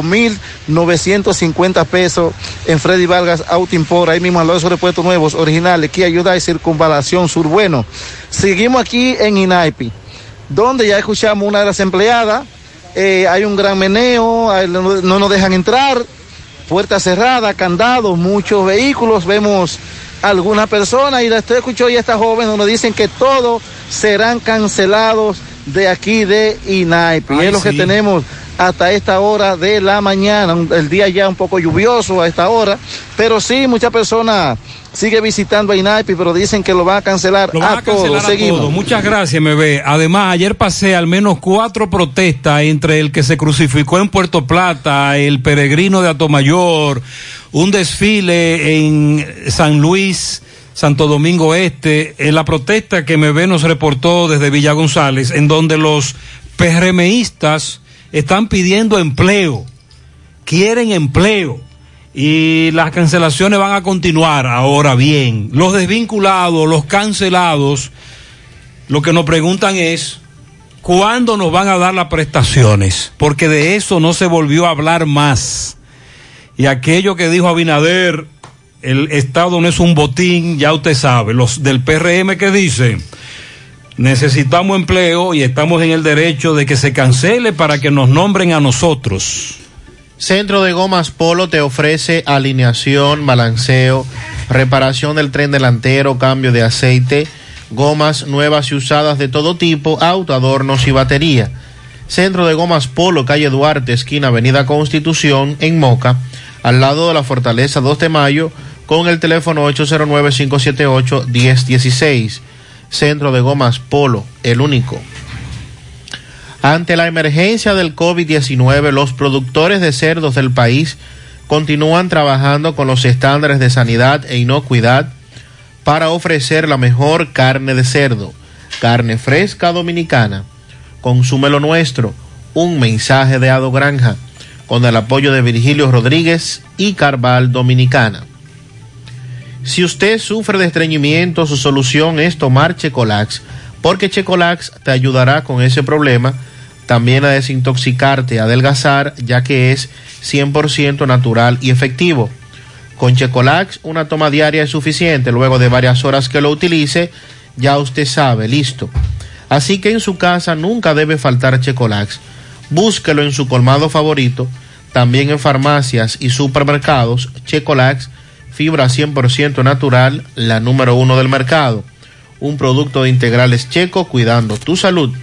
2,950 pesos en Freddy Vargas Auto Import, ahí mismo al lado de esos repuestos nuevos, originales, Kia Hyundai Circunvalación Sur. Bueno, seguimos aquí en Inaipi, donde ya escuchamos una de las empleadas, hay un gran meneo, no nos dejan entrar, puerta cerrada, candados, muchos vehículos, vemos algunas personas, y usted escuchó ya a esta joven donde dicen que todos serán cancelados de aquí de Inaipi. Es lo que tenemos hasta esta hora de la mañana, el día ya un poco lluvioso a esta hora, pero sí, muchas personas sigue visitando a Inaipi, pero dicen que lo van a cancelar a todos. Seguimos. Muchas gracias, MB. Además, ayer pasé al menos 4 protestas entre el que se crucificó en Puerto Plata, el peregrino de Atomayor, un desfile en San Luis, Santo Domingo Este, en la protesta que MB nos reportó desde Villa González, en donde los PRMistas están pidiendo empleo, quieren empleo. Y las cancelaciones van a continuar. Ahora bien, los desvinculados, los cancelados, lo que nos preguntan es ¿cuándo nos van a dar las prestaciones? Porque de eso no se volvió a hablar más. Y aquello que dijo Abinader, el Estado no es un botín, ya usted sabe, los del PRM que dicen necesitamos empleo y estamos en el derecho de que se cancele para que nos nombren a nosotros. Centro de Gomas Polo te ofrece alineación, balanceo, reparación del tren delantero, cambio de aceite, gomas nuevas y usadas de todo tipo, auto, adornos y batería. Centro de Gomas Polo, calle Duarte, esquina Avenida Constitución, en Moca, al lado de la Fortaleza 2 de Mayo, con el teléfono 809-578-1016. Centro de Gomas Polo, el único. Ante la emergencia del COVID-19, los productores de cerdos del país continúan trabajando con los estándares de sanidad e inocuidad para ofrecer la mejor carne de cerdo, carne fresca dominicana. Consume lo nuestro, un mensaje de Ado Granja, con el apoyo de Virgilio Rodríguez y Carval Dominicana. Si usted sufre de estreñimiento, su solución es tomar Checolax, porque Checolax te ayudará con ese problema, también a desintoxicarte, a adelgazar, ya que es 100% natural y efectivo. Con Checolax, una toma diaria es suficiente. Luego de varias horas que lo utilice, ya usted sabe, listo. Así que en su casa nunca debe faltar Checolax. Búsquelo en su colmado favorito, también en farmacias y supermercados. Checolax, fibra 100% natural, la número 1 del mercado. Un producto de Integrales Checo, cuidando tu salud.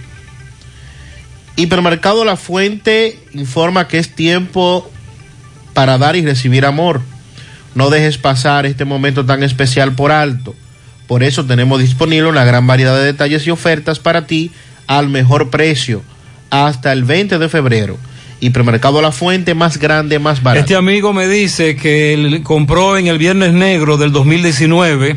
Hipermercado La Fuente informa que es tiempo para dar y recibir amor. No dejes pasar este momento tan especial por alto. Por eso tenemos disponible una gran variedad de detalles y ofertas para ti al mejor precio hasta el 20 de febrero. Hipermercado La Fuente, más grande, más barato. Este amigo me dice que él compró en el Viernes Negro del 2019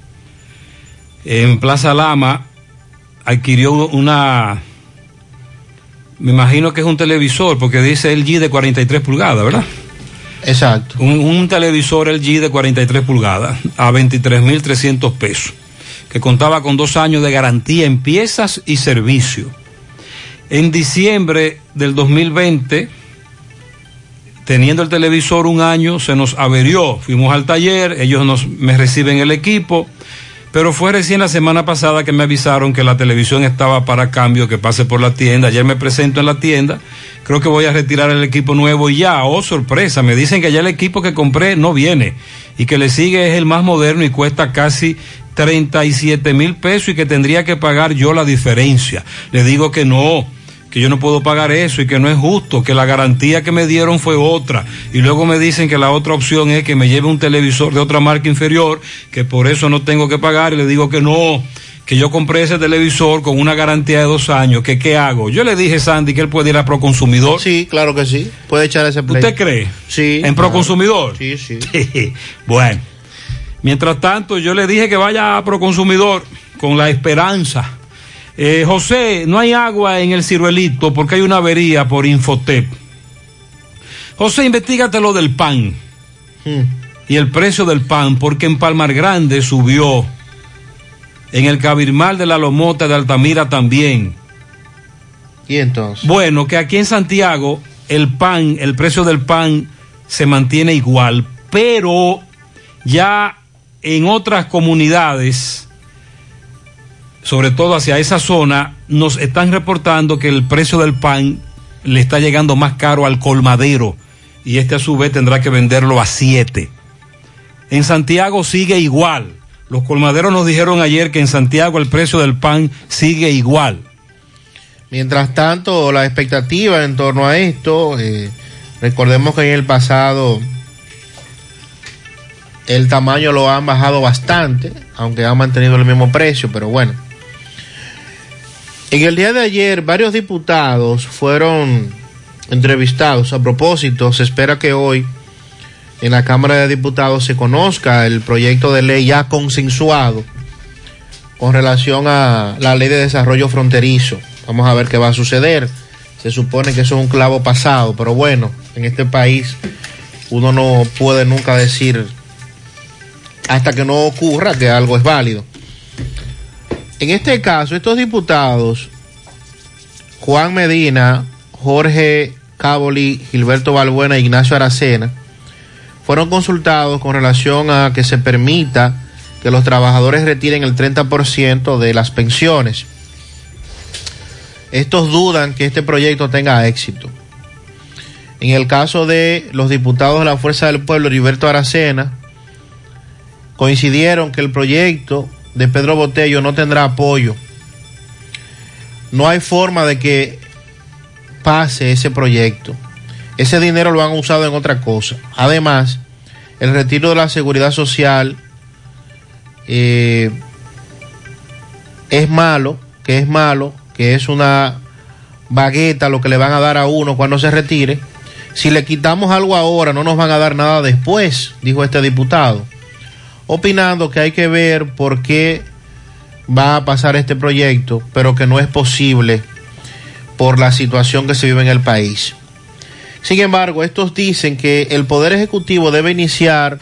en Plaza Lama, adquirió una... Me imagino que es un televisor, porque dice LG de 43 pulgadas, ¿verdad? Exacto. Un televisor LG de 43 pulgadas a 23,300 pesos, que contaba con 2 años de garantía en piezas y servicio. En diciembre del 2020, teniendo el televisor 1 año, se nos averió. Fuimos al taller, ellos me reciben el equipo, pero fue recién la semana pasada que me avisaron que la televisión estaba para cambio, que pase por la tienda. Ayer me presento en la tienda, creo que voy a retirar el equipo nuevo y ya, oh sorpresa, me dicen que ya el equipo que compré no viene y que le sigue es el más moderno y cuesta casi 37,000 pesos y que tendría que pagar yo la diferencia. Le digo que no, que yo no puedo pagar eso y que no es justo, que la garantía que me dieron fue otra, y luego me dicen que la otra opción es que me lleve un televisor de otra marca inferior, que por eso no tengo que pagar, y le digo que no, que yo compré ese televisor con una garantía de 2 años, que qué hago. Yo le dije, Sandy, que él puede ir a Proconsumidor. Sí, claro que sí, puede echar ese play. ¿Usted cree? Sí. ¿En Proconsumidor? Sí, sí. Bueno, mientras tanto yo le dije que vaya a Proconsumidor con la esperanza. José, no hay agua en el Ciruelito porque hay una avería por Infotep. José, investígate lo del pan. y el precio del pan, porque en Palmar Grande subió, en el Cabirmal de la Lomota de Altamira también. ¿Y entonces? Bueno, que aquí en Santiago el precio del pan se mantiene igual, pero ya en otras comunidades, sobre todo hacia esa zona, nos están reportando que el precio del pan le está llegando más caro al colmadero y a su vez tendrá que venderlo a 7. En Santiago sigue igual. Los colmaderos nos dijeron ayer que en Santiago el precio del pan sigue igual. Mientras tanto, la expectativa en torno a esto, recordemos que en el pasado el tamaño lo han bajado bastante, aunque han mantenido el mismo precio, pero bueno. En el día de ayer, varios diputados fueron entrevistados. A propósito, se espera que hoy en la Cámara de Diputados se conozca el proyecto de ley ya consensuado con relación a la Ley de Desarrollo Fronterizo. Vamos a ver qué va a suceder. Se supone que eso es un clavo pasado, pero bueno, en este país uno no puede nunca decir hasta que no ocurra que algo es válido. En este caso, estos diputados, Juan Medina, Jorge Caboli, Gilberto Balbuena e Ignacio Aracena, fueron consultados con relación a que se permita que los trabajadores retiren el 30% de las pensiones. Estos dudan que este proyecto tenga éxito. En el caso de los diputados de la Fuerza del Pueblo, Heriberto Aracena, coincidieron que el proyecto de Pedro Botello no tendrá apoyo. No hay forma de que pase ese proyecto. Ese dinero lo han usado en otra cosa. Además, el retiro de la seguridad social es malo, que es una bagueta lo que le van a dar a uno cuando se retire. Si le quitamos algo ahora, no nos van a dar nada después, dijo este diputado, opinando que hay que ver por qué va a pasar este proyecto, pero que no es posible por la situación que se vive en el país. Sin embargo, estos dicen que el Poder Ejecutivo debe iniciar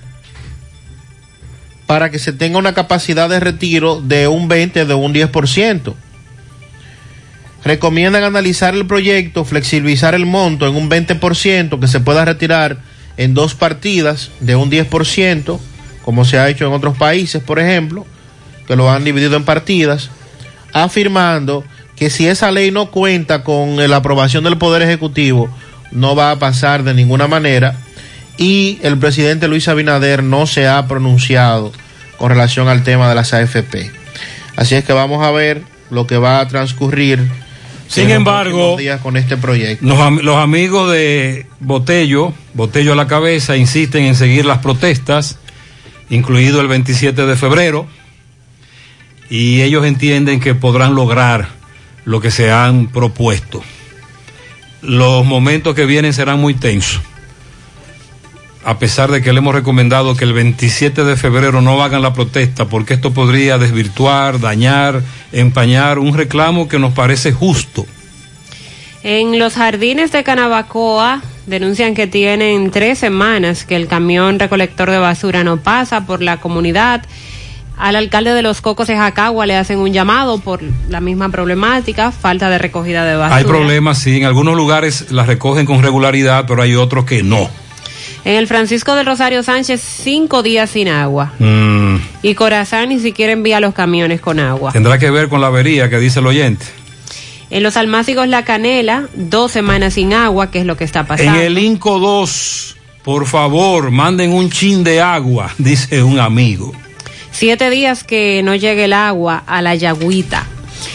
para que se tenga una capacidad de retiro de un 20, de un 10%. Recomiendan analizar el proyecto, flexibilizar el monto en un 20%, que se pueda retirar en 2 partidas de un 10%, como se ha hecho en otros países, por ejemplo, que lo han dividido en partidas, afirmando que si esa ley no cuenta con la aprobación del Poder Ejecutivo, no va a pasar de ninguna manera, y el presidente Luis Abinader no se ha pronunciado con relación al tema de las AFP. Así es que vamos a ver lo que va a transcurrir. Sin embargo, días con este proyecto. Los amigos de Botello a la cabeza, insisten en seguir las protestas, incluido el 27 de febrero, y ellos entienden que podrán lograr lo que se han propuesto. Los momentos que vienen serán muy tensos, a pesar de que le hemos recomendado que el 27 de febrero no hagan la protesta, porque esto podría desvirtuar, dañar, empañar un reclamo que nos parece justo. En los jardines de Canabacoa denuncian que tienen 3 semanas que el camión recolector de basura no pasa por la comunidad. Al alcalde de Los Cocos de Jacagua le hacen un llamado por la misma problemática, falta de recogida de basura. Hay problemas, sí, en algunos lugares las recogen con regularidad, pero hay otros que no. En el Francisco del Rosario Sánchez, 5 días sin agua. Y Corazán ni siquiera envía los camiones con agua. Tendrá que ver con la avería que dice el oyente. En los Almácigos La Canela, 2 semanas sin agua, que es lo que está pasando. En el Inco 2, por favor, manden un chin de agua, dice un amigo. 7 días que no llegue el agua a la Yagüita.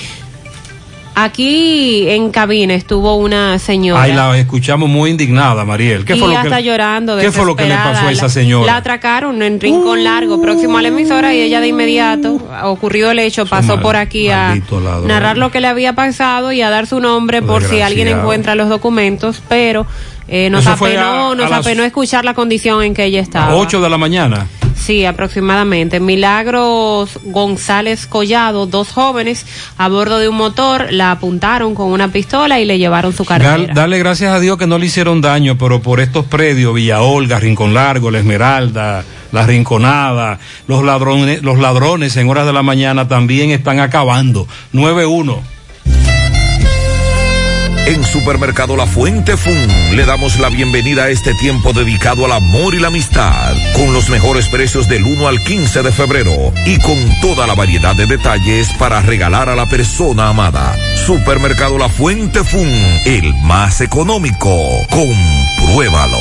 Aquí en cabina estuvo una señora. Ay, la escuchamos muy indignada, Mariel. ¿Qué fue lo que está llorando, ¿qué fue lo que le pasó a esa señora? La atracaron en Rincón Largo, próximo a la emisora, y ella de inmediato, ocurrido el hecho, pasó por aquí a narrar lo que le había pasado y a dar su nombre por si alguien encuentra los documentos, pero nos apenó escuchar la condición en que ella estaba. 8 de la mañana. Sí, aproximadamente. Milagros González Collado, 2 jóvenes a bordo de un motor, la apuntaron con una pistola y le llevaron su cartera. Dale gracias a Dios que no le hicieron daño, pero por estos predios, Villa Olga, Rincón Largo, La Esmeralda, La Rinconada, los ladrones en horas de la mañana también están acabando. 9-1. En Supermercado La Fuente Fun le damos la bienvenida a este tiempo dedicado al amor y la amistad, con los mejores precios del 1 al 15 de febrero y con toda la variedad de detalles para regalar a la persona amada. Supermercado La Fuente Fun, el más económico. Compruébalo.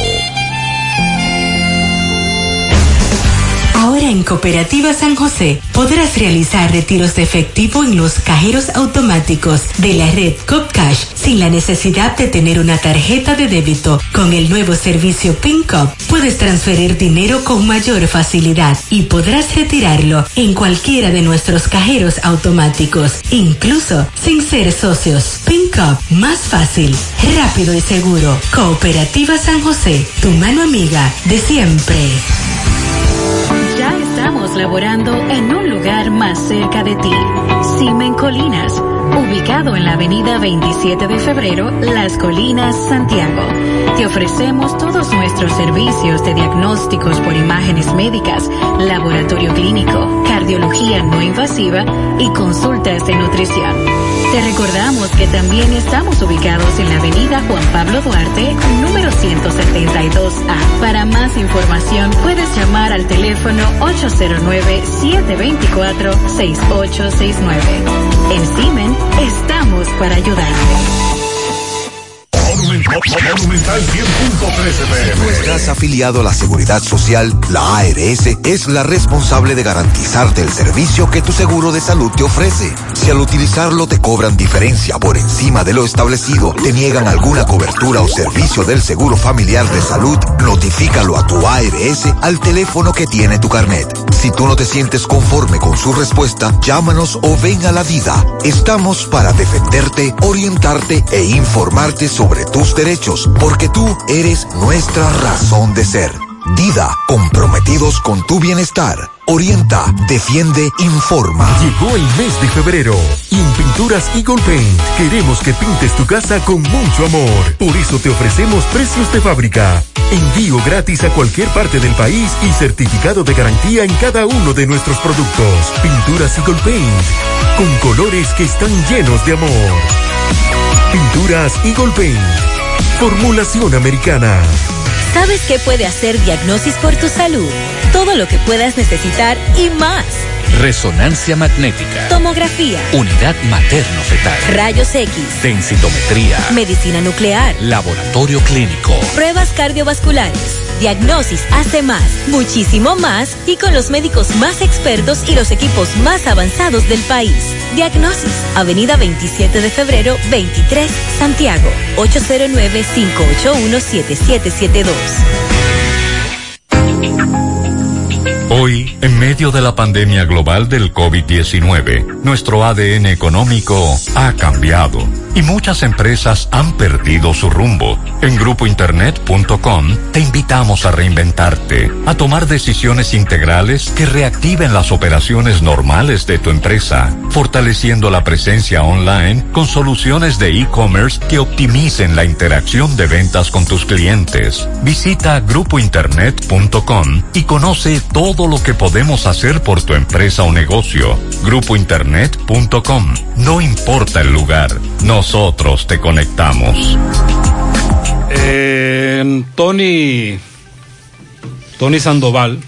Ahora en Cooperativa San José podrás realizar retiros de efectivo en los cajeros automáticos de la red CopCash sin la necesidad de tener una tarjeta de débito. Con el nuevo servicio PinCop puedes transferir dinero con mayor facilidad y podrás retirarlo en cualquiera de nuestros cajeros automáticos, incluso sin ser socios. PinCop, más fácil, rápido y seguro. Cooperativa San José, tu mano amiga de siempre. Ya estamos laborando en un lugar más cerca de ti. Cimen Colinas, ubicado en la avenida 27 de febrero, Las Colinas, Santiago. Te ofrecemos todos nuestros servicios de diagnósticos por imágenes médicas, laboratorio clínico, cardiología no invasiva y consultas de nutrición. Te recordamos que también estamos ubicados en la avenida Juan Pablo Duarte, número 172A. Para más información puedes llamar al teléfono 809-724-6869. En Simen estamos para ayudarte. Monumental 100.13 PM. Si estás afiliado a la Seguridad Social, la ARS es la responsable de garantizarte el servicio que tu seguro de salud te ofrece. Si al utilizarlo te cobran diferencia por encima de lo establecido, te niegan alguna cobertura o servicio del seguro familiar de salud, notifícalo a tu ARS al teléfono que tiene tu carnet. Si tú no te sientes conforme con su respuesta, llámanos o ven a la Dida. Estamos para defenderte, orientarte e informarte sobre tus derechos, porque tú eres nuestra razón de ser. Dida, comprometidos con tu bienestar. Orienta, defiende, informa. Llegó el mes de febrero y en Pinturas Eagle Paint queremos que pintes tu casa con mucho amor. Por eso te ofrecemos precios de fábrica, envío gratis a cualquier parte del país y certificado de garantía en cada uno de nuestros productos. Pinturas Eagle Paint, con colores que están llenos de amor. Pinturas Eagle Paint, formulación americana. ¿Sabes qué puede hacer Diagnosis por tu salud? Todo lo que puedas necesitar y más. Resonancia magnética, tomografía, unidad materno-fetal, rayos X, densitometría, medicina nuclear, laboratorio clínico, pruebas cardiovasculares. Diagnosis hace más, muchísimo más y con los médicos más expertos y los equipos más avanzados del país. Diagnosis, Avenida 27 de febrero, 23, Santiago, 809-581-7772. Hoy, en medio de la pandemia global del COVID-19, nuestro ADN económico ha cambiado y muchas empresas han perdido su rumbo. En grupointernet.com te invitamos a reinventarte, a tomar decisiones integrales que reactiven las operaciones normales de tu empresa, fortaleciendo la presencia online con soluciones de e-commerce que optimicen la interacción de ventas con tus clientes. Visita grupointernet.com y conoce todo lo que podemos hacer por tu empresa o negocio. Grupointernet.com. No importa el lugar, nosotros te conectamos. Tony Sandoval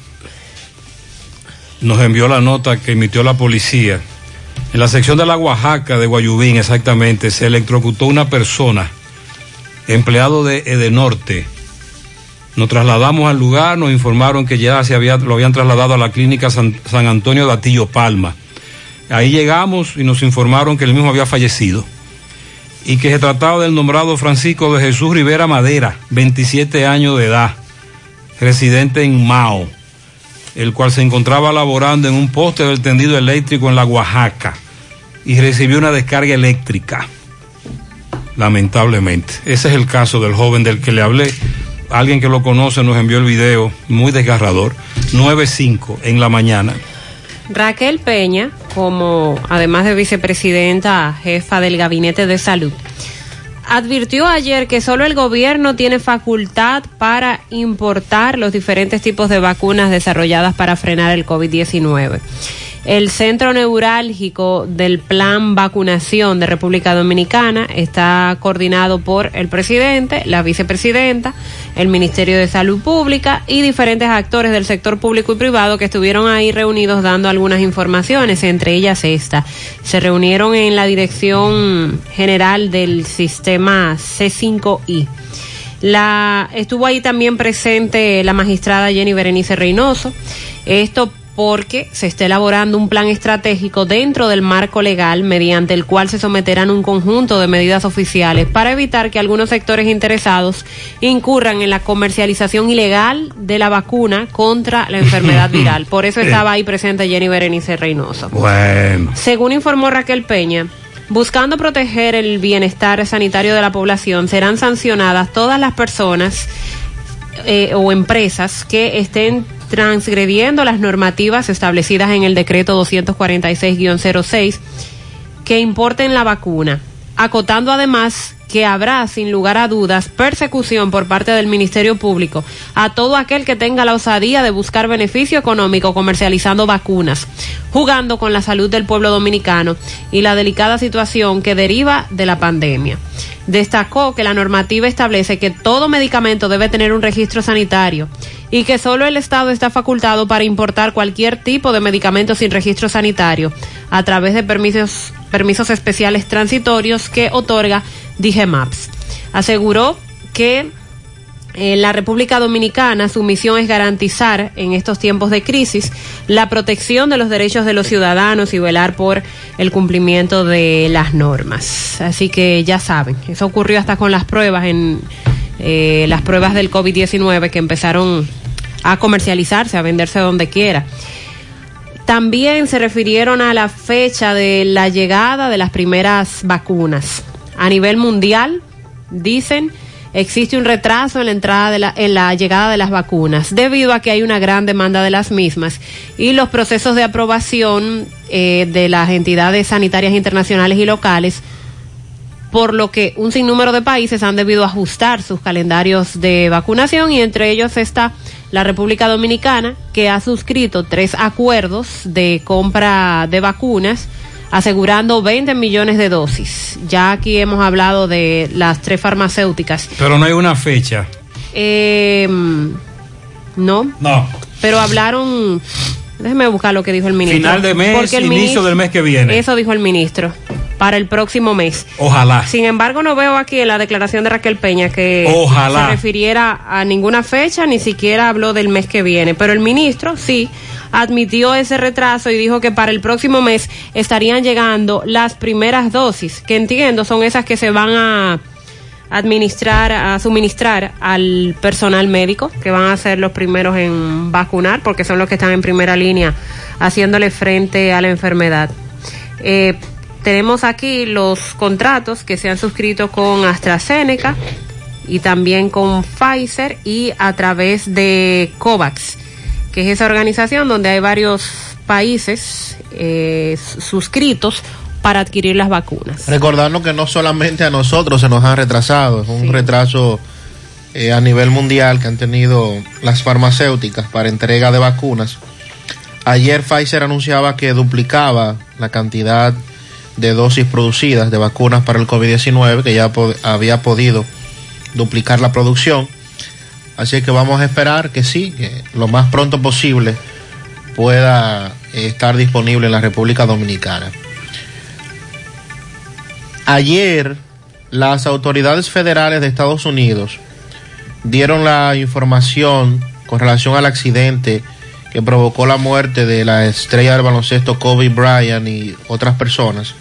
nos envió la nota que emitió la policía. En la sección de la Oaxaca de Guayubín, exactamente, se electrocutó una persona, empleado de Edenorte. Nos trasladamos al lugar, nos informaron que ya lo habían trasladado a la clínica San Antonio de Atillo Palma. Ahí llegamos y nos informaron que el mismo había fallecido y que se trataba del nombrado Francisco de Jesús Rivera Madera, 27 años de edad, residente en Mao, el cual se encontraba laborando en un poste del tendido eléctrico en la Oaxaca y recibió una descarga eléctrica, lamentablemente. Ese es el caso del joven del que le hablé. Alguien que lo conoce nos envió el video, muy desgarrador. 9:05 en la mañana. Raquel Peña, como además de vicepresidenta, jefa del Gabinete de Salud, advirtió ayer que solo el gobierno tiene facultad para importar los diferentes tipos de vacunas desarrolladas para frenar el COVID-19. El centro neurálgico del plan vacunación de República Dominicana está coordinado por el presidente, la vicepresidenta, el Ministerio de Salud Pública y diferentes actores del sector público y privado que estuvieron ahí reunidos dando algunas informaciones, entre ellas esta. Se reunieron en la Dirección General del Sistema C5I. Estuvo ahí también presente la magistrada Jenny Berenice Reynoso. Esto porque se está elaborando un plan estratégico dentro del marco legal mediante el cual se someterán un conjunto de medidas oficiales para evitar que algunos sectores interesados incurran en la comercialización ilegal de la vacuna contra la enfermedad viral. Por eso estaba ahí presente Jenny Berenice Reynoso. Bueno. Según informó Raquel Peña, buscando proteger el bienestar sanitario de la población, serán sancionadas todas las personas o empresas que estén transgrediendo las normativas establecidas en el decreto 246-06 que importen la vacuna, acotando además que habrá, sin lugar a dudas, persecución por parte del Ministerio Público a todo aquel que tenga la osadía de buscar beneficio económico comercializando vacunas, jugando con la salud del pueblo dominicano y la delicada situación que deriva de la pandemia. Destacó que la normativa establece que todo medicamento debe tener un registro sanitario y que solo el Estado está facultado para importar cualquier tipo de medicamento sin registro sanitario a través de permisos especiales transitorios que otorga DGMAPS. Aseguró que en la República Dominicana su misión es garantizar en estos tiempos de crisis la protección de los derechos de los ciudadanos y velar por el cumplimiento de las normas. Así que ya saben, eso ocurrió hasta con las pruebas las pruebas del COVID-19 que empezaron a comercializarse, a venderse donde quiera. También se refirieron a la fecha de la llegada de las primeras vacunas. A nivel mundial, dicen, existe un retraso en la entrada en la llegada de las vacunas, debido a que hay una gran demanda de las mismas y los procesos de aprobación de las entidades sanitarias internacionales y locales, por lo que un sinnúmero de países han debido ajustar sus calendarios de vacunación y entre ellos está la República Dominicana, que ha suscrito 3 acuerdos de compra de vacunas, asegurando 20 millones de dosis. Ya aquí hemos hablado de las 3 farmacéuticas. Pero no hay una fecha. No. Pero hablaron, déjeme buscar lo que dijo el ministro. Final de mes, inicio del mes que viene. Eso dijo el ministro, para el próximo mes. Ojalá. Sin embargo, no veo aquí en la declaración de Raquel Peña que se refiriera a ninguna fecha, ni siquiera habló del mes que viene. Pero el ministro sí admitió ese retraso y dijo que para el próximo mes estarían llegando las primeras dosis, que entiendo son esas que se van a suministrar al personal médico, que van a ser los primeros en vacunar, porque son los que están en primera línea haciéndole frente a la enfermedad. Tenemos aquí los contratos que se han suscrito con AstraZeneca y también con Pfizer y a través de COVAX, que es esa organización donde hay varios países suscritos para adquirir las vacunas. Recordarnos que no solamente a nosotros se nos han retrasado, es un retraso a nivel mundial que han tenido las farmacéuticas para entrega de vacunas. Ayer Pfizer anunciaba que duplicaba la cantidad de dosis producidas de vacunas para el COVID-19, que ya había podido duplicar la producción. Así que vamos a esperar que sí, que lo más pronto posible pueda estar disponible en la República Dominicana. Ayer, las autoridades federales de Estados Unidos dieron la información con relación al accidente que provocó la muerte de la estrella del baloncesto Kobe Bryant y otras personas.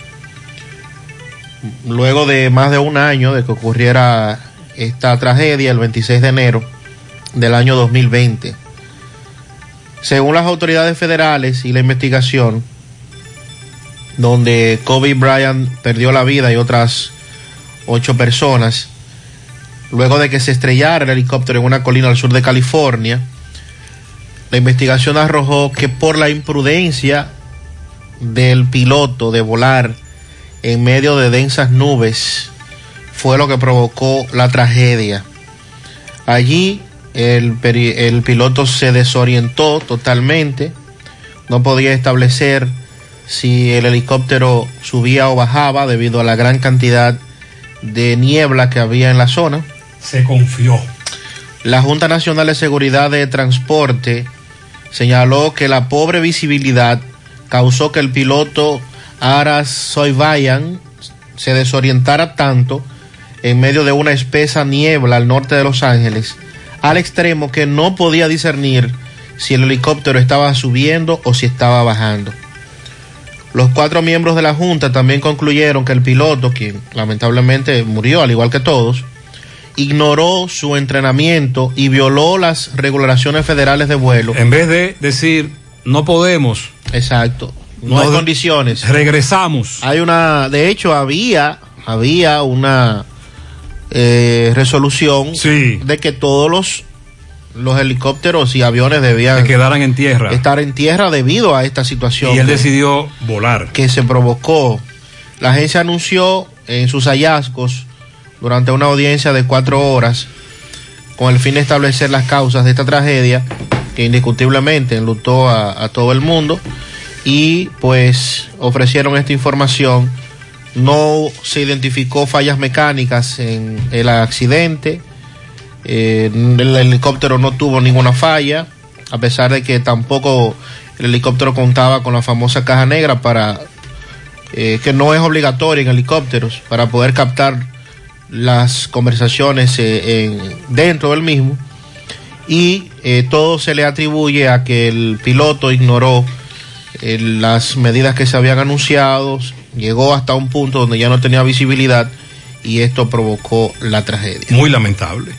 Luego de más de un año de que ocurriera esta tragedia, el 26 de enero del año 2020. Según las autoridades federales y la investigación, donde Kobe Bryant perdió la vida y otras 8 personas, luego de que se estrellara el helicóptero en una colina al sur de California, La investigación arrojó que por la imprudencia del piloto de volar en medio de densas nubes fue lo que provocó la tragedia. Allí el piloto se desorientó totalmente, no podía establecer si el helicóptero subía o bajaba debido a la gran cantidad de niebla que había en la zona. Se confió. La Junta Nacional de Seguridad de Transporte señaló que la pobre visibilidad causó que el piloto Aras Soyvayan se desorientara tanto en medio de una espesa niebla al norte de Los Ángeles, al extremo que no podía discernir si el helicóptero estaba subiendo o si estaba bajando. Los 4 miembros de la Junta también concluyeron que el piloto, quien lamentablemente murió al igual que todos, ignoró su entrenamiento y violó las regulaciones federales de vuelo. En vez de decir, no podemos. Exacto. No hay condiciones. Regresamos. De hecho, había una resolución de que todos los helicópteros y aviones debían quedaran en tierra. Estar en tierra debido a esta situación. Y él decidió volar. Que se provocó. La agencia anunció en sus hallazgos durante una audiencia de 4 horas con el fin de establecer las causas de esta tragedia que indiscutiblemente enlutó a todo el mundo, y pues ofrecieron esta información. No se identificó fallas mecánicas en el accidente, el helicóptero no tuvo ninguna falla, a pesar de que tampoco el helicóptero contaba con la famosa caja negra que no es obligatoria en helicópteros para poder captar las conversaciones dentro del mismo, y todo se le atribuye a que el piloto ignoró las medidas que se habían anunciado, llegó hasta un punto donde ya no tenía visibilidad y esto provocó la tragedia. Muy lamentable.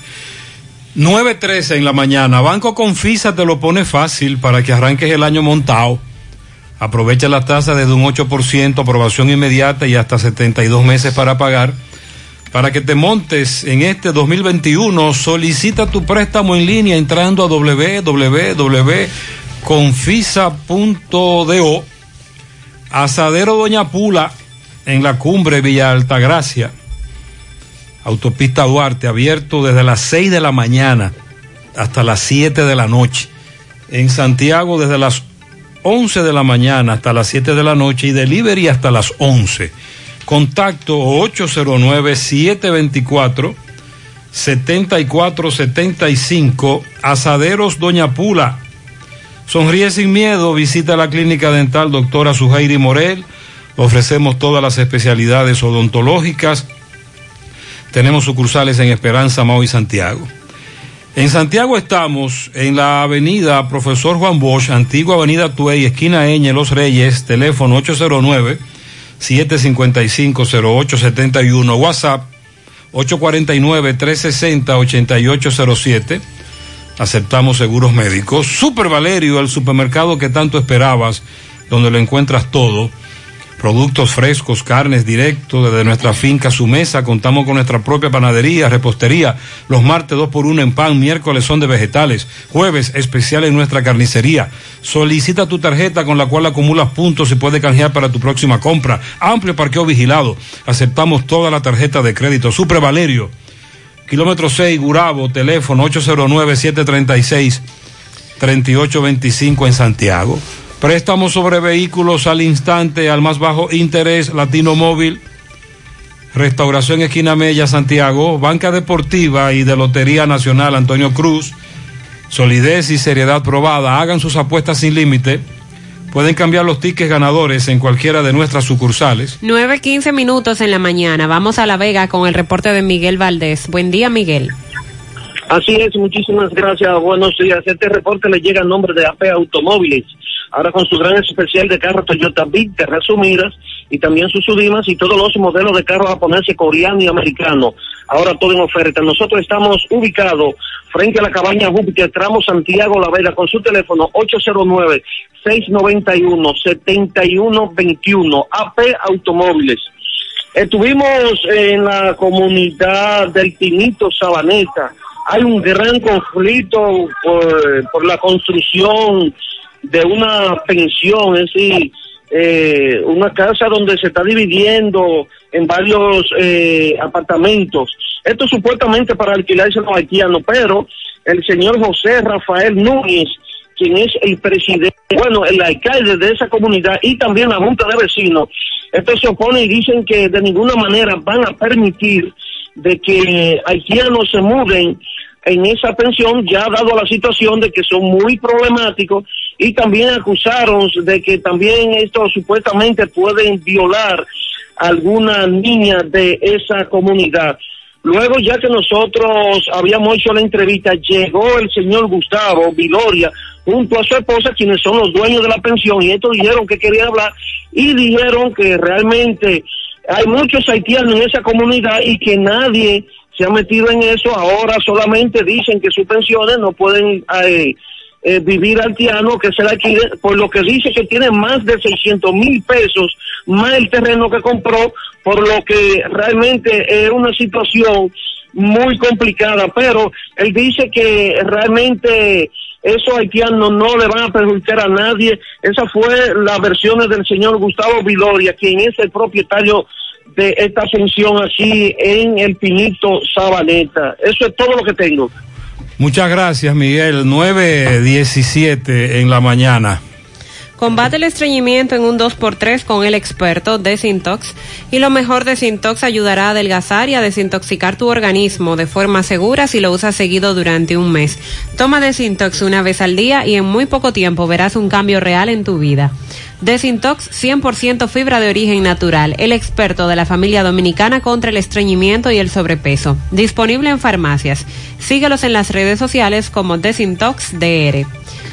9:13 en la mañana. Banco Confisa te lo pone fácil para que arranques el año montado. Aprovecha la tasa desde un 8%, aprobación inmediata y hasta 72 meses para pagar. Para que te montes en este 2021, solicita tu préstamo en línea entrando a www.confisa.do. Asadero Doña Pula en la Cumbre Villa Altagracia, Autopista Duarte, abierto desde las 6 de la mañana hasta las 7 de la noche. En Santiago desde las 11 de la mañana hasta las 7 de la noche y delivery hasta las 11. Contacto 809-724-7475. Asaderos Doña Pula. Sonríe sin miedo, visita la clínica dental doctora Suheiri Morel. Ofrecemos todas las especialidades odontológicas. Tenemos sucursales en Esperanza, Mao y Santiago. En Santiago estamos en la avenida Profesor Juan Bosch, antigua avenida Tuey, esquina Eñe, Los Reyes, teléfono 809-755-0871, WhatsApp 849-360-8807. Aceptamos seguros médicos. Super Valerio, el supermercado que tanto esperabas, donde lo encuentras todo. Productos frescos, carnes directo desde nuestra finca a su mesa. Contamos con nuestra propia panadería, repostería. Los martes 2x1 en pan, miércoles son de vegetales, jueves especial en nuestra carnicería. Solicita tu tarjeta con la cual acumulas puntos y puedes canjear para tu próxima compra. Amplio parqueo vigilado. Aceptamos toda la tarjeta de crédito. Super Valerio, kilómetro 6, Gurabo, teléfono 809-736-3825 en Santiago. Préstamos sobre vehículos al instante, al más bajo interés, Latino Móvil. Restauración Esquina Mella, Santiago. Banca Deportiva y de Lotería Nacional Antonio Cruz. Solidez y seriedad probada. Hagan sus apuestas sin límite. Pueden cambiar los tickets ganadores en cualquiera de nuestras sucursales. 9:15 minutos en la mañana. Vamos a La Vega con el reporte de Miguel Valdés. Buen día, Miguel. Así es, muchísimas gracias. Buenos días. Este reporte le llega en nombre de AP Automóviles. Ahora con su gran especial de carros Toyota Big, Terrazzo Miras y también sus Sudimas y todos los modelos de carros japoneses, coreano y americano. Ahora todo en oferta. Nosotros estamos ubicados frente a la cabaña Júpiter, tramo Santiago La Vega, con su teléfono 809-691-7121. AP Automóviles. Estuvimos en la comunidad del Pinito Sabaneta, hay un gran conflicto por la construcción de una pensión, es decir, una casa donde se está dividiendo en varios apartamentos. Esto supuestamente para alquilarse a los haitianos, pero el señor José Rafael Núñez, quien es el presidente, el alcalde de esa comunidad y también la junta de vecinos, esto se opone y dicen que de ninguna manera van a permitir de que haitianos se muden en esa pensión, ya dado la situación de que son muy problemáticos, y también acusaron de que también esto supuestamente pueden violar a alguna niña de esa comunidad. Luego, ya que nosotros habíamos hecho la entrevista, llegó el señor Gustavo Viloria junto a su esposa, quienes son los dueños de la pensión, y estos dijeron que querían hablar y dijeron que realmente hay muchos haitianos en esa comunidad y que nadie se ha metido en eso. Ahora solamente dicen que sus pensiones no pueden vivir haitiano, que se la alquilen, por lo que dice que tiene más de 600,000 pesos más el terreno que compró, por lo que realmente es una situación muy complicada, pero él dice que realmente esos haitianos no le van a perjudicar a nadie. Esa fue la versión del señor Gustavo Viloria, quien es el propietario de esta pensión aquí en el Pinito Sabaneta. Eso es todo lo que tengo. Muchas gracias, Miguel. 9:17 en la mañana. Combate el estreñimiento en un 2x3 con el experto Desintox, y lo mejor Desintox ayudará a adelgazar y a desintoxicar tu organismo de forma segura si lo usas seguido durante un mes. Toma Desintox una vez al día y en muy poco tiempo verás un cambio real en tu vida. Desintox 100% fibra de origen natural, el experto de la familia dominicana contra el estreñimiento y el sobrepeso. Disponible en farmacias. Síguelos en las redes sociales como Desintox DR.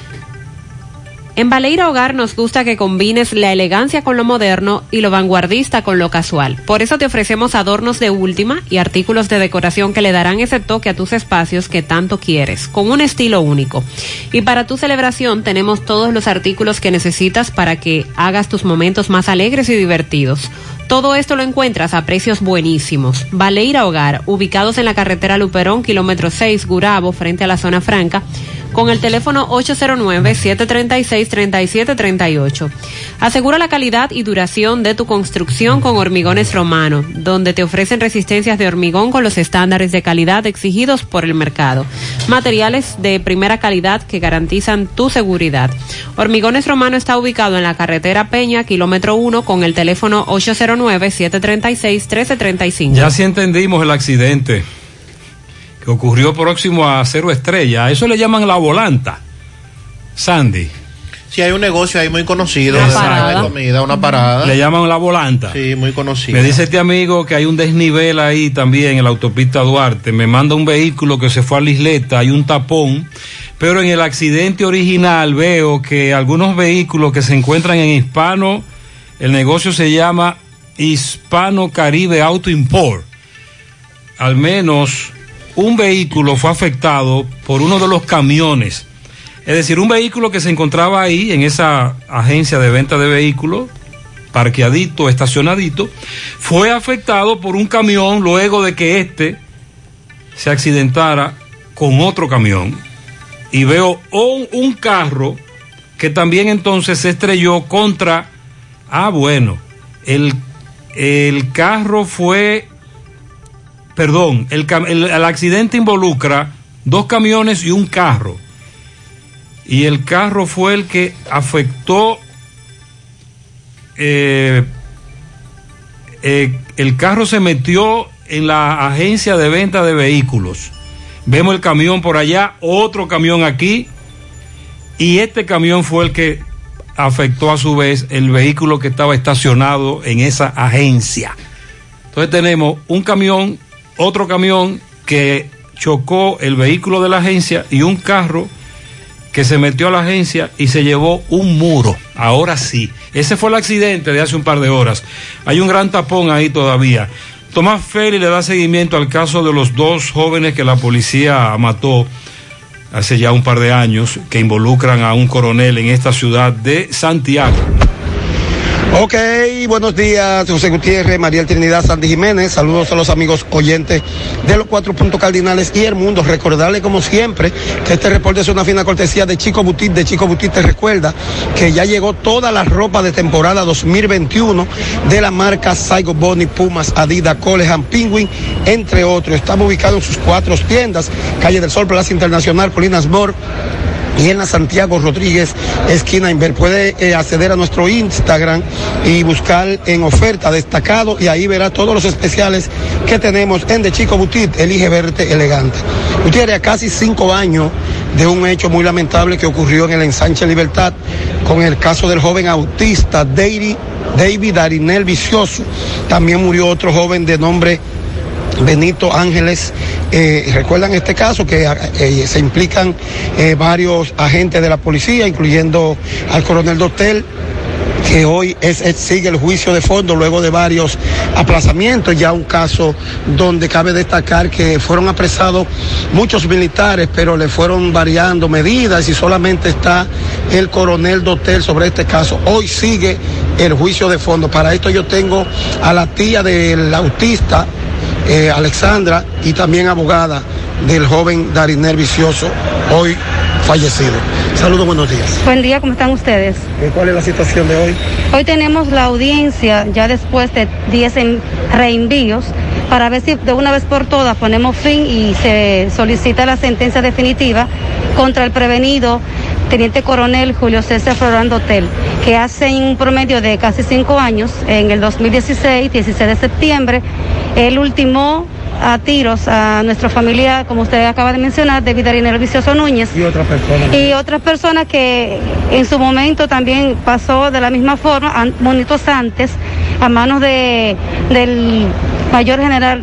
En Baleira Hogar nos gusta que combines la elegancia con lo moderno y lo vanguardista con lo casual. Por eso te ofrecemos adornos de última y artículos de decoración que le darán ese toque a tus espacios que tanto quieres, con un estilo único. Y para tu celebración tenemos todos los artículos que necesitas para que hagas tus momentos más alegres y divertidos. Todo esto lo encuentras a precios buenísimos. Baleira Hogar, ubicados en la carretera Luperón, kilómetro 6, Gurabo, frente a la zona franca, con el teléfono 809-736-3738. Asegura la calidad y duración de tu construcción con Hormigones Romano, donde te ofrecen resistencias de hormigón con los estándares de calidad exigidos por el mercado. Materiales de primera calidad que garantizan tu seguridad. Hormigones Romano está ubicado en la carretera Peña, kilómetro 1, con el teléfono 809-736-1335. Ya sí entendimos el accidente que ocurrió próximo a Cero Estrella. A eso le llaman La Volanta, Sandy. Sí, hay un negocio ahí muy conocido de comida, una parada. Le llaman La Volanta. Sí, muy conocido. Me dice este amigo que hay un desnivel ahí también en la autopista Duarte. Me manda un vehículo que se fue a la Isleta, hay un tapón, pero en el accidente original veo que algunos vehículos que se encuentran en Hispano, el negocio se llama Hispano Caribe Auto Import. Al menos un vehículo fue afectado por uno de los camiones. Es decir, un vehículo que se encontraba ahí en esa agencia de venta de vehículos, parqueadito, estacionadito, fue afectado por un camión luego de que este se accidentara con otro camión. Y veo un carro que también entonces se estrelló contra... el carro fue... Perdón, el accidente involucra dos camiones y un carro. Y el carro fue el que afectó... el carro se metió en la agencia de venta de vehículos. Vemos el camión por allá, otro camión aquí, y este camión fue el que afectó a su vez el vehículo que estaba estacionado en esa agencia. Entonces tenemos un camión, otro camión que chocó el vehículo de la agencia y un carro que se metió a la agencia y se llevó un muro. Ahora sí, ese fue el accidente de hace un par de horas. Hay un gran tapón ahí todavía. Tomás Félix le da seguimiento al caso de los dos jóvenes que la policía mató hace ya un par de años, que involucran a un coronel en esta ciudad de Santiago. Ok, buenos días, José Gutiérrez, Mariel Trinidad, Sandy Jiménez. Saludos a los amigos oyentes de los 4 puntos cardinales y el mundo. Recordarle, como siempre, que este reporte es una fina cortesía de Chico Boutique. De Chico Boutique te recuerda que ya llegó toda la ropa de temporada 2021 de la marca Saigo Bonnie, Pumas, Adidas, Colehan, Penguin, entre otros. Estamos ubicados en sus 4 tiendas: Calle del Sol, Plaza Internacional, Colinas Mor, y en la Santiago Rodríguez, esquina Inver. Puede acceder a nuestro Instagram y buscar en oferta destacado, y ahí verá todos los especiales que tenemos en De Chico Boutique. Elige verte elegante. Usted a casi 5 años de un hecho muy lamentable que ocurrió en el ensanche Libertad con el caso del joven autista David Arinel Vicioso. También murió otro joven de nombre Benito Ángeles. Recuerdan este caso que se implican varios agentes de la policía, incluyendo al coronel Dotel, que hoy sigue el juicio de fondo luego de varios aplazamientos. Ya un caso donde cabe destacar que fueron apresados muchos militares, pero le fueron variando medidas y solamente está el coronel Dotel sobre este caso. Hoy sigue el juicio de fondo. Para esto yo tengo a la tía del autista, Alexandra, y también abogada del joven Darinel Vicioso, hoy fallecido. Saludos, buenos días. Buen día, ¿cómo están ustedes? ¿Cuál es la situación de hoy? Hoy tenemos la audiencia, ya después de 10 reenvíos, para ver si de una vez por todas ponemos fin y se solicita la sentencia definitiva contra el prevenido Teniente Coronel Julio César Florán Dotel, que hace un promedio de casi 5 años, en el 2016, 16 de septiembre, él ultimó a tiros a nuestra familia, como usted acaba de mencionar, David Arinel Vicioso Núñez. Y otras personas. Y otras personas que en su momento también pasó de la misma forma, minutos antes, a manos del mayor general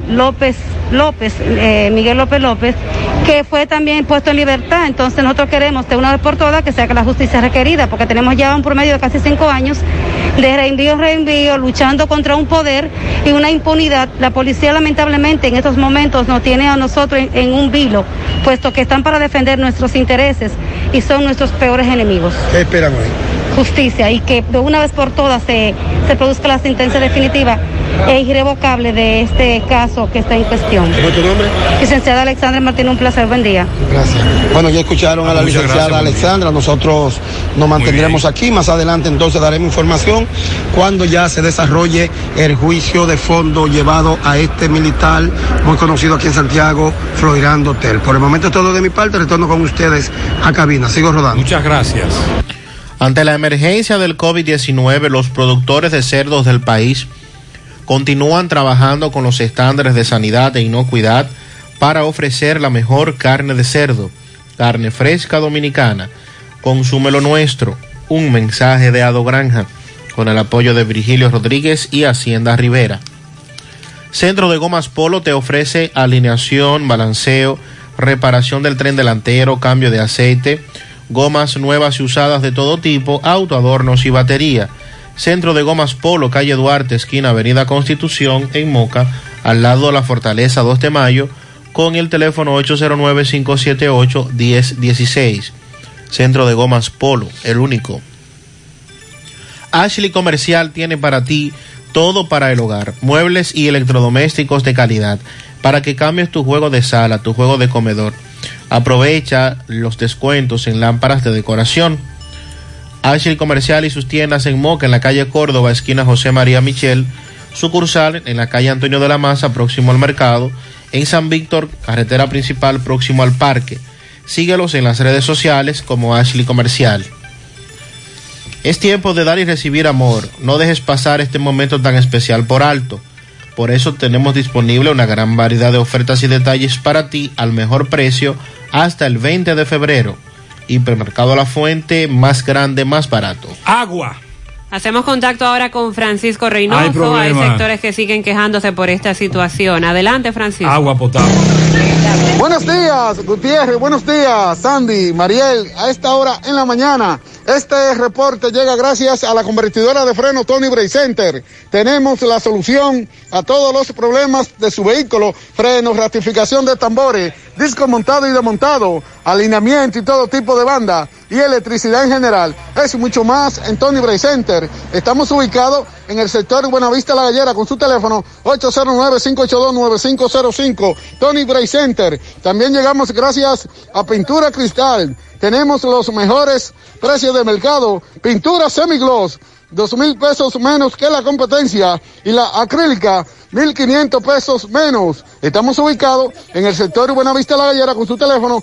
Miguel López, que fue también puesto en libertad. Entonces nosotros queremos de una vez por todas que se haga la justicia requerida, porque tenemos ya un promedio de casi 5 años de reenvío, luchando contra un poder y una impunidad. La policía lamentablemente en estos momentos nos tiene a nosotros en un vilo, puesto que están para defender nuestros intereses y son nuestros peores enemigos. ¿Qué esperan hoy? Justicia, y que de una vez por todas se produzca la sentencia definitiva e irrevocable de este caso que está en cuestión. ¿Cómo es tu nombre? Licenciada Alexandra Martín, un placer, buen día. Gracias. Bueno, ya escucharon a la licenciada Alexandra, nosotros nos mantendremos aquí, más adelante entonces daremos información cuando ya se desarrolle el juicio de fondo llevado a este militar muy conocido aquí en Santiago, Florán Dotel. Por el momento es todo de mi parte, retorno con ustedes a cabina, sigo rodando. Muchas gracias. Ante la emergencia del COVID-19, los productores de cerdos del país continúan trabajando con los estándares de sanidad e inocuidad para ofrecer la mejor carne de cerdo, carne fresca dominicana. Consume lo nuestro. Un mensaje de Ado Granja, con el apoyo de Virgilio Rodríguez y Hacienda Rivera. Centro de Gomas Polo te ofrece alineación, balanceo, reparación del tren delantero, cambio de aceite, gomas nuevas y usadas de todo tipo, autoadornos y batería. Centro de Gomas Polo, calle Duarte, esquina Avenida Constitución, en Moca, al lado de la Fortaleza 2 de Mayo, con el teléfono 809-578-1016. Centro de Gomas Polo, el único. Ashley Comercial tiene para ti todo para el hogar, muebles y electrodomésticos de calidad, para que cambies tu juego de sala, tu juego de comedor. Aprovecha los descuentos en lámparas de decoración. Ashley Comercial y sus tiendas en Moca, en la calle Córdoba, esquina José María Michel, sucursal en la calle Antonio de la Maza, próximo al mercado, en San Víctor, carretera principal, próximo al parque. Síguelos en las redes sociales como Ashley Comercial. Es tiempo de dar y recibir amor. No dejes pasar este momento tan especial por alto. Por eso tenemos disponible una gran variedad de ofertas y detalles para ti al mejor precio hasta el 20 de febrero. Hipermercado La Fuente, más grande, más barato. Agua. Hacemos contacto ahora con Francisco Reynoso. Hay sectores que siguen quejándose por esta situación. Adelante, Francisco. Agua potable. Buenos días, Gutiérrez. Buenos días, Sandy, Mariel. A esta hora en la mañana, este reporte llega gracias a la convertidora de freno Tony Bray Center. Tenemos la solución a todos los problemas de su vehículo: frenos, rectificación de tambores, disco montado y desmontado, alineamiento y todo tipo de banda y electricidad en general. Eso y mucho más en Tony Bray Center. Estamos ubicados en el sector Buenavista La Gallera con su teléfono 809-582-9505. Tony Bray Center. También llegamos gracias a Pintura Cristal. Tenemos los mejores precios de mercado. Pintura semigloss, 2,000 pesos menos que la competencia, y la acrílica 1,500 pesos menos. Estamos ubicados en el sector Buenavista La Gallera con su teléfono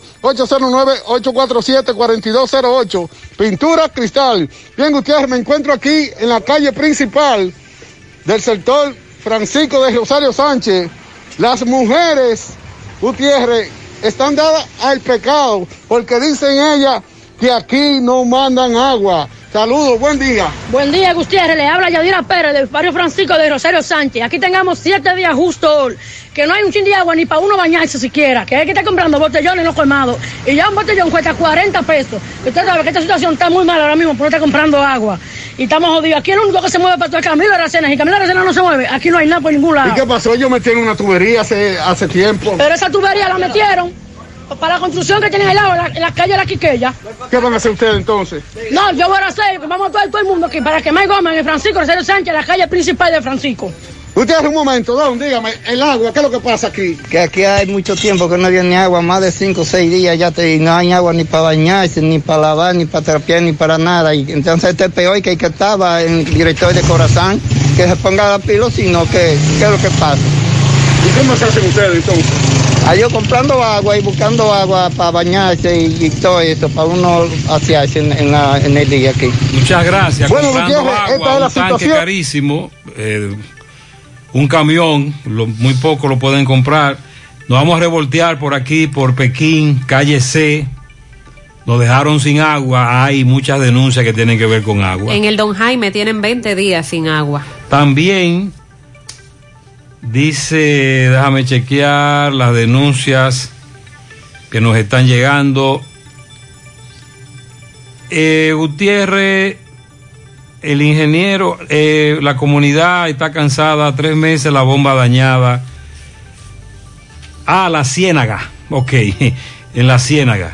809-847-4208. Pintura Cristal. Bien, Gutiérrez, me encuentro aquí en la calle principal del sector Francisco de Rosario Sánchez. Las mujeres, Gutiérrez, están dadas al pecado porque dicen ellas que aquí no mandan agua. Saludos, buen día. Buen día, Gutiérrez. Le habla Yadira Pérez del barrio Francisco de Rosario Sánchez. Aquí tengamos 7 días justo, que no hay un chin de agua ni para uno bañarse siquiera, que hay que estar comprando botellones en los colmados. Y ya un botellón cuesta 40 pesos. Usted sabe que esta situación está muy mal ahora mismo por no estar comprando agua. Y estamos jodidos. Aquí el único que se mueve para todo es Camilo Aracena. Y Camilo Aracena no se mueve. Aquí no hay nada por ningún lado. ¿Y qué pasó? Ellos metieron una tubería hace tiempo. Pero esa tubería la metieron para la construcción que tienen al lado, en la calle de la Quiqueya. ¿Qué van a hacer ustedes entonces? No, yo voy a hacer, vamos a todo el mundo aquí para que me goma en el Francisco Rosario Sánchez, la calle principal de Francisco. Usted hace un momento, Don, dígame, el agua, ¿qué es lo que pasa aquí? Que aquí hay mucho tiempo que no viene agua, más de 5 o 6 días ya y no hay agua ni para bañarse, ni para lavar, ni para trapear, ni para nada. Y entonces este es peor que el que estaba en el director de Corazán, que se ponga la pila, sino que, ¿qué es lo que pasa? ¿Y cómo se hacen ustedes entonces? Yo comprando agua y buscando agua para bañarse y todo eso, para uno asearse en el día aquí. Muchas gracias. Bueno, comprando Gutiérrez, agua, un tanque carísimo, un camión, muy poco lo pueden comprar. Nos vamos a revoltear por aquí, por Pekín, calle C. Nos dejaron sin agua. Hay muchas denuncias que tienen que ver con agua. En el Don Jaime tienen 20 días sin agua. También dice, déjame chequear las denuncias que nos están llegando. Gutiérrez, el ingeniero, la comunidad está cansada, 3 meses la bomba dañada. La Ciénaga, ok, en la Ciénaga.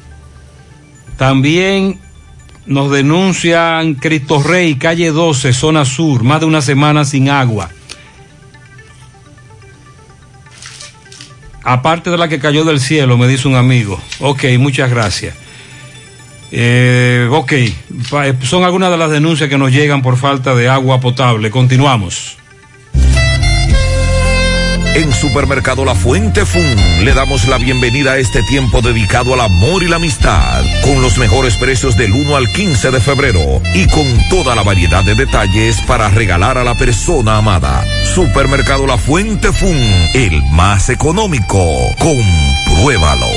También nos denuncian Cristo Rey, calle 12, zona sur, más de una semana sin agua. Aparte de la que cayó del cielo, me dice un amigo. Ok, muchas gracias. Son algunas de las denuncias que nos llegan por falta de agua potable. Continuamos. En Supermercado La Fuente Fun le damos la bienvenida a este tiempo dedicado al amor y la amistad, con los mejores precios del 1 al 15 de febrero y con toda la variedad de detalles para regalar a la persona amada. Supermercado La Fuente Fun, el más económico. Compruébalo.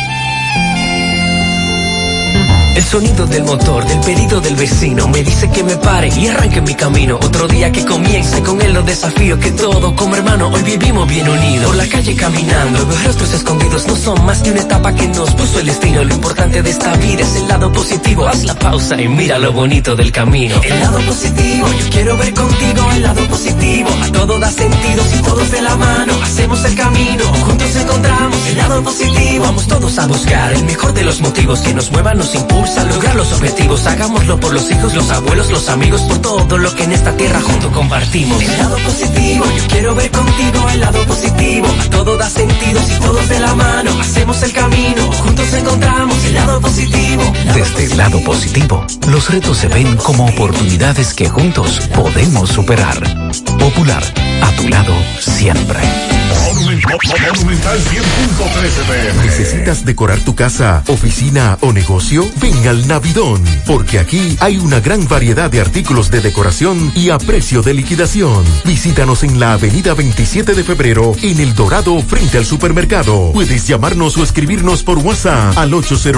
El sonido del motor, del pedido del vecino, me dice que me pare y arranque mi camino. Otro día que comienza y con él los desafíos que todo, como hermano, hoy vivimos bien unidos. Por la calle caminando, los rostros escondidos no son más que una etapa que nos puso el destino. Lo importante de esta vida es el lado positivo. Haz la pausa y mira lo bonito del camino. El lado positivo, yo quiero ver contigo el lado positivo. A todo da sentido si todos de la mano hacemos el camino. Juntos encontramos el lado positivo. Vamos todos a buscar el mejor de los motivos que nos muevan, nos impulsan a lograr los objetivos. Hagámoslo por los hijos, los abuelos, los amigos, por todo lo que en esta tierra juntos compartimos. El lado positivo, yo quiero ver contigo el lado positivo. A todo da sentido si todos de la mano hacemos el camino. Juntos encontramos el lado positivo. Desde el lado positivo, los retos se ven como oportunidades que juntos podemos superar. Popular, a tu lado siempre. Monumental 100.13 PM. ¿Necesitas decorar tu casa, oficina o negocio? Ven al Navidón, porque aquí hay una gran variedad de artículos de decoración y a precio de liquidación. Visítanos en la avenida 27 de febrero, en El Dorado, frente al supermercado. Puedes llamarnos o escribirnos por WhatsApp al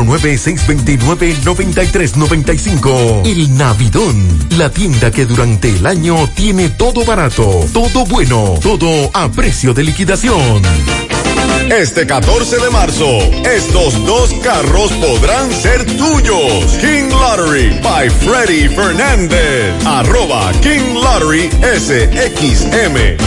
809-629-9395. El Navidón, la tienda que durante el año tiene todo barato, todo bueno, todo a precio de liquidación. Este 14 de marzo, estos 2 carros podrán ser tuyos. King Lottery by Freddy Fernández. @King Lottery SXM.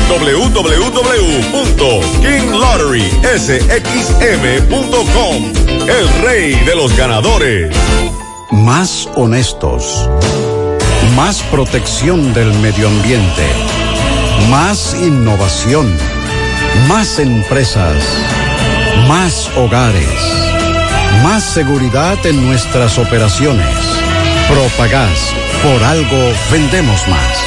www.kinglotterysxm.com. El rey de los ganadores. Más honestos. Más protección del medio ambiente. Más innovación. Más empresas, más hogares, más seguridad en nuestras operaciones. Propagás, por algo vendemos más.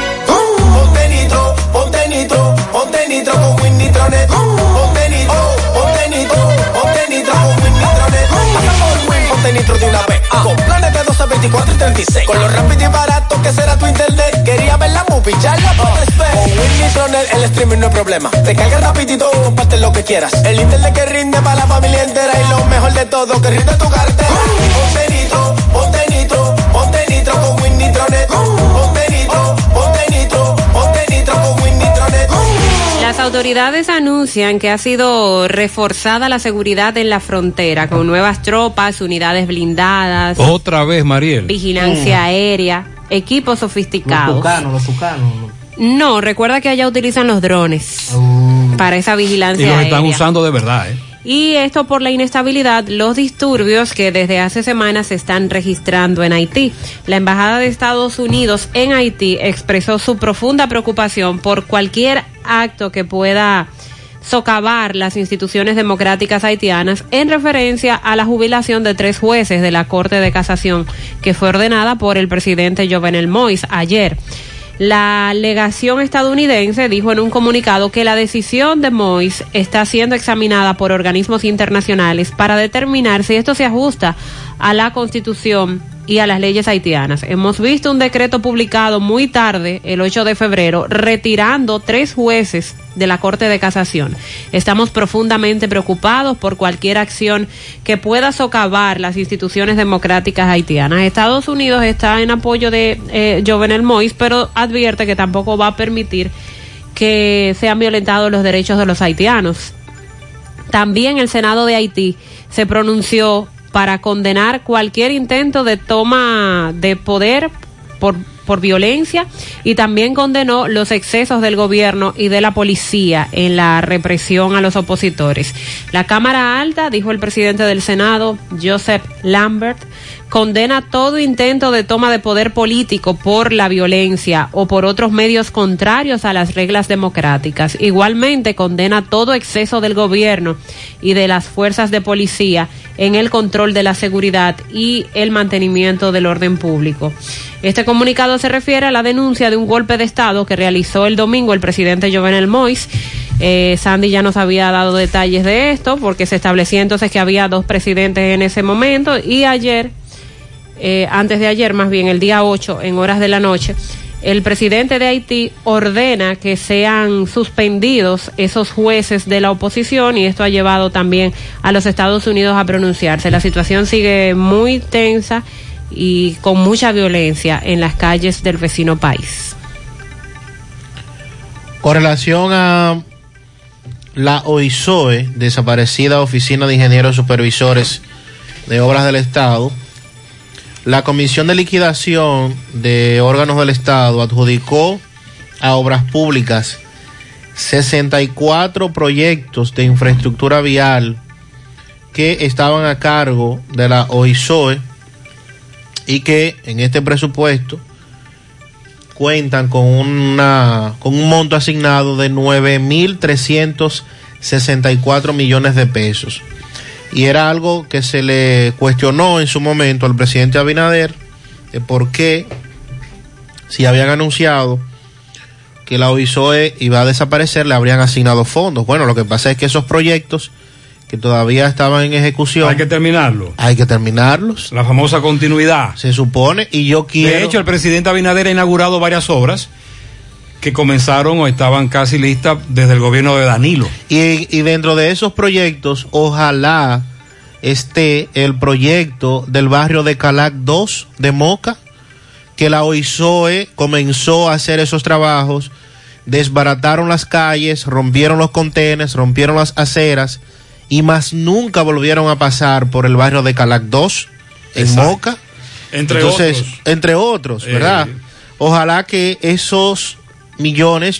Ponte nitro, ponte nitro, ponte nitro con Win Nitronet. Ponte nitro, ponte nitro, ponte nitro con Win Nitronet. Pasa por Win, ponte nitro de una vez. Con planes de 12, 24 y 36. Con lo rápido y barato que será tu internet. Quería ver la movie, ya la puedes ver. Con Win Nitronet el streaming no es problema. Te carga rapidito, comparte lo que quieras. El internet que rinde para la familia entera. Y lo mejor de todo, que rinde tu cartera. Ponte nitro, ponte nitro, ponte nitro con Win Nitronet. Ponte nitro, ponte nitro, ponte nitro con Win Nitronet. Las autoridades anuncian que ha sido reforzada la seguridad en la frontera con nuevas tropas, unidades blindadas. Otra vez, Mariel. Vigilancia aérea, equipos sofisticados. Los tucanos. No, recuerda que allá utilizan los drones para esa vigilancia aérea. Y los están usando de verdad, Y esto por la inestabilidad, los disturbios que desde hace semanas se están registrando en Haití. La Embajada de Estados Unidos en Haití expresó su profunda preocupación por cualquier acto que pueda socavar las instituciones democráticas haitianas en referencia a la jubilación de 3 jueces de la Corte de Casación que fue ordenada por el presidente Jovenel Moïse ayer. La legación estadounidense dijo en un comunicado que la decisión de Moïse está siendo examinada por organismos internacionales para determinar si esto se ajusta a la Constitución y a las leyes haitianas. Hemos visto un decreto publicado muy tarde, el 8 de febrero, retirando 3 jueces de la Corte de Casación. Estamos profundamente preocupados por cualquier acción que pueda socavar las instituciones democráticas haitianas. Estados Unidos está en apoyo de Jovenel Moïse, pero advierte que tampoco va a permitir que sean violentados los derechos de los haitianos. También el Senado de Haití se pronunció para condenar cualquier intento de toma de poder por violencia y también condenó los excesos del gobierno y de la policía en la represión a los opositores. La Cámara Alta, dijo el presidente del Senado, Joseph Lambert, condena todo intento de toma de poder político por la violencia o por otros medios contrarios a las reglas democráticas. Igualmente condena todo exceso del gobierno y de las fuerzas de policía en el control de la seguridad y el mantenimiento del orden público. Este comunicado se refiere a la denuncia de un golpe de Estado que realizó el domingo el presidente Jovenel Moïse. Sandy ya nos había dado detalles de esto porque se establecía entonces que había 2 presidentes en ese momento y ayer, antes de ayer más bien, el día 8, en horas de la noche, el presidente de Haití ordena que sean suspendidos esos jueces de la oposición y esto ha llevado también a los Estados Unidos a pronunciarse. La situación sigue muy tensa y con mucha violencia en las calles del vecino país. Con relación a la OISOE, desaparecida Oficina de Ingenieros Supervisores de Obras del Estado, la Comisión de Liquidación de Órganos del Estado adjudicó a Obras Públicas 64 proyectos de infraestructura vial que estaban a cargo de la OISOE y que en este presupuesto cuentan con un monto asignado de 9.364 millones de pesos. Y era algo que se le cuestionó en su momento al presidente Abinader, de por qué, si habían anunciado que la OISOE iba a desaparecer, le habrían asignado fondos. Bueno, lo que pasa es que esos proyectos que todavía estaban en ejecución, hay que terminarlos. Hay que terminarlos. La famosa continuidad. Se supone, y yo quiero... De hecho, el presidente Abinader ha inaugurado varias obras que comenzaron o estaban casi listas desde el gobierno de Danilo. Y dentro de esos proyectos, ojalá esté el proyecto del barrio de Calac 2 de Moca, que la OISOE comenzó a hacer esos trabajos desbarataron las calles, rompieron los contenes, rompieron las aceras y más nunca volvieron a pasar por el barrio de Calac 2 en Moca. Entre otros, ¿verdad? Ojalá que esos millones,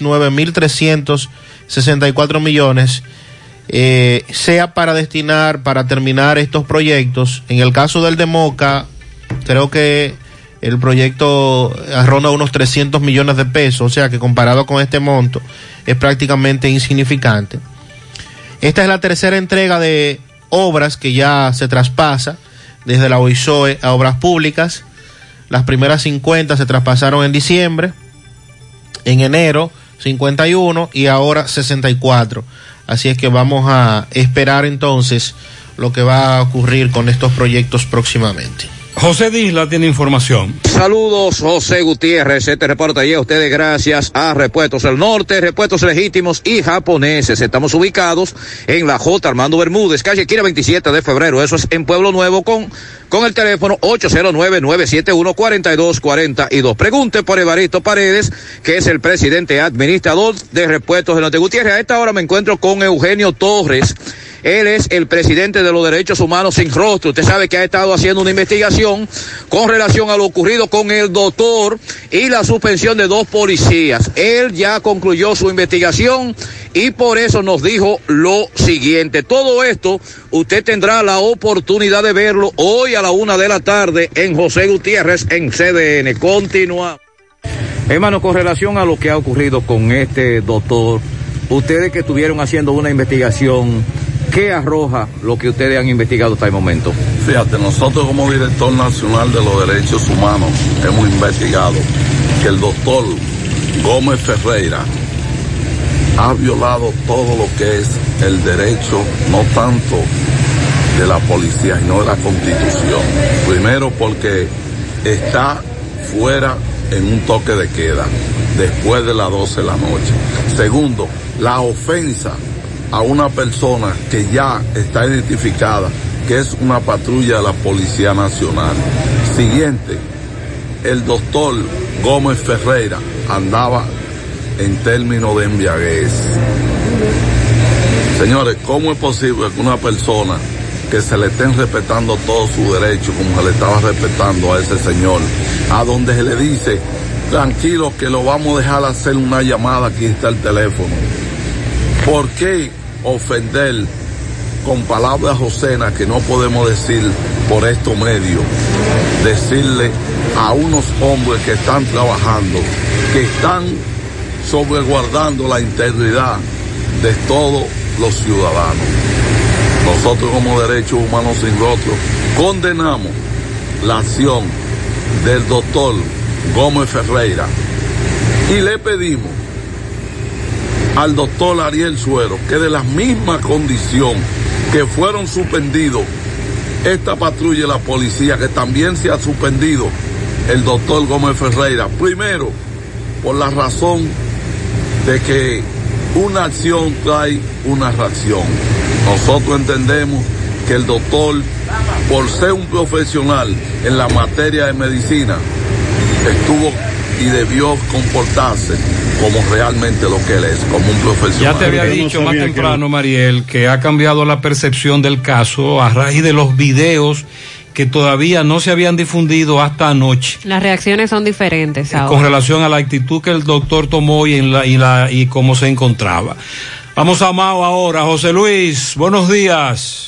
9.364 millones, sea para destinar, para terminar estos proyectos. En el caso del de Moca, creo que el proyecto ronda unos 300 millones de pesos, o sea que comparado con este monto es prácticamente insignificante. Esta es la tercera entrega de obras que ya se traspasa desde la OISOE a Obras Públicas. Las primeras 50 se traspasaron en diciembre, en enero 51 y ahora 64. Así es que vamos a esperar entonces lo que va a ocurrir con estos proyectos próximamente. José Disla tiene información. Saludos, José Gutiérrez. Este reporte llega a ustedes gracias a Repuestos del Norte, Repuestos Legítimos y Japoneses. Estamos ubicados en la J. Armando Bermúdez, calle Esquina 27 de febrero. Eso es en Pueblo Nuevo con el teléfono 809-971-4242. Pregunte por Evaristo Paredes, que es el presidente administrador de Repuestos del Norte. Gutiérrez, a esta hora me encuentro con Eugenio Torres. Él es el presidente de los derechos humanos sin rostro. Usted sabe que ha estado haciendo una investigación con relación a lo ocurrido con el doctor y la suspensión de 2 policías. Él ya concluyó su investigación y por eso nos dijo lo siguiente. Todo esto usted tendrá la oportunidad de verlo hoy a la 1:00 p.m. en José Gutiérrez en CDN. Continúa. Hermano, con relación a lo que ha ocurrido con este doctor, ustedes que estuvieron haciendo una investigación, ¿qué arroja lo que ustedes han investigado hasta el momento? Fíjate, nosotros como director nacional de los derechos humanos hemos investigado que el doctor Gómez Ferreira ha violado todo lo que es el derecho, no tanto de la policía, sino de la Constitución. Primero porque está fuera en un toque de queda después de las 12 de la noche. Segundo, la ofensa a una persona que ya está identificada, que es una patrulla de la Policía Nacional. Siguiente, el doctor Gómez Ferreira andaba en términos de embriaguez. Señores, ¿cómo es posible que una persona que se le estén respetando todos sus derechos, como se le estaba respetando a ese señor, a donde se le dice, tranquilo que lo vamos a dejar hacer una llamada, aquí está el teléfono? ¿Por qué ofender con palabras obscenas que no podemos decir por estos medios? Decirle a unos hombres que están trabajando, que están sobreguardando la integridad de todos los ciudadanos. Nosotros como Derechos Humanos Sin Rostro condenamos la acción del doctor Gómez Ferreira y le pedimos al doctor Ariel Suero que de la misma condición que fueron suspendidos esta patrulla de la policía, que también se ha suspendido el doctor Gómez Ferreira, primero por la razón de que una acción trae una reacción. Nosotros entendemos que el doctor, por ser un profesional en la materia de medicina, estuvo y debió comportarse como realmente lo que él es, como un profesional. Ya te había dicho más temprano, Mariel, que ha cambiado la percepción del caso a raíz de los videos que todavía no se habían difundido hasta anoche. Las reacciones son diferentes ahora. Con relación a la actitud que el doctor tomó y cómo se encontraba. Vamos a Mao ahora. José Luis, buenos días.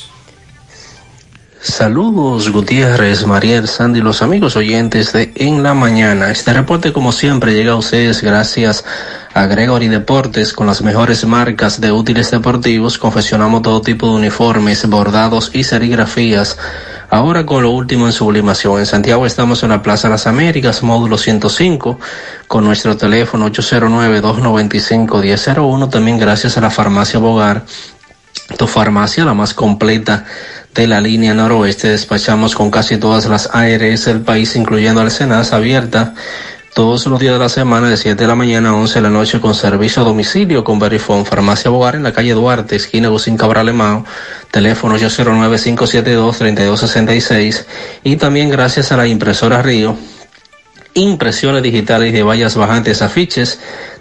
Saludos, Gutiérrez, Mariel, Sandy, los amigos oyentes de En la Mañana. Este reporte, como siempre, llega a ustedes gracias a Gregory Deportes. Con las mejores marcas de útiles deportivos, confeccionamos todo tipo de uniformes, bordados y serigrafías. Ahora con lo último en sublimación. En Santiago estamos en la Plaza Las Américas, módulo 105, con nuestro teléfono 809-295-1001. También gracias a la Farmacia Bogar, tu farmacia, la más completa de la línea noroeste. Despachamos con casi todas las ARS del país, incluyendo al Senasa, abierta todos los días de la semana de 7 de la mañana a 11 de la noche, con servicio a domicilio con Verifone. Farmacia Bogar en la calle Duarte, esquina Agustín Cabral Emao, teléfono 809-572-3266. Y también gracias a la impresora Río, impresiones digitales de vallas bajantes, afiches,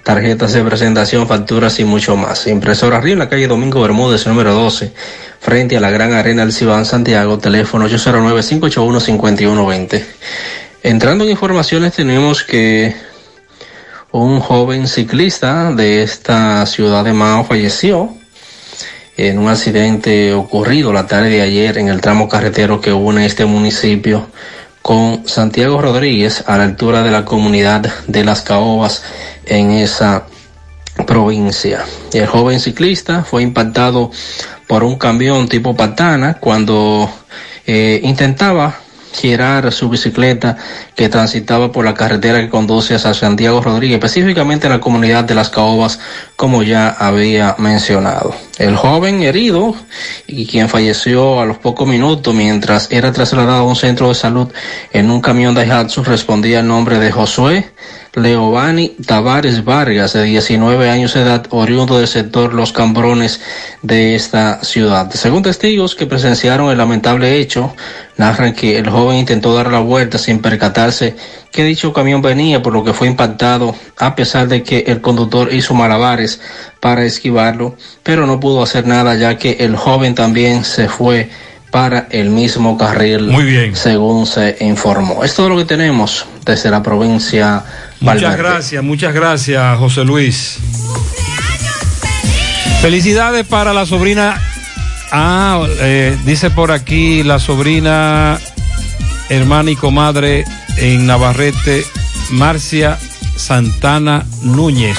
tarjetas de presentación, facturas y mucho más. Impresora Río en la calle Domingo Bermúdez, número 12, frente a la Gran Arena del Cibán, Santiago, teléfono 809-581-5120. Entrando en informaciones, tenemos que un joven ciclista de esta ciudad de Mao falleció en un accidente ocurrido la tarde de ayer en el tramo carretero que une este municipio con Santiago Rodríguez a la altura de la comunidad de Las Caobas en esa provincia. El joven ciclista fue impactado por un camión tipo patana cuando intentaba girar su bicicleta que transitaba por la carretera que conduce hacia Santiago Rodríguez, específicamente en la comunidad de Las Caobas, como ya había mencionado. El joven herido y quien falleció a los pocos minutos mientras era trasladado a un centro de salud en un camión Daihatsu respondía al nombre de Josué Leovani Tavares Vargas, de 19 años de edad, oriundo del sector Los Cambrones de esta ciudad. Según testigos que presenciaron el lamentable hecho, narran que el joven intentó dar la vuelta sin percatarse que dicho camión venía, por lo que fue impactado, a pesar de que el conductor hizo malabares para esquivarlo, pero no pudo hacer nada ya que el joven también se fue para el mismo carril. Muy bien. Según se informó. Es todo lo que tenemos desde la provincia Valverde. Muchas gracias, José Luis. Felicidades para la sobrina. Dice por aquí la sobrina, hermana y comadre en Navarrete, Marcia Santana Núñez,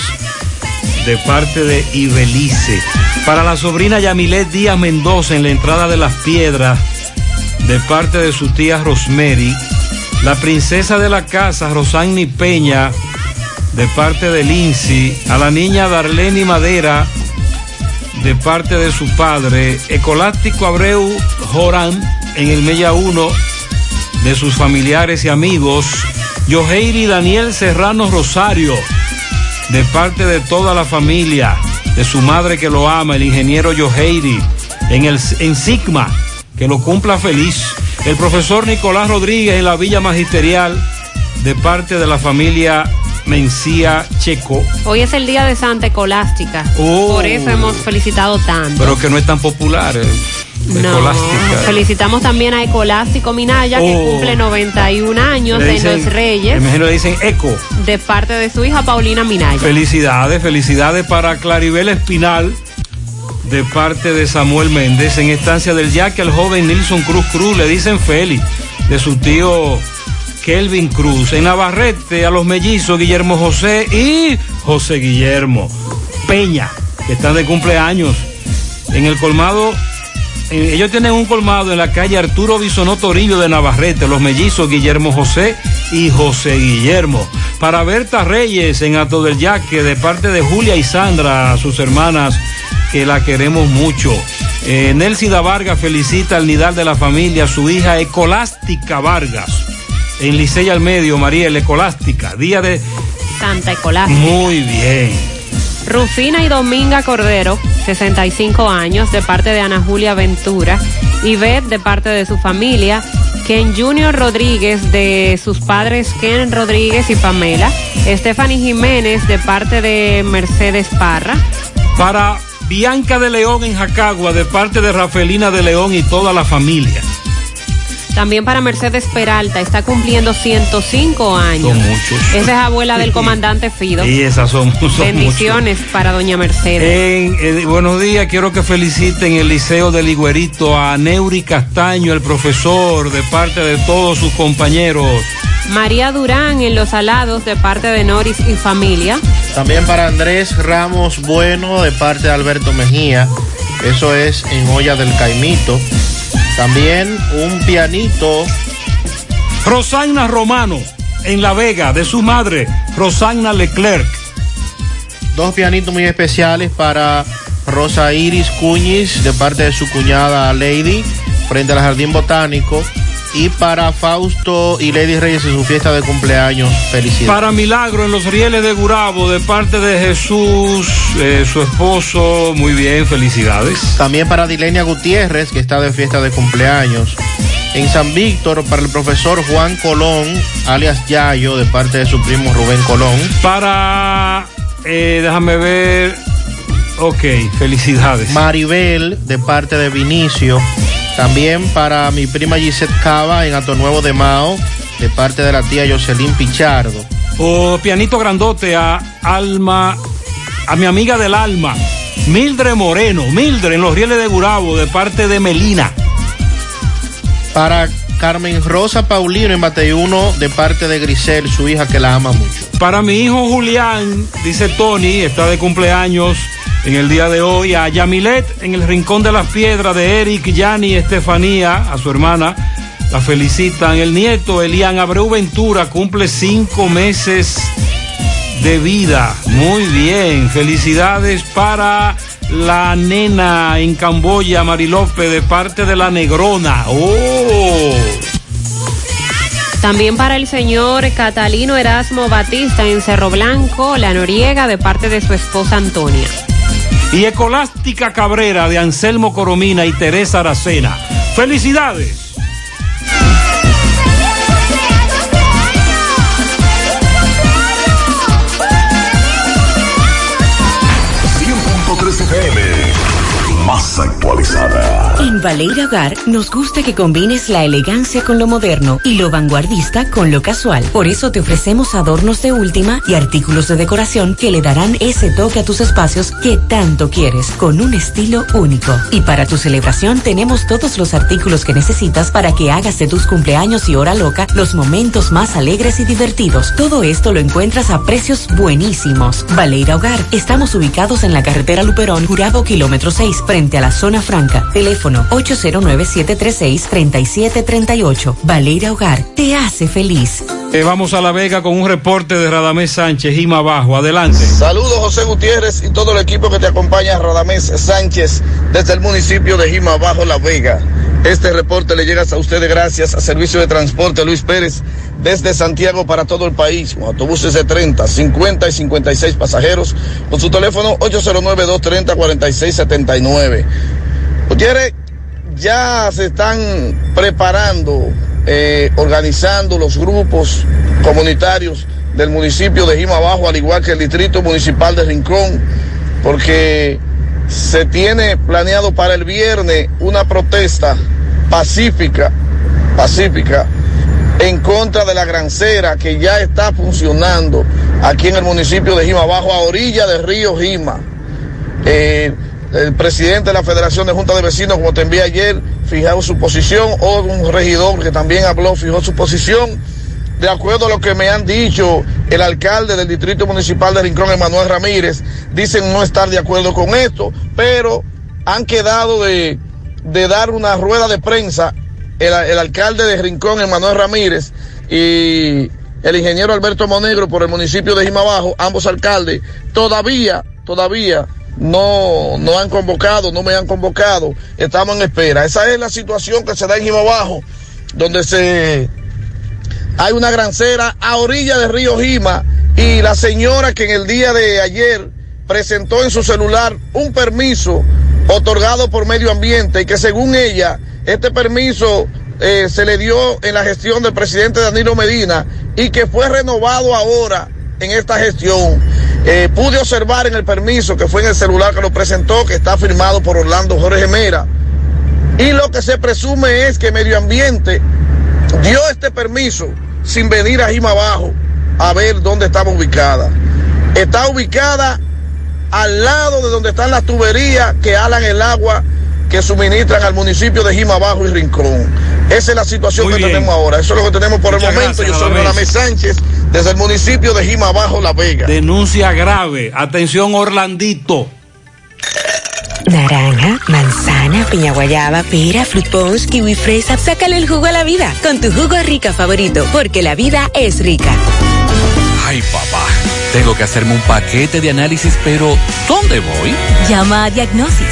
de parte de Ibelice. Para la sobrina Yamilet Díaz Mendoza en la entrada de Las Piedras, de parte de su tía Rosemary. La princesa de la casa, Rosani Peña, de parte de Lindsay. A la niña Darlene Madera, de parte de su padre. Ecolástico Abreu Joran, en el Mella 1, de sus familiares y amigos. Yoheiri Daniel Serrano Rosario, de parte de toda la familia, de su madre que lo ama, el ingeniero Yoheiri, en Sigma, que lo cumpla feliz. El profesor Nicolás Rodríguez en la Villa Magisterial, de parte de la familia Mencía Checo. Hoy es el día de Santa Escolástica, por eso hemos felicitado tanto. Pero que no es tan popular. Escolástica. Felicitamos también a Ecolástico Minaya, que cumple 91 años en Los Reyes. Me imagino le dicen Eco. De parte de su hija Paulina Minaya. Felicidades para Claribel Espinal, de parte de Samuel Méndez. En Estancia del Yaque, al joven Nilson Cruz le dicen Félix, de su tío Kelvin Cruz. En Navarrete, a los mellizos Guillermo José y José Guillermo Peña, que están de cumpleaños. En el colmado, ellos tienen un colmado en la calle Arturo Bisonó Torillo de Navarrete, los mellizos Guillermo José y José Guillermo. Para Berta Reyes en Ato del Yaque, de parte de Julia y Sandra, sus hermanas, que la queremos mucho. Nelsida Vargas felicita al nidal de la familia, su hija Escolástica Vargas. En Licey al Medio, Mariel, Escolástica, día de Santa Escolástica. Muy bien. Rufina y Dominga Cordero, 65 años, de parte de Ana Julia Ventura. Ivette, de parte de su familia. Ken Junior Rodríguez, de sus padres Ken Rodríguez y Pamela. Stephanie Jiménez, de parte de Mercedes Parra. Para Bianca de León en Jacagua, de parte de Rafaelina de León y toda la familia. También para Mercedes Peralta, está cumpliendo 105 años. Son muchos. Esa es abuela del comandante Fido. Y esas son bendiciones muchos. Para doña Mercedes. Buenos días, quiero que feliciten el Liceo del Higuerito a Neuri Castaño, el profesor, de parte de todos sus compañeros. María Durán en Los Alados, de parte de Noris y familia. También para Andrés Ramos Bueno, de parte de Alberto Mejía. Eso es en Olla del Caimito. También un pianito. Rosagna Romano en La Vega, de su madre, Rosagna Leclerc. Dos pianitos muy especiales para Rosa Iris Cuñiz, de parte de su cuñada Lady, frente al Jardín Botánico. Y para Fausto y Lady Reyes en su fiesta de cumpleaños, felicidades. Para Milagro en Los Rieles de Gurabo, de parte de Jesús, su esposo, muy bien, felicidades. También para Dilenia Gutiérrez, que está de fiesta de cumpleaños. En San Víctor, para el profesor Juan Colón, alias Yayo, de parte de su primo Rubén Colón. Para déjame ver. Ok, felicidades. Maribel, de parte de Vinicio. También para mi prima Gisette Cava en Atonuevo de Mao, de parte de la tía Jocelyn Pichardo. Pianito grandote a Alma, a mi amiga del alma, Mildred Moreno, Mildred en los Rieles de Gurabo, de parte de Melina. Para Carmen Rosa Paulino en Bateyuno, de parte de Grisel, su hija que la ama mucho. Para mi hijo Julián, dice Tony, está de cumpleaños en el día de hoy. A Yamilet en el Rincón de las Piedras, de Eric, Yani y Estefanía, a su hermana, la felicitan. El nieto Elian Abreu Ventura cumple 5 meses de vida. Muy bien, felicidades para la nena en Camboya, Marilope, de parte de la Negrona. ¡Oh! También para el señor Catalino Erasmo Batista en Cerro Blanco, La Noriega, de parte de su esposa Antonia. Y Ecolástica Cabrera, de Anselmo Coromina y Teresa Aracena. ¡Felicidades! Más actualizada. En Baleira Hogar nos gusta que combines la elegancia con lo moderno y lo vanguardista con lo casual. Por eso te ofrecemos adornos de última y artículos de decoración que le darán ese toque a tus espacios que tanto quieres, con un estilo único. Y para tu celebración tenemos todos los artículos que necesitas para que hagas de tus cumpleaños y hora loca los momentos más alegres y divertidos. Todo esto lo encuentras a precios buenísimos. Baleira Hogar, estamos ubicados en la carretera Luperón, Gurabo, kilómetro 6, frente a la zona franca. Teléfono 809-736-3738. Baleira Hogar, te hace feliz. Vamos a La Vega con un reporte de Radamés Sánchez, Jima Bajo. Adelante. Saludos, José Gutiérrez y todo el equipo que te acompaña, Radamés Sánchez, desde el municipio de Jima Bajo, La Vega. Este reporte le llega a ustedes gracias a Servicio de Transporte Luis Pérez, desde Santiago para todo el país, con autobuses de 30, 50 y 56 pasajeros, con su teléfono 809-230-4679. Gutiérrez, ya se están preparando, organizando los grupos comunitarios del municipio de Jima Bajo, al igual que el distrito municipal de Rincón, porque se tiene planeado para el viernes una protesta pacífica en contra de la grancera que ya está funcionando aquí en el municipio de Jima Bajo, a orilla del río Jima. El presidente de la Federación de Junta de Vecinos, como te envié ayer, fijó su posición, o un regidor que también habló, fijó su posición. De acuerdo a lo que me han dicho el alcalde del distrito municipal de Rincón, Emanuel Ramírez, dicen no estar de acuerdo con esto, pero han quedado de dar una rueda de prensa el alcalde de Rincón, Emanuel Ramírez, y el ingeniero Alberto Monegro por el municipio de Jima Bajo, ambos alcaldes, todavía no han convocado, no me han convocado, estamos en espera. Esa es la situación que se da en Jima Bajo, donde hay una grancera a orilla del río Jima, y la señora que en el día de ayer presentó en su celular un permiso otorgado por Medio Ambiente, y que según ella, este permiso se le dio en la gestión del presidente Danilo Medina y que fue renovado ahora en esta gestión. Pude observar en el permiso, que fue en el celular que lo presentó, que está firmado por Orlando Jorge Mera, y lo que se presume es que Medio Ambiente dio este permiso sin venir a Jima Bajo a ver dónde estaba ubicada. Está ubicada al lado de donde están las tuberías que alan el agua que suministran al municipio de Jima Bajo y Rincón. Esa es la situación que tenemos ahora. Eso es lo que tenemos por el momento. Yo soy Radamés Sánchez, desde el municipio de Jima Bajo, La Vega. Denuncia grave. Atención, Orlandito. Naranja, manzana, piña guayaba, pera, fruit punch, kiwi, fresa. Sácale el jugo a la vida con tu jugo Rica favorito, porque la vida es rica. Ay, papá, tengo que hacerme un paquete de análisis, pero ¿dónde voy? Llama a Diagnosis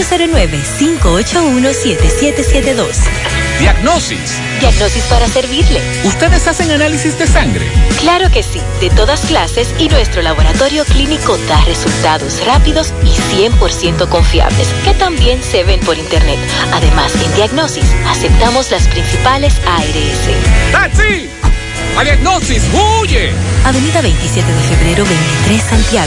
809-581-7772. Diagnosis. Diagnosis para servirle. ¿Ustedes hacen análisis de sangre? Claro que sí, de todas clases, y nuestro laboratorio clínico da resultados rápidos y 100% confiables, que también se ven por internet. Además, en Diagnosis aceptamos las principales ARS. ¡Taxi! A Diagnosis, ¡huye! Avenida 27 de febrero 23 Santiago,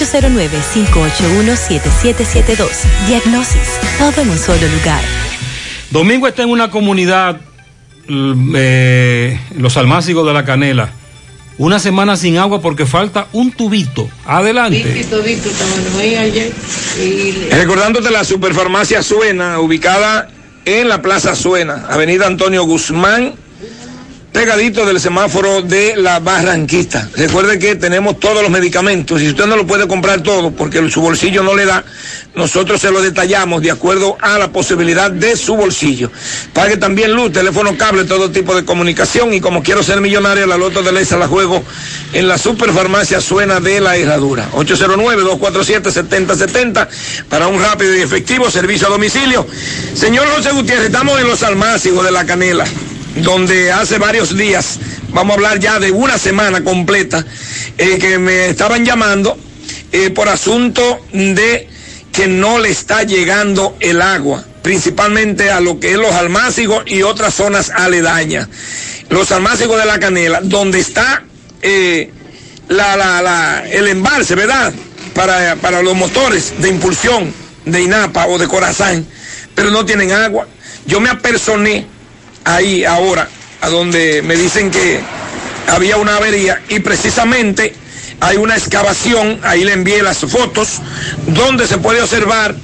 809-581-7772. Diagnosis, todo en un solo lugar. Domingo está en una comunidad, los Almácigos de la Canela, una semana sin agua porque falta un tubito. Adelante. Recordándote la Superfarmacia Suena, ubicada en la Plaza Suena, Avenida Antonio Guzmán, pegadito del semáforo de la Barranquita. Recuerde que tenemos todos los medicamentos y si usted no lo puede comprar todo porque su bolsillo no le da, nosotros se lo detallamos de acuerdo a la posibilidad de su bolsillo. Pague también luz, teléfono, cable, todo tipo de comunicación, y como quiero ser millonario, la loto de Leisa la juego en la Superfarmacia Suena de la Herradura. 809-247-7070 para un rápido y efectivo servicio a domicilio. Señor José Gutiérrez, estamos en los Almácigos de la Canela, donde hace varios días, vamos a hablar ya de una semana completa, que me estaban llamando por asunto de que no le está llegando el agua, principalmente a lo que es los Almácigos y otras zonas aledañas. Los Almácigos de la Canela, donde está el embalse, ¿verdad?, para los motores de impulsión de INAPA o de Corazán, pero no tienen agua. Yo me apersoné ahí ahora, a donde me dicen que había una avería, y precisamente hay una excavación, ahí le envié las fotos, donde se puede observar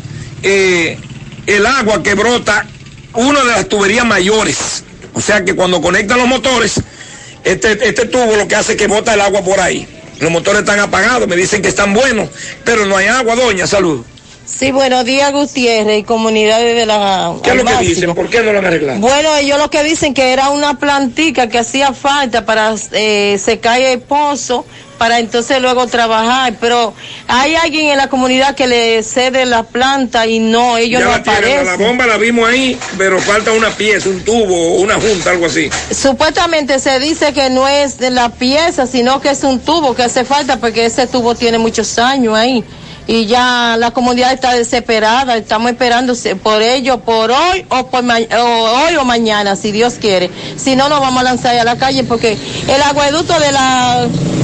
el agua que brota una de las tuberías mayores. O sea que cuando conectan los motores, este tubo lo que hace es que bota el agua por ahí. Los motores están apagados, me dicen que están buenos, pero no hay agua, doña. Saludos. Sí, buenos días, Gutiérrez y comunidades de la... ¿Qué es lo que dicen? ¿Por qué no lo han arreglado? Bueno, ellos lo que dicen que era una plantica que hacía falta para secar el pozo, para entonces luego trabajar, pero hay alguien en la comunidad que le cede la planta y no, ellos ya no aparecen. La bomba la vimos ahí, pero falta una pieza, un tubo, una junta, algo así. Supuestamente se dice que no es de la pieza, sino que es un tubo que hace falta, porque ese tubo tiene muchos años ahí. Y ya la comunidad está desesperada, estamos esperando por ello, por hoy o hoy o mañana, si Dios quiere. Si no, nos vamos a lanzar a la calle, porque el acueducto de la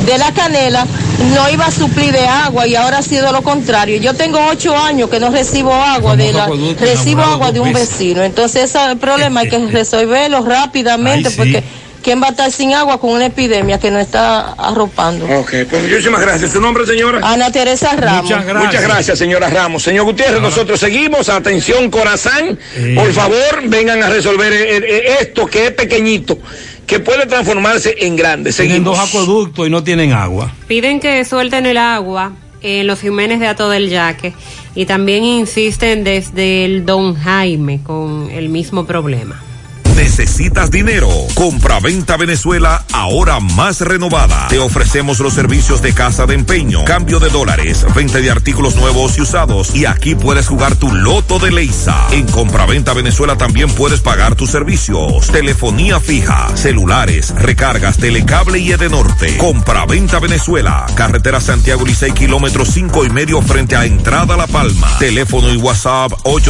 Canela no iba a suplir de agua y ahora ha sido lo contrario. Yo tengo 8 años que no recibo agua, recibo agua de un vecino. Entonces ese es el problema, hay que resolverlo rápidamente. Ay, sí. Porque ¿quién va a estar sin agua con una epidemia que nos está arropando? Ok, pues muchísimas gracias. ¿Su nombre, señora? Ana Teresa Ramos. Muchas gracias, señora Ramos. Señor Gutiérrez, nosotros seguimos. Atención, Corazán. Por favor, vengan a resolver esto que es pequeñito, que puede transformarse en grande. Tienen 2 acueductos y no tienen agua. Piden que suelten el agua en los Jiménez de Ato del Yaque, y también insisten desde el Don Jaime con el mismo problema. ¿Necesitas dinero? Compra-venta Venezuela, ahora más renovada. Te ofrecemos los servicios de casa de empeño, cambio de dólares, venta de artículos nuevos y usados, y aquí puedes jugar tu loto de Leisa. En Compra-venta Venezuela también puedes pagar tus servicios: telefonía fija, celulares, recargas, telecable y Edenorte. Compra-venta Venezuela, carretera Santiago Licey, kilómetro 5.5 frente a Entrada La Palma. Teléfono y WhatsApp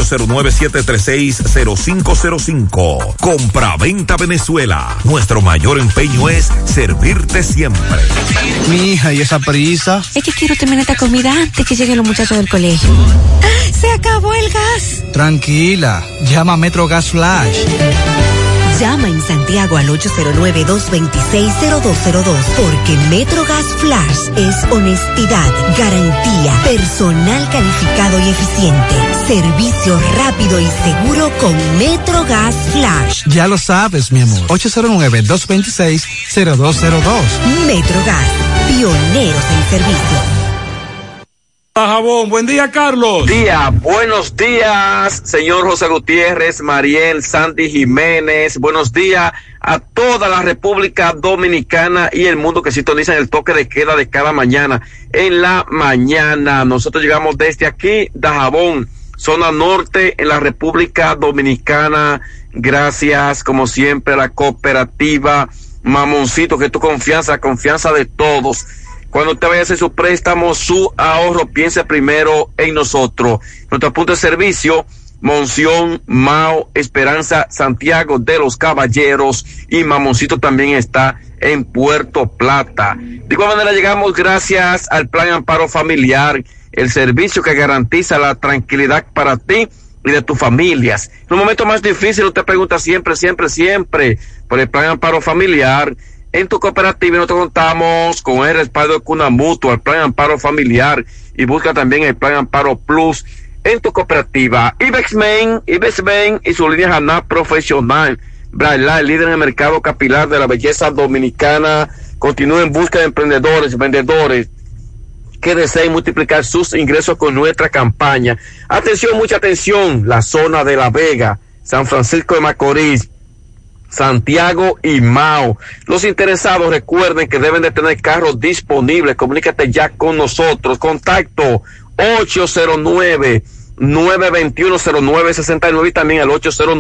809-736-0505. Compra-venta Venezuela. Nuestro mayor empeño es servirte siempre. Mi hija, ¿y esa prisa? Es que quiero terminar esta comida antes que lleguen los muchachos del colegio. ¡Se acabó el gas! Tranquila, llama a Metro Gas Flash. Llama en Santiago al 809-226-0202, porque MetroGas Flash es honestidad, garantía, personal calificado y eficiente, servicio rápido y seguro con MetroGas Flash. Ya lo sabes, mi amor. 809-226-0202. MetroGas, pioneros en servicio. Jabón, buen día, Carlos. Buenos días, señor José Gutiérrez, Mariel, Sandy Jiménez. Buenos días a toda la República Dominicana y el mundo que sintonizan el toque de queda de cada mañana. En la mañana, nosotros llegamos desde aquí, Dajabón, zona norte, en la República Dominicana. Gracias, como siempre, a la cooperativa Mamoncito, que es tu confianza de todos. Cuando usted vaya a hacer su préstamo, su ahorro, piense primero en nosotros. Nuestro punto de servicio Monción, Mao, Esperanza, Santiago de los Caballeros y Mamoncito también está en Puerto Plata. De igual manera llegamos gracias al Plan Amparo Familiar, el servicio que garantiza la tranquilidad para ti y de tus familias. En un momento más difícil usted pregunta siempre por el Plan Amparo Familiar. En tu cooperativa nosotros contamos con el respaldo de Cuna Mutua, el Plan Amparo Familiar, y busca también el Plan Amparo Plus en tu cooperativa. Ibexmen y su línea Haná Profesional. Braila, el líder en el mercado capilar de la belleza dominicana, continúa en busca de emprendedores, vendedores que deseen multiplicar sus ingresos con nuestra campaña. Atención, mucha atención, la zona de La Vega, San Francisco de Macorís, Santiago y Mao. Los interesados recuerden que deben de tener carros disponibles. Comunícate ya con nosotros. Contacto 809-921-0969 y también al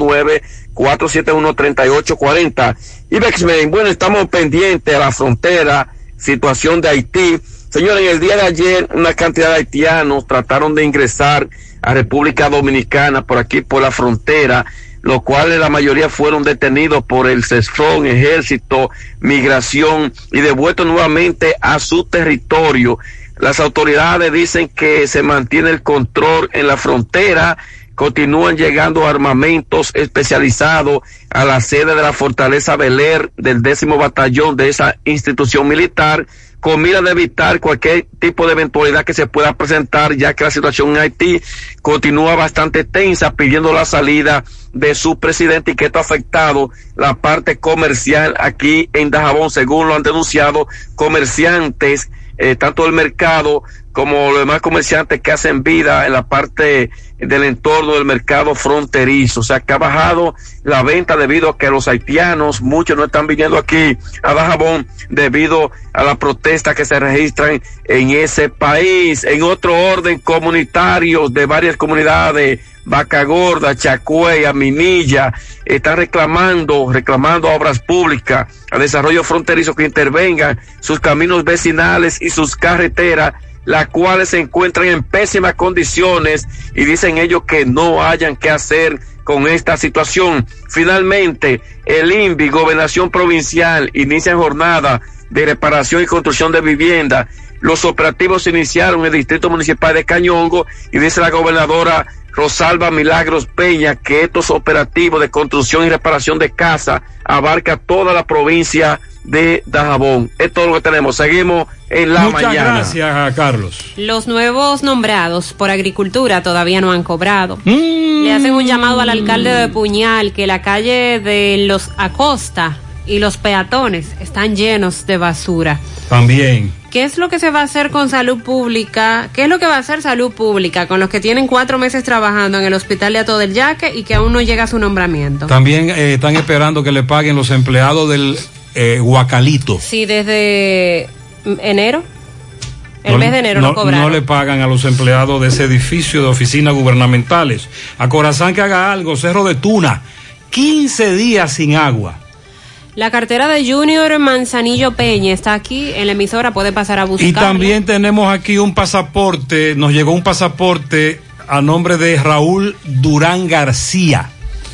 809-471-3840. Ibexmen, bueno, estamos pendientes a la frontera, situación de Haití. Señores, en el día de ayer una cantidad de haitianos trataron de ingresar a República Dominicana por aquí, por la frontera, los cuales la mayoría fueron detenidos por el CESFRON, Ejército, Migración y devueltos nuevamente a su territorio. Las autoridades dicen que se mantiene el control en la frontera, continúan llegando armamentos especializados a la sede de la Fortaleza Beler del 10º Batallón de esa institución militar, con mira de evitar cualquier tipo de eventualidad que se pueda presentar, ya que la situación en Haití continúa bastante tensa, pidiendo la salida de su presidente y que esto ha afectado la parte comercial aquí en Dajabón, según lo han denunciado comerciantes, tanto del mercado como los demás comerciantes que hacen vida en la parte del entorno del mercado fronterizo. O sea, que ha bajado la venta debido a que los haitianos, muchos no están viniendo aquí a Dajabón debido a la protesta que se registran en ese país. En otro orden, comunitarios de varias comunidades, Vaca Gorda, Chacuey, Minilla, están reclamando a obras públicas, a desarrollo fronterizo que intervengan sus caminos vecinales y sus carreteras, las cuales se encuentran en pésimas condiciones, y dicen ellos que no hayan que hacer con esta situación. Finalmente, el INVI, Gobernación Provincial, inicia jornada de reparación y construcción de vivienda. Los operativos se iniciaron en el Distrito Municipal de Cañongo, y dice la gobernadora Rosalba Milagros Peña que estos operativos de construcción y reparación de casa abarca toda la provincia de Dajabón. Es todo lo que tenemos. Seguimos en la mañana. Muchas gracias, Carlos. Los nuevos nombrados por Agricultura todavía no han cobrado. Le hacen un llamado al alcalde de Puñal que la calle de los Acosta y los peatones están llenos de basura. También. ¿Qué es lo que se va a hacer con Salud Pública? ¿Qué es lo que va a hacer Salud Pública con los que tienen 4 meses trabajando en el Hospital de Hato del Yaque y que aún no llega su nombramiento? También están esperando que le paguen los empleados del Guacalito. Sí, desde enero. El mes de enero no cobraron. No le pagan a los empleados de ese edificio de oficinas gubernamentales. A Corazán que haga algo. Cerro de Tuna, 15 días sin agua. La cartera de Junior Manzanillo Peña está aquí en la emisora, puede pasar a buscarla. Y también tenemos aquí un pasaporte, nos llegó un pasaporte a nombre de Raúl Durán García.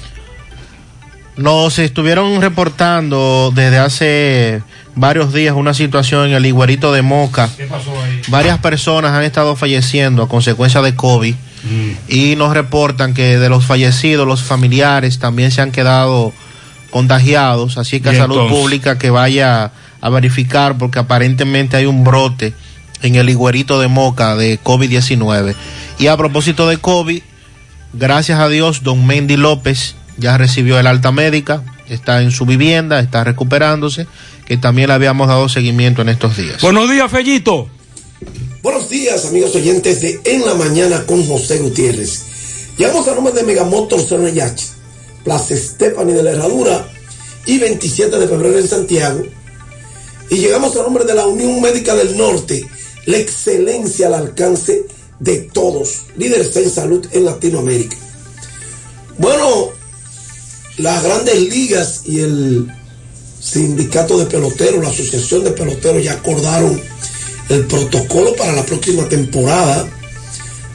Nos estuvieron reportando desde hace varios días una situación en el Higuerito de Moca. ¿Qué pasó ahí? Varias personas han estado falleciendo a consecuencia de COVID y nos reportan que de los fallecidos, los familiares también se han quedado contagiados, así que a Salud Pública que vaya a verificar porque aparentemente hay un brote en el Higuerito de Moca de COVID-19. Y a propósito de COVID, gracias a Dios, don Mendy López ya recibió el alta médica, está en su vivienda, está recuperándose, que también le habíamos dado seguimiento en estos días. Buenos días, Fellito. Buenos días, amigos oyentes de En la Mañana con José Gutiérrez. Llegamos a nombre de Megamotor Cernayache, Plaza Estefani de la Herradura y 27 de febrero en Santiago. Y llegamos a nombre de la Unión Médica del Norte, la excelencia al alcance de todos, líderes en salud en Latinoamérica. Bueno, las grandes ligas y el sindicato de peloteros, la asociación de peloteros ya acordaron el protocolo para la próxima temporada.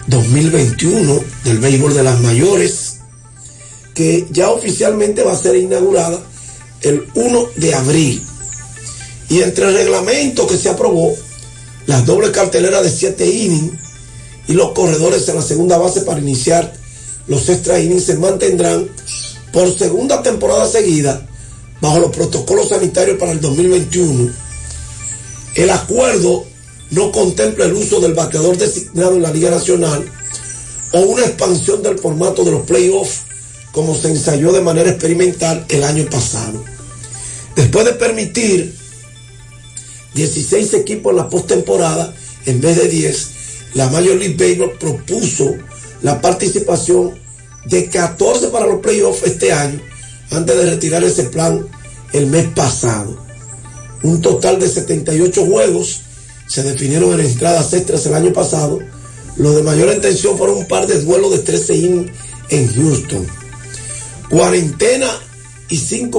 2021 del béisbol de las mayores, que ya oficialmente va a ser inaugurada el 1 de abril. Y entre el reglamento que se aprobó, las dobles carteleras de 7 innings y los corredores en la segunda base para iniciar los extra innings se mantendrán por segunda temporada seguida bajo los protocolos sanitarios para el 2021. El acuerdo no contempla el uso del bateador designado en la Liga Nacional o una expansión del formato de los playoffs como se ensayó de manera experimental el año pasado. Después de permitir 16 equipos en la postemporada en vez de 10, la Major League Baseball propuso la participación de 14 para los playoffs este año, antes de retirar ese plan el mes pasado. Un total de 78 juegos se definieron en entradas extras el año pasado. Los de mayor intención fueron un par de duelos de 13 innings en Houston. 45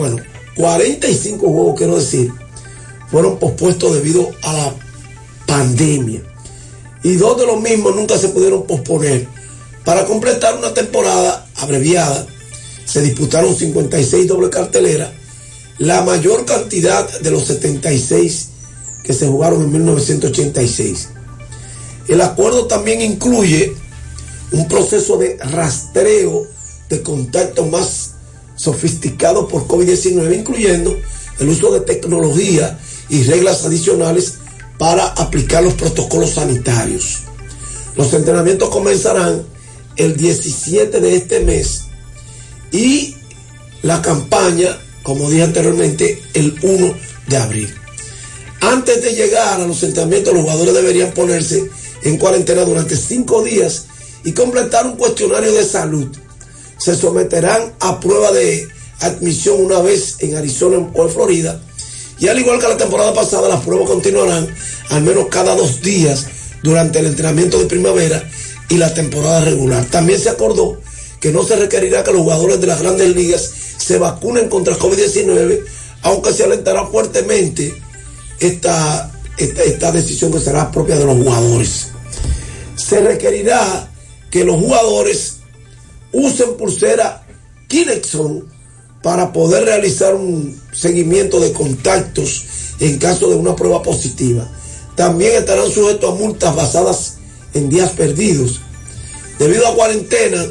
juegos, quiero decir, fueron pospuestos debido a la pandemia. Y 2 de los mismos nunca se pudieron posponer. Para completar una temporada abreviada, se disputaron 56 doble carteleras, la mayor cantidad de los 76 que se jugaron en 1986. El acuerdo también incluye un proceso de rastreo de contacto más sofisticado por COVID-19, incluyendo el uso de tecnología y reglas adicionales para aplicar los protocolos sanitarios. Los entrenamientos comenzarán el 17 de este mes y la campaña, como dije anteriormente, el 1 de abril. Antes de llegar a los entrenamientos, los jugadores deberían ponerse en cuarentena durante 5 días y completar un cuestionario de salud. Se someterán a prueba de admisión una vez en Arizona o en Florida, y al igual que la temporada pasada, las pruebas continuarán al menos cada 2 días durante el entrenamiento de primavera y la temporada regular. También se acordó que no se requerirá que los jugadores de las grandes ligas se vacunen contra COVID-19, aunque se alentará fuertemente esta decisión que será propia de los jugadores. Se requerirá que los jugadores usen pulsera Kinexon para poder realizar un seguimiento de contactos en caso de una prueba positiva. También estarán sujetos a multas basadas en días perdidos debido a cuarentena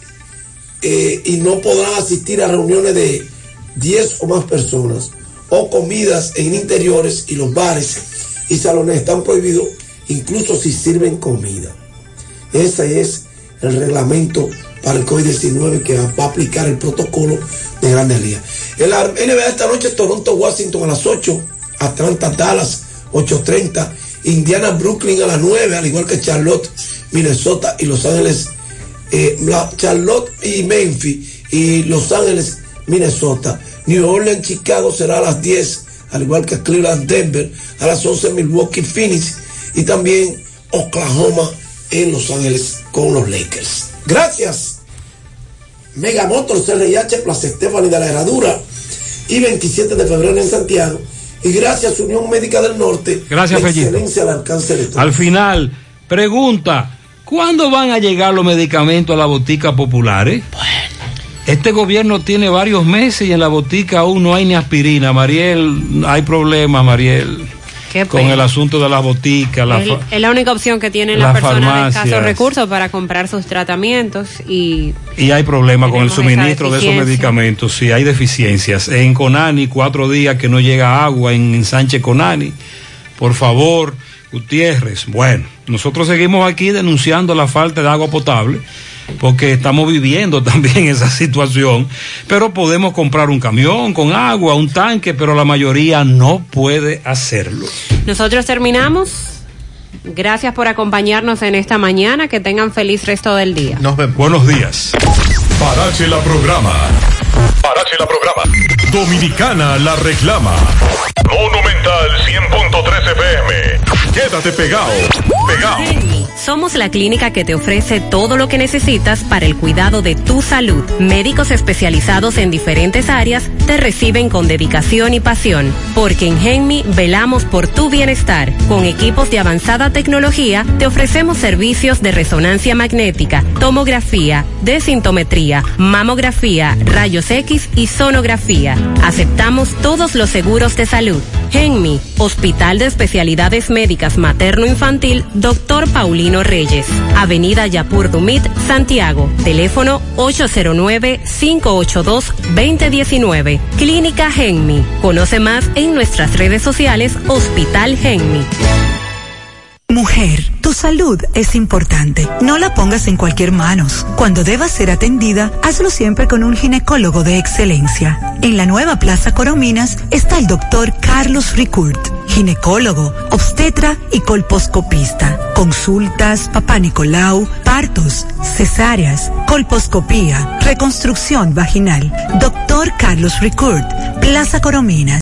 y no podrán asistir a reuniones de 10 o más personas o comidas en interiores, y los bares y salones están prohibidos incluso si sirven comida. Ese es el reglamento para el COVID-19 que va a aplicar el protocolo de Grandes Ligas. En la NBA esta noche, Toronto, Washington a las 8, Atlanta, Dallas, 8:30, Indiana, Brooklyn a las 9, al igual que Charlotte, Minnesota y Los Ángeles, Charlotte y Memphis y Los Ángeles, Minnesota. New Orleans, Chicago será a las 10, al igual que Cleveland, Denver, a las 11, Milwaukee, Phoenix, y también Oklahoma en Los Ángeles con los Lakers. Gracias. Megamotors RIH, Plaza Estefani de la Herradura y 27 de febrero en Santiago. Y gracias Unión Médica del Norte. Gracias, la Fellito. excelencia al alcance de todos. Al final, pregunta, ¿cuándo van a llegar los medicamentos a la botica populares? Bueno. Este gobierno tiene varios meses y en la botica aún no hay ni aspirina. Mariel, hay problemas, Mariel, con el asunto de las boticas. Es la única opción que tienen las personas de escasos recursos para comprar sus tratamientos y hay problemas con el suministro de esos medicamentos. Sí, hay deficiencias. En Conani, 4 días que no llega agua en Sánchez Conani. Por favor, Gutiérrez. Bueno, nosotros seguimos aquí denunciando la falta de agua potable, porque estamos viviendo también esa situación, pero podemos comprar un camión con agua, un tanque, pero la mayoría no puede hacerlo. Nosotros terminamos. Gracias por acompañarnos en esta mañana, que tengan feliz resto del día. Nos vemos. Buenos días. Parache la programa. Parache la programa. Dominicana la reclama. Monumental 100.3 FM. Quédate pegado. Somos la clínica que te ofrece todo lo que necesitas para el cuidado de tu salud. Médicos especializados en diferentes áreas te reciben con dedicación y pasión, porque en Genmi velamos por tu bienestar. Con equipos de avanzada tecnología te ofrecemos servicios de resonancia magnética, tomografía, desintometría, mamografía, rayos X y sonografía. Aceptamos todos los seguros de salud. Genmi, Hospital de Especialidades Médicas Materno-Infantil, Dr. Paulino Reyes, Avenida Yapur Dumit, Santiago, teléfono 809-582-2019. Clínica Genmi. Conoce más en nuestras redes sociales Hospital Genmi. Mujer, tu salud es importante. No la pongas en cualquier manos. Cuando debas ser atendida, hazlo siempre con un ginecólogo de excelencia. En la nueva Plaza Corominas está el doctor Carlos Ricourt, ginecólogo, obstetra y colposcopista. Consultas, papá Nicolau, partos, cesáreas, colposcopía, reconstrucción vaginal. Doctor Carlos Ricourt, Plaza Corominas.